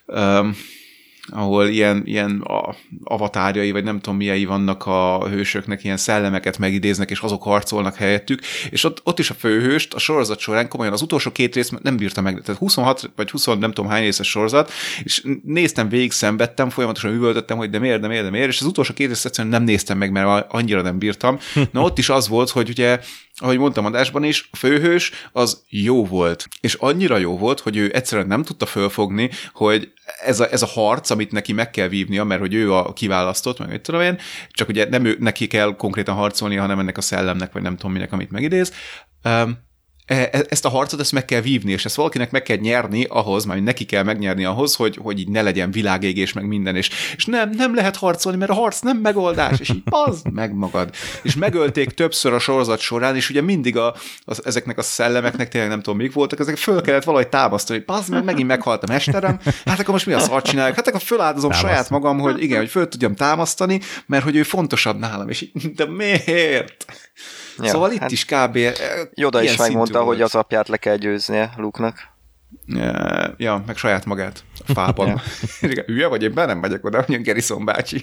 Speaker 3: ahol ilyen avatárjai, vagy nem tudom milyei vannak a hősöknek, ilyen szellemeket megidéznek, és azok harcolnak helyettük, és ott is a főhőst a sorozat során komolyan az utolsó 2 részt nem bírta meg, tehát 26 vagy 20 nem tudom hány részes sorozat, és néztem, végig szenvedtem, folyamatosan üvöltöttem, hogy de miért, és az utolsó 2 részt egyszerűen nem néztem meg, mert annyira nem bírtam. Na ott is az volt, hogy ugye ahogy mondtam adásban is, a főhős az jó volt. És annyira jó volt, hogy ő egyszerűen nem tudta fölfogni, hogy ez a harc, amit neki meg kell vívnia, mert hogy ő a kiválasztott, meg mit tudom én, csak ugye nem neki kell konkrétan harcolnia, hanem ennek a szellemnek, vagy nem tudom minek, amit megidéz. Ezt a harcot ezt meg kell vívni, és ezt valakinek meg kell nyerni ahhoz, már neki kell megnyerni ahhoz, hogy így ne legyen világégés, meg minden, és nem lehet harcolni, mert a harc nem megoldás, és így pazd meg magad. És megölték többször a sorozat során, és ugye mindig ezeknek a szellemeknek tényleg nem tudom, mik voltak, ezek föl kellett valahogy támasztani, hogy pazd meg, megint meghalt a mesterem, hát akkor most mi a szart csinálják? Hát akkor föláldozom saját magam, hogy igen, hogy föl tudjam támasztani, mert hogy ő fontosabb nálam, és így, de miért? Ja, szóval itt is kb.
Speaker 4: Yoda is megmondta, hogy az apját le kell győznie Luke-nak.
Speaker 3: Ja, meg saját magát a fában. Ja. Hülye vagy, én be nem megyek oda, mondjuk Garrison bácsi.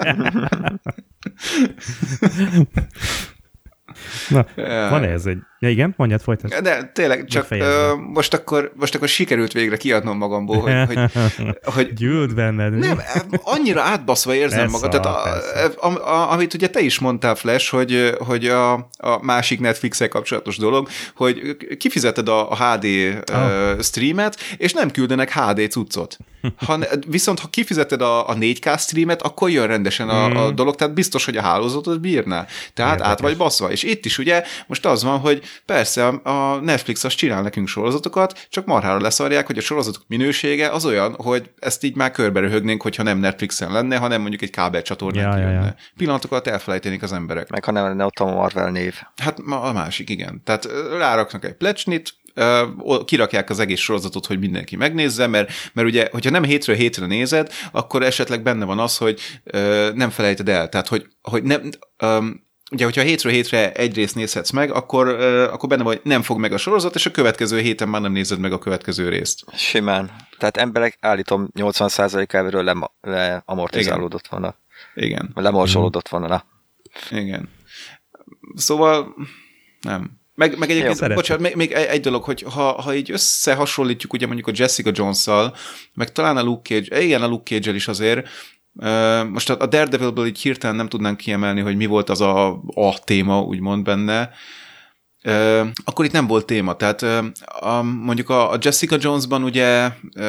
Speaker 2: Na, van ez egy... Ja igen, mondjad, folytasd.
Speaker 3: De tényleg, csak most akkor sikerült végre kiadnom magamból, hogy
Speaker 2: gyűlt benned.
Speaker 3: Nem, annyira átbaszva érzem magam. Tehát amit ugye te is mondtál, Flash, hogy a másik Netflix-el kapcsolatos dolog, hogy kifizeted a HD streamet, és nem küldenek HD cuccot. Viszont ha kifizeted a 4K streamet, akkor jön rendesen a dolog, tehát biztos, hogy a hálózatot bírná. Tehát érdekes. Át vagy baszva. És itt is ugye most az van, hogy persze a Netflix az csinál nekünk sorozatokat, csak marhára leszarják, hogy a sorozatok minősége az olyan, hogy ezt így már körbe röhögnénk, hogyha nem Netflixen lenne, hanem mondjuk egy kábelcsatornán kijönne. Pillanatokat elfelejtenék az emberek.
Speaker 4: Meg ha nem lenne ott a Marvel név.
Speaker 3: Hát a másik, igen. Tehát ráraknak egy plecsnit, kirakják az egész sorozatot, hogy mindenki megnézze, mert ugye, hogyha nem hétről hétre nézed, akkor esetleg benne van az, hogy nem felejted el. Tehát, hogy nem... Ugye, hogyha hétről hétre egy részt nézhetsz meg, akkor benne vagy, nem fog meg a sorozat, és a következő héten már nem nézed meg a következő részt.
Speaker 4: Simán. Tehát emberek állítom 80%-áról leamortizálódott volna.
Speaker 3: Igen.
Speaker 4: Lemorzsolódott volna.
Speaker 3: Igen. Szóval nem. Meg egyébként, bocsánat, még egy dolog, hogy ha így összehasonlítjuk ugye mondjuk a Jessica Jones-szal, meg talán a Luke Cage, igen, a Luke Cage-el is azért, most a Daredevilből így hirtelen nem tudnánk kiemelni, hogy mi volt az a téma, úgymond benne, akkor itt nem volt téma, tehát mondjuk a Jessica Jonesban ugye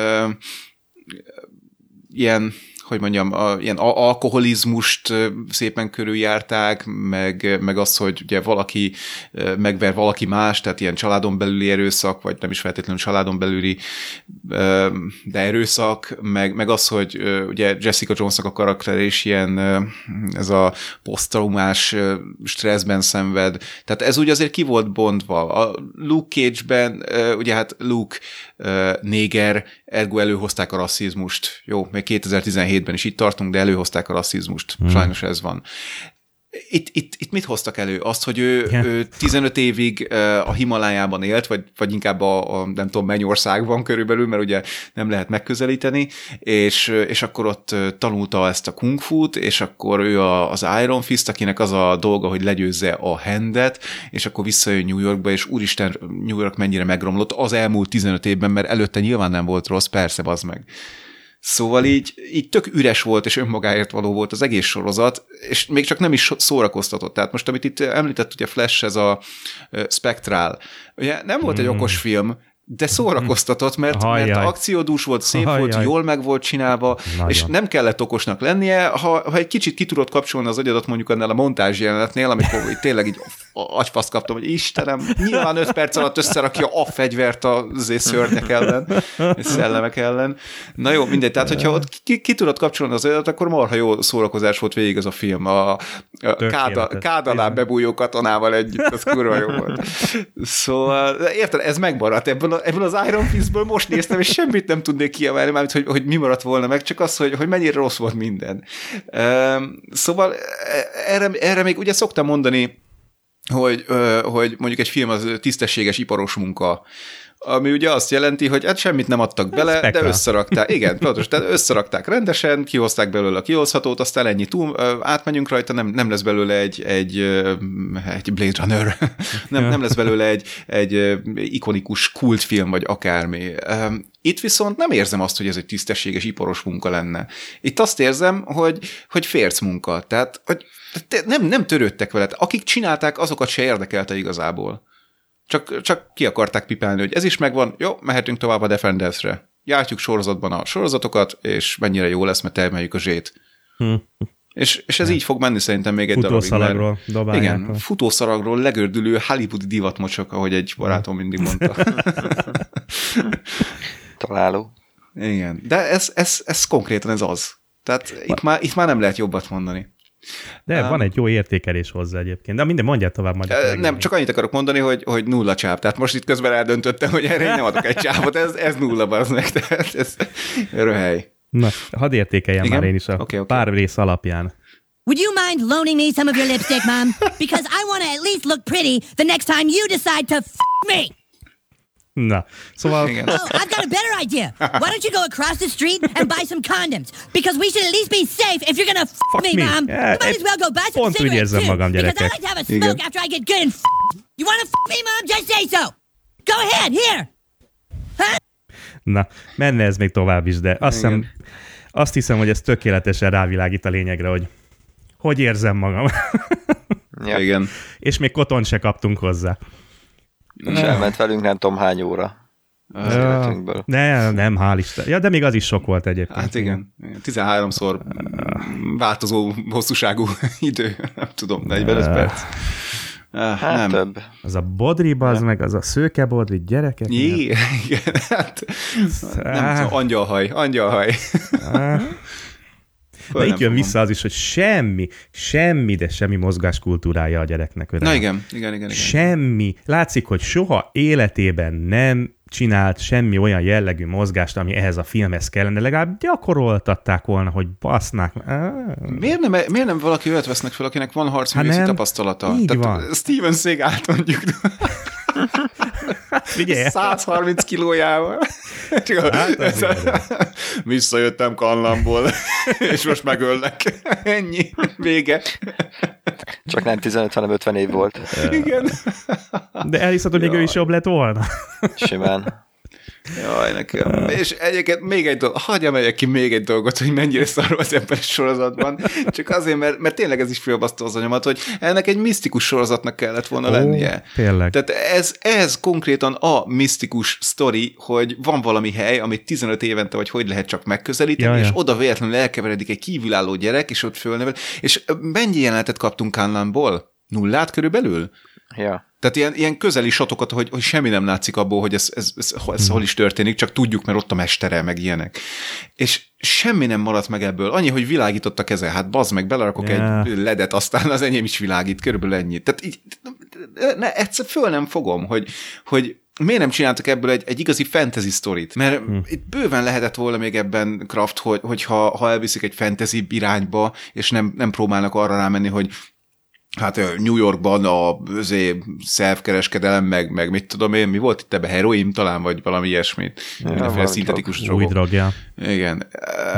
Speaker 3: ilyen, hogy mondjam, ilyen alkoholizmust szépen körüljárták, meg azt, hogy ugye valaki megver valaki más, tehát ilyen családon belüli erőszak, vagy nem is feltétlenül családon belüli, de erőszak, meg az, hogy ugye Jessica Jonesnak a karakter is ilyen ez a posztraumás stresszben szenved. Tehát ez úgy azért ki volt bontva. A Luke Cage-ben ugye hát Luke néger, ergo előhozták a rasszizmust. Jó, még 2017-ben is itt tartunk, de előhozták a rasszizmust. Sajnos ez van. Itt mit hoztak elő? Azt, hogy ő 15 évig a Himalájában élt, vagy inkább a nem tudom, Mennyországban körülbelül, mert ugye nem lehet megközelíteni, és akkor ott tanulta ezt a kung fu-t, és akkor ő az Iron Fist, akinek az a dolga, hogy legyőzze a Handet, és akkor visszajön New Yorkba, és úristen, New York mennyire megromlott az elmúlt 15 évben, mert előtte nyilván nem volt rossz, persze, bazd meg. Szóval így tök üres volt, és önmagáért való volt az egész sorozat, és még csak nem is szórakoztatott. Tehát most, amit itt említett, ugye Flash, ez a Spectral, ugye nem volt egy okos film, de szórakoztatott, mert akciódús volt, szép volt, jól meg volt csinálva, nagyon. És nem kellett okosnak lennie, ha egy kicsit ki tudod kapcsolni az agyadat mondjuk annál a montázs jelenetnél, amikor tényleg így agyfaszt kaptam, hogy Istenem, nyilván 5 perc alatt összerakja a fegyvert az szörnyek ellen, és szellemek ellen. Na jó, mindegy, tehát hogyha ott ki tudod kapcsolni az agyadat, akkor marha jó szórakozás volt végig az a film. A kád alá bebújó katonával együtt, az kurva jó volt. Szóval, érted, ez megmaradt ebből az Iron Fistből most néztem, és semmit nem tudnék kiemelni, mármint, hogy mi maradt volna meg, csak az, hogy mennyire rossz volt minden. Szóval erre még ugye szoktam mondani, hogy mondjuk egy film az tisztességes iparos munka, ami ugye azt jelenti, hogy hát semmit nem adtak bele, de összerakták. Igen, pontos, tehát összerakták rendesen, kihozták belőle a kihozhatót, aztán ennyi túl, átmenjünk rajta, nem lesz belőle egy Blade Runner, nem lesz belőle egy ikonikus kultfilm, vagy akármi. Itt viszont nem érzem azt, hogy ez egy tisztességes iparos munka lenne. Itt azt érzem, hogy férc munka, tehát hogy nem törődtek veled. Akik csinálták, azokat se érdekelte igazából. Csak ki akarták pipálni, hogy ez is megvan, jó, mehetünk tovább a Defenders-re. Gyártjuk sorozatban a sorozatokat, és mennyire jó lesz, mert termeljük a zsét. És ez így fog menni szerintem még egy
Speaker 2: futószalagról
Speaker 3: darabig. Igen, futószalagról legördülő hollywoodi divatmocsok, ahogy egy barátom mindig mondta.
Speaker 4: Találó.
Speaker 3: Igen, de ez konkrétan ez az. Tehát itt már nem lehet jobbat mondani.
Speaker 2: De van egy jó értékelés hozzá egyébként. De minden, mondjál tovább majd.
Speaker 3: Nem, csak annyit akarok mondani, hogy 0 csáp. Tehát most itt közben eldöntöttem, hogy erre én nem adok egy csápot. Ez 0 bazdmeg. Tehát ez röhely.
Speaker 2: Na, hadd értékeljem már én is a pár rész alapján.
Speaker 7: Would you mind loaning me some of your lipstick, Mom? Because I want to at least look pretty the next time you decide to me.
Speaker 2: Na, szóval...
Speaker 7: Oh, I've got a better idea. Why don't you go across the street and buy some condoms? Because we should at least be safe if you're gonna me, Mom. You might as well go buy some cigarettes too. Because I like to have a smoke after I get good and you wanna me, Mom? Just say so. Go ahead, here. Huh?
Speaker 2: Na, menne ez még tovább is, de azt hiszem, hogy ez tökéletesen rávilágít a lényegre, hogy érzem magam.
Speaker 3: Ja, igen.
Speaker 2: És még kotont se kaptunk hozzá.
Speaker 4: És elment velünk nem tudom hány óra.
Speaker 2: Nem, hál' Isten. Ja, de még az is sok volt egyébként.
Speaker 3: Hát igen. 13-szor változó hosszúságú idő. Nem tudom, 45 perc.
Speaker 4: Hát nem. Több.
Speaker 2: Az a bodri, az meg az a szőke bodri, gyerekek.
Speaker 3: Igen, hát nem tudom, angyalhaj.
Speaker 2: De itt jön vissza az is, hogy semmi mozgáskultúrája a gyereknek.
Speaker 3: Na igen.
Speaker 2: Semmi. Látszik, hogy soha életében nem csinált semmi olyan jellegű mozgást, ami ehhez a filmhez kellene, legalább gyakoroltatták volna, hogy basznák.
Speaker 3: Miért nem valaki olyat vesznek fel, akinek van harcművészi tapasztalata?
Speaker 2: Így van.
Speaker 3: Steven Seagalt mondjuk.
Speaker 2: Figyelj.
Speaker 3: 130 kilójával. Visszajöttem Kanlamból, és most megöllek. Ennyi. Vége.
Speaker 4: Csak nem 15, hanem 50 év volt.
Speaker 3: Igen.
Speaker 2: De elhiszed, hogy még ő is jobb lett volna?
Speaker 4: Simán.
Speaker 3: Jaj, nekem. És egyébként még egy dolog, hagyj emeljek ki még egy dolgot, hogy mennyire szarul az ebben a sorozatban. Csak azért, mert tényleg ez is fölbasztó az anyamat, hogy ennek egy misztikus sorozatnak kellett volna lennie.
Speaker 2: Tényleg.
Speaker 3: Tehát ez konkrétan a misztikus sztori, hogy van valami hely, amit 15 évente vagy hogy lehet csak megközelíteni, és oda véletlenül elkeveredik egy kívülálló gyerek, és ott fölnevel. És mennyi jelenetet kaptunk Kánlánból? 0 körülbelül?
Speaker 4: Ja.
Speaker 3: Tehát ilyen közeli sotokat, hogy semmi nem látszik abból, hogy ez hol is történik, csak tudjuk, mert ott a mestere, meg ilyenek. És semmi nem maradt meg ebből. Annyi, hogy világított a keze. Hát bazd meg, belerakok egy ledet, aztán az enyém is világít, körülbelül ennyi. Tehát így, egyszer föl nem fogom, hogy miért nem csináltak ebből egy igazi fantasy sztorit? Mert itt bőven lehetett volna még ebben craft, hogyha elviszik egy fantasy irányba, és nem próbálnak arra rámenni, hogy hát New Yorkban a szervkereskedelem, meg mit tudom én, mi volt itt ebben, heroin talán, vagy valami ilyesmit. Mindenféle szintetikus drogok.
Speaker 2: Új drogja.
Speaker 3: Igen.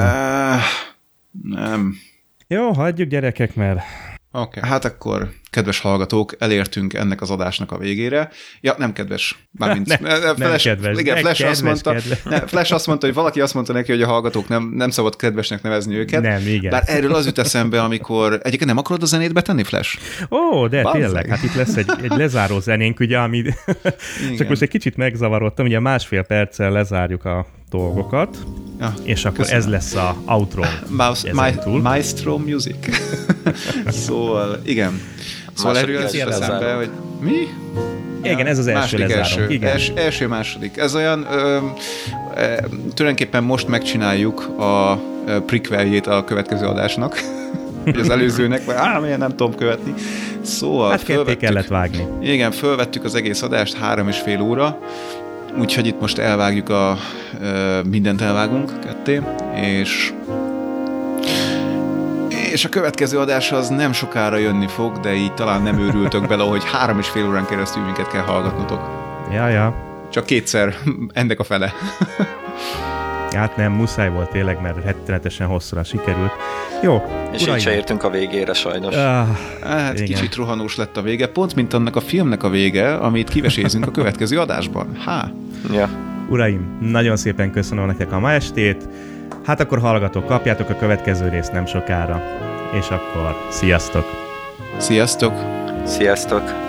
Speaker 3: Nem.
Speaker 2: Jó, hagyjuk gyerekek, mert...
Speaker 3: Oké. Hát akkor, kedves hallgatók, elértünk ennek az adásnak a végére. Ja, nem kedves. Mármint,
Speaker 2: nem kedves.
Speaker 3: Igen, Flash azt mondta, hogy valaki azt mondta neki, hogy a hallgatók nem szabad kedvesnek nevezni őket.
Speaker 2: Nem, igen.
Speaker 3: Bár erről az jut eszembe, amikor... Egyébként nem akarod a zenét betenni, Flash?
Speaker 2: Ó, de tényleg. Hát itt lesz egy lezáró zenénk, ugye, ami... Csak most egy kicsit megzavarodtam, ugye 1,5 perccel lezárjuk a dolgokat, és akkor köszönöm. Ez lesz a outro.
Speaker 3: Maestro Music. Szóval, igen. Szóval erről az jut eszembe, hogy mi?
Speaker 2: Igen, ez az első lezáró.
Speaker 3: Első-második. Ez olyan, tulajdonképpen most megcsináljuk a prequeljét a következő adásnak, vagy az előzőnek, vagy milyen nem tudom követni. Szóval
Speaker 2: hát ketté kellett vágni.
Speaker 3: Igen, fölvettük az egész adást 3,5 óra, úgyhogy itt most elvágjuk mindent elvágunk ketté, és a következő adás az nem sokára jönni fog, de így talán nem őrültök bele, hogy 3,5 órán keresztül minket kell hallgatnotok.
Speaker 2: Ja.
Speaker 3: Csak 2-szer, ennek a fele.
Speaker 2: Hát nem, muszáj volt tényleg, mert rettenetesen hosszúra sikerült. Jó,
Speaker 4: és így se értünk a végére sajnos.
Speaker 3: Hát kicsit rohanós lett a vége, pont mint annak a filmnek a vége, amit kivesézünk a következő adásban.
Speaker 4: Ja.
Speaker 2: Uraim, nagyon szépen köszönöm nektek a ma estét. Hát akkor hallgatók, kapjátok a következő részt nem sokára. És akkor sziasztok!
Speaker 3: Sziasztok!
Speaker 4: Sziasztok!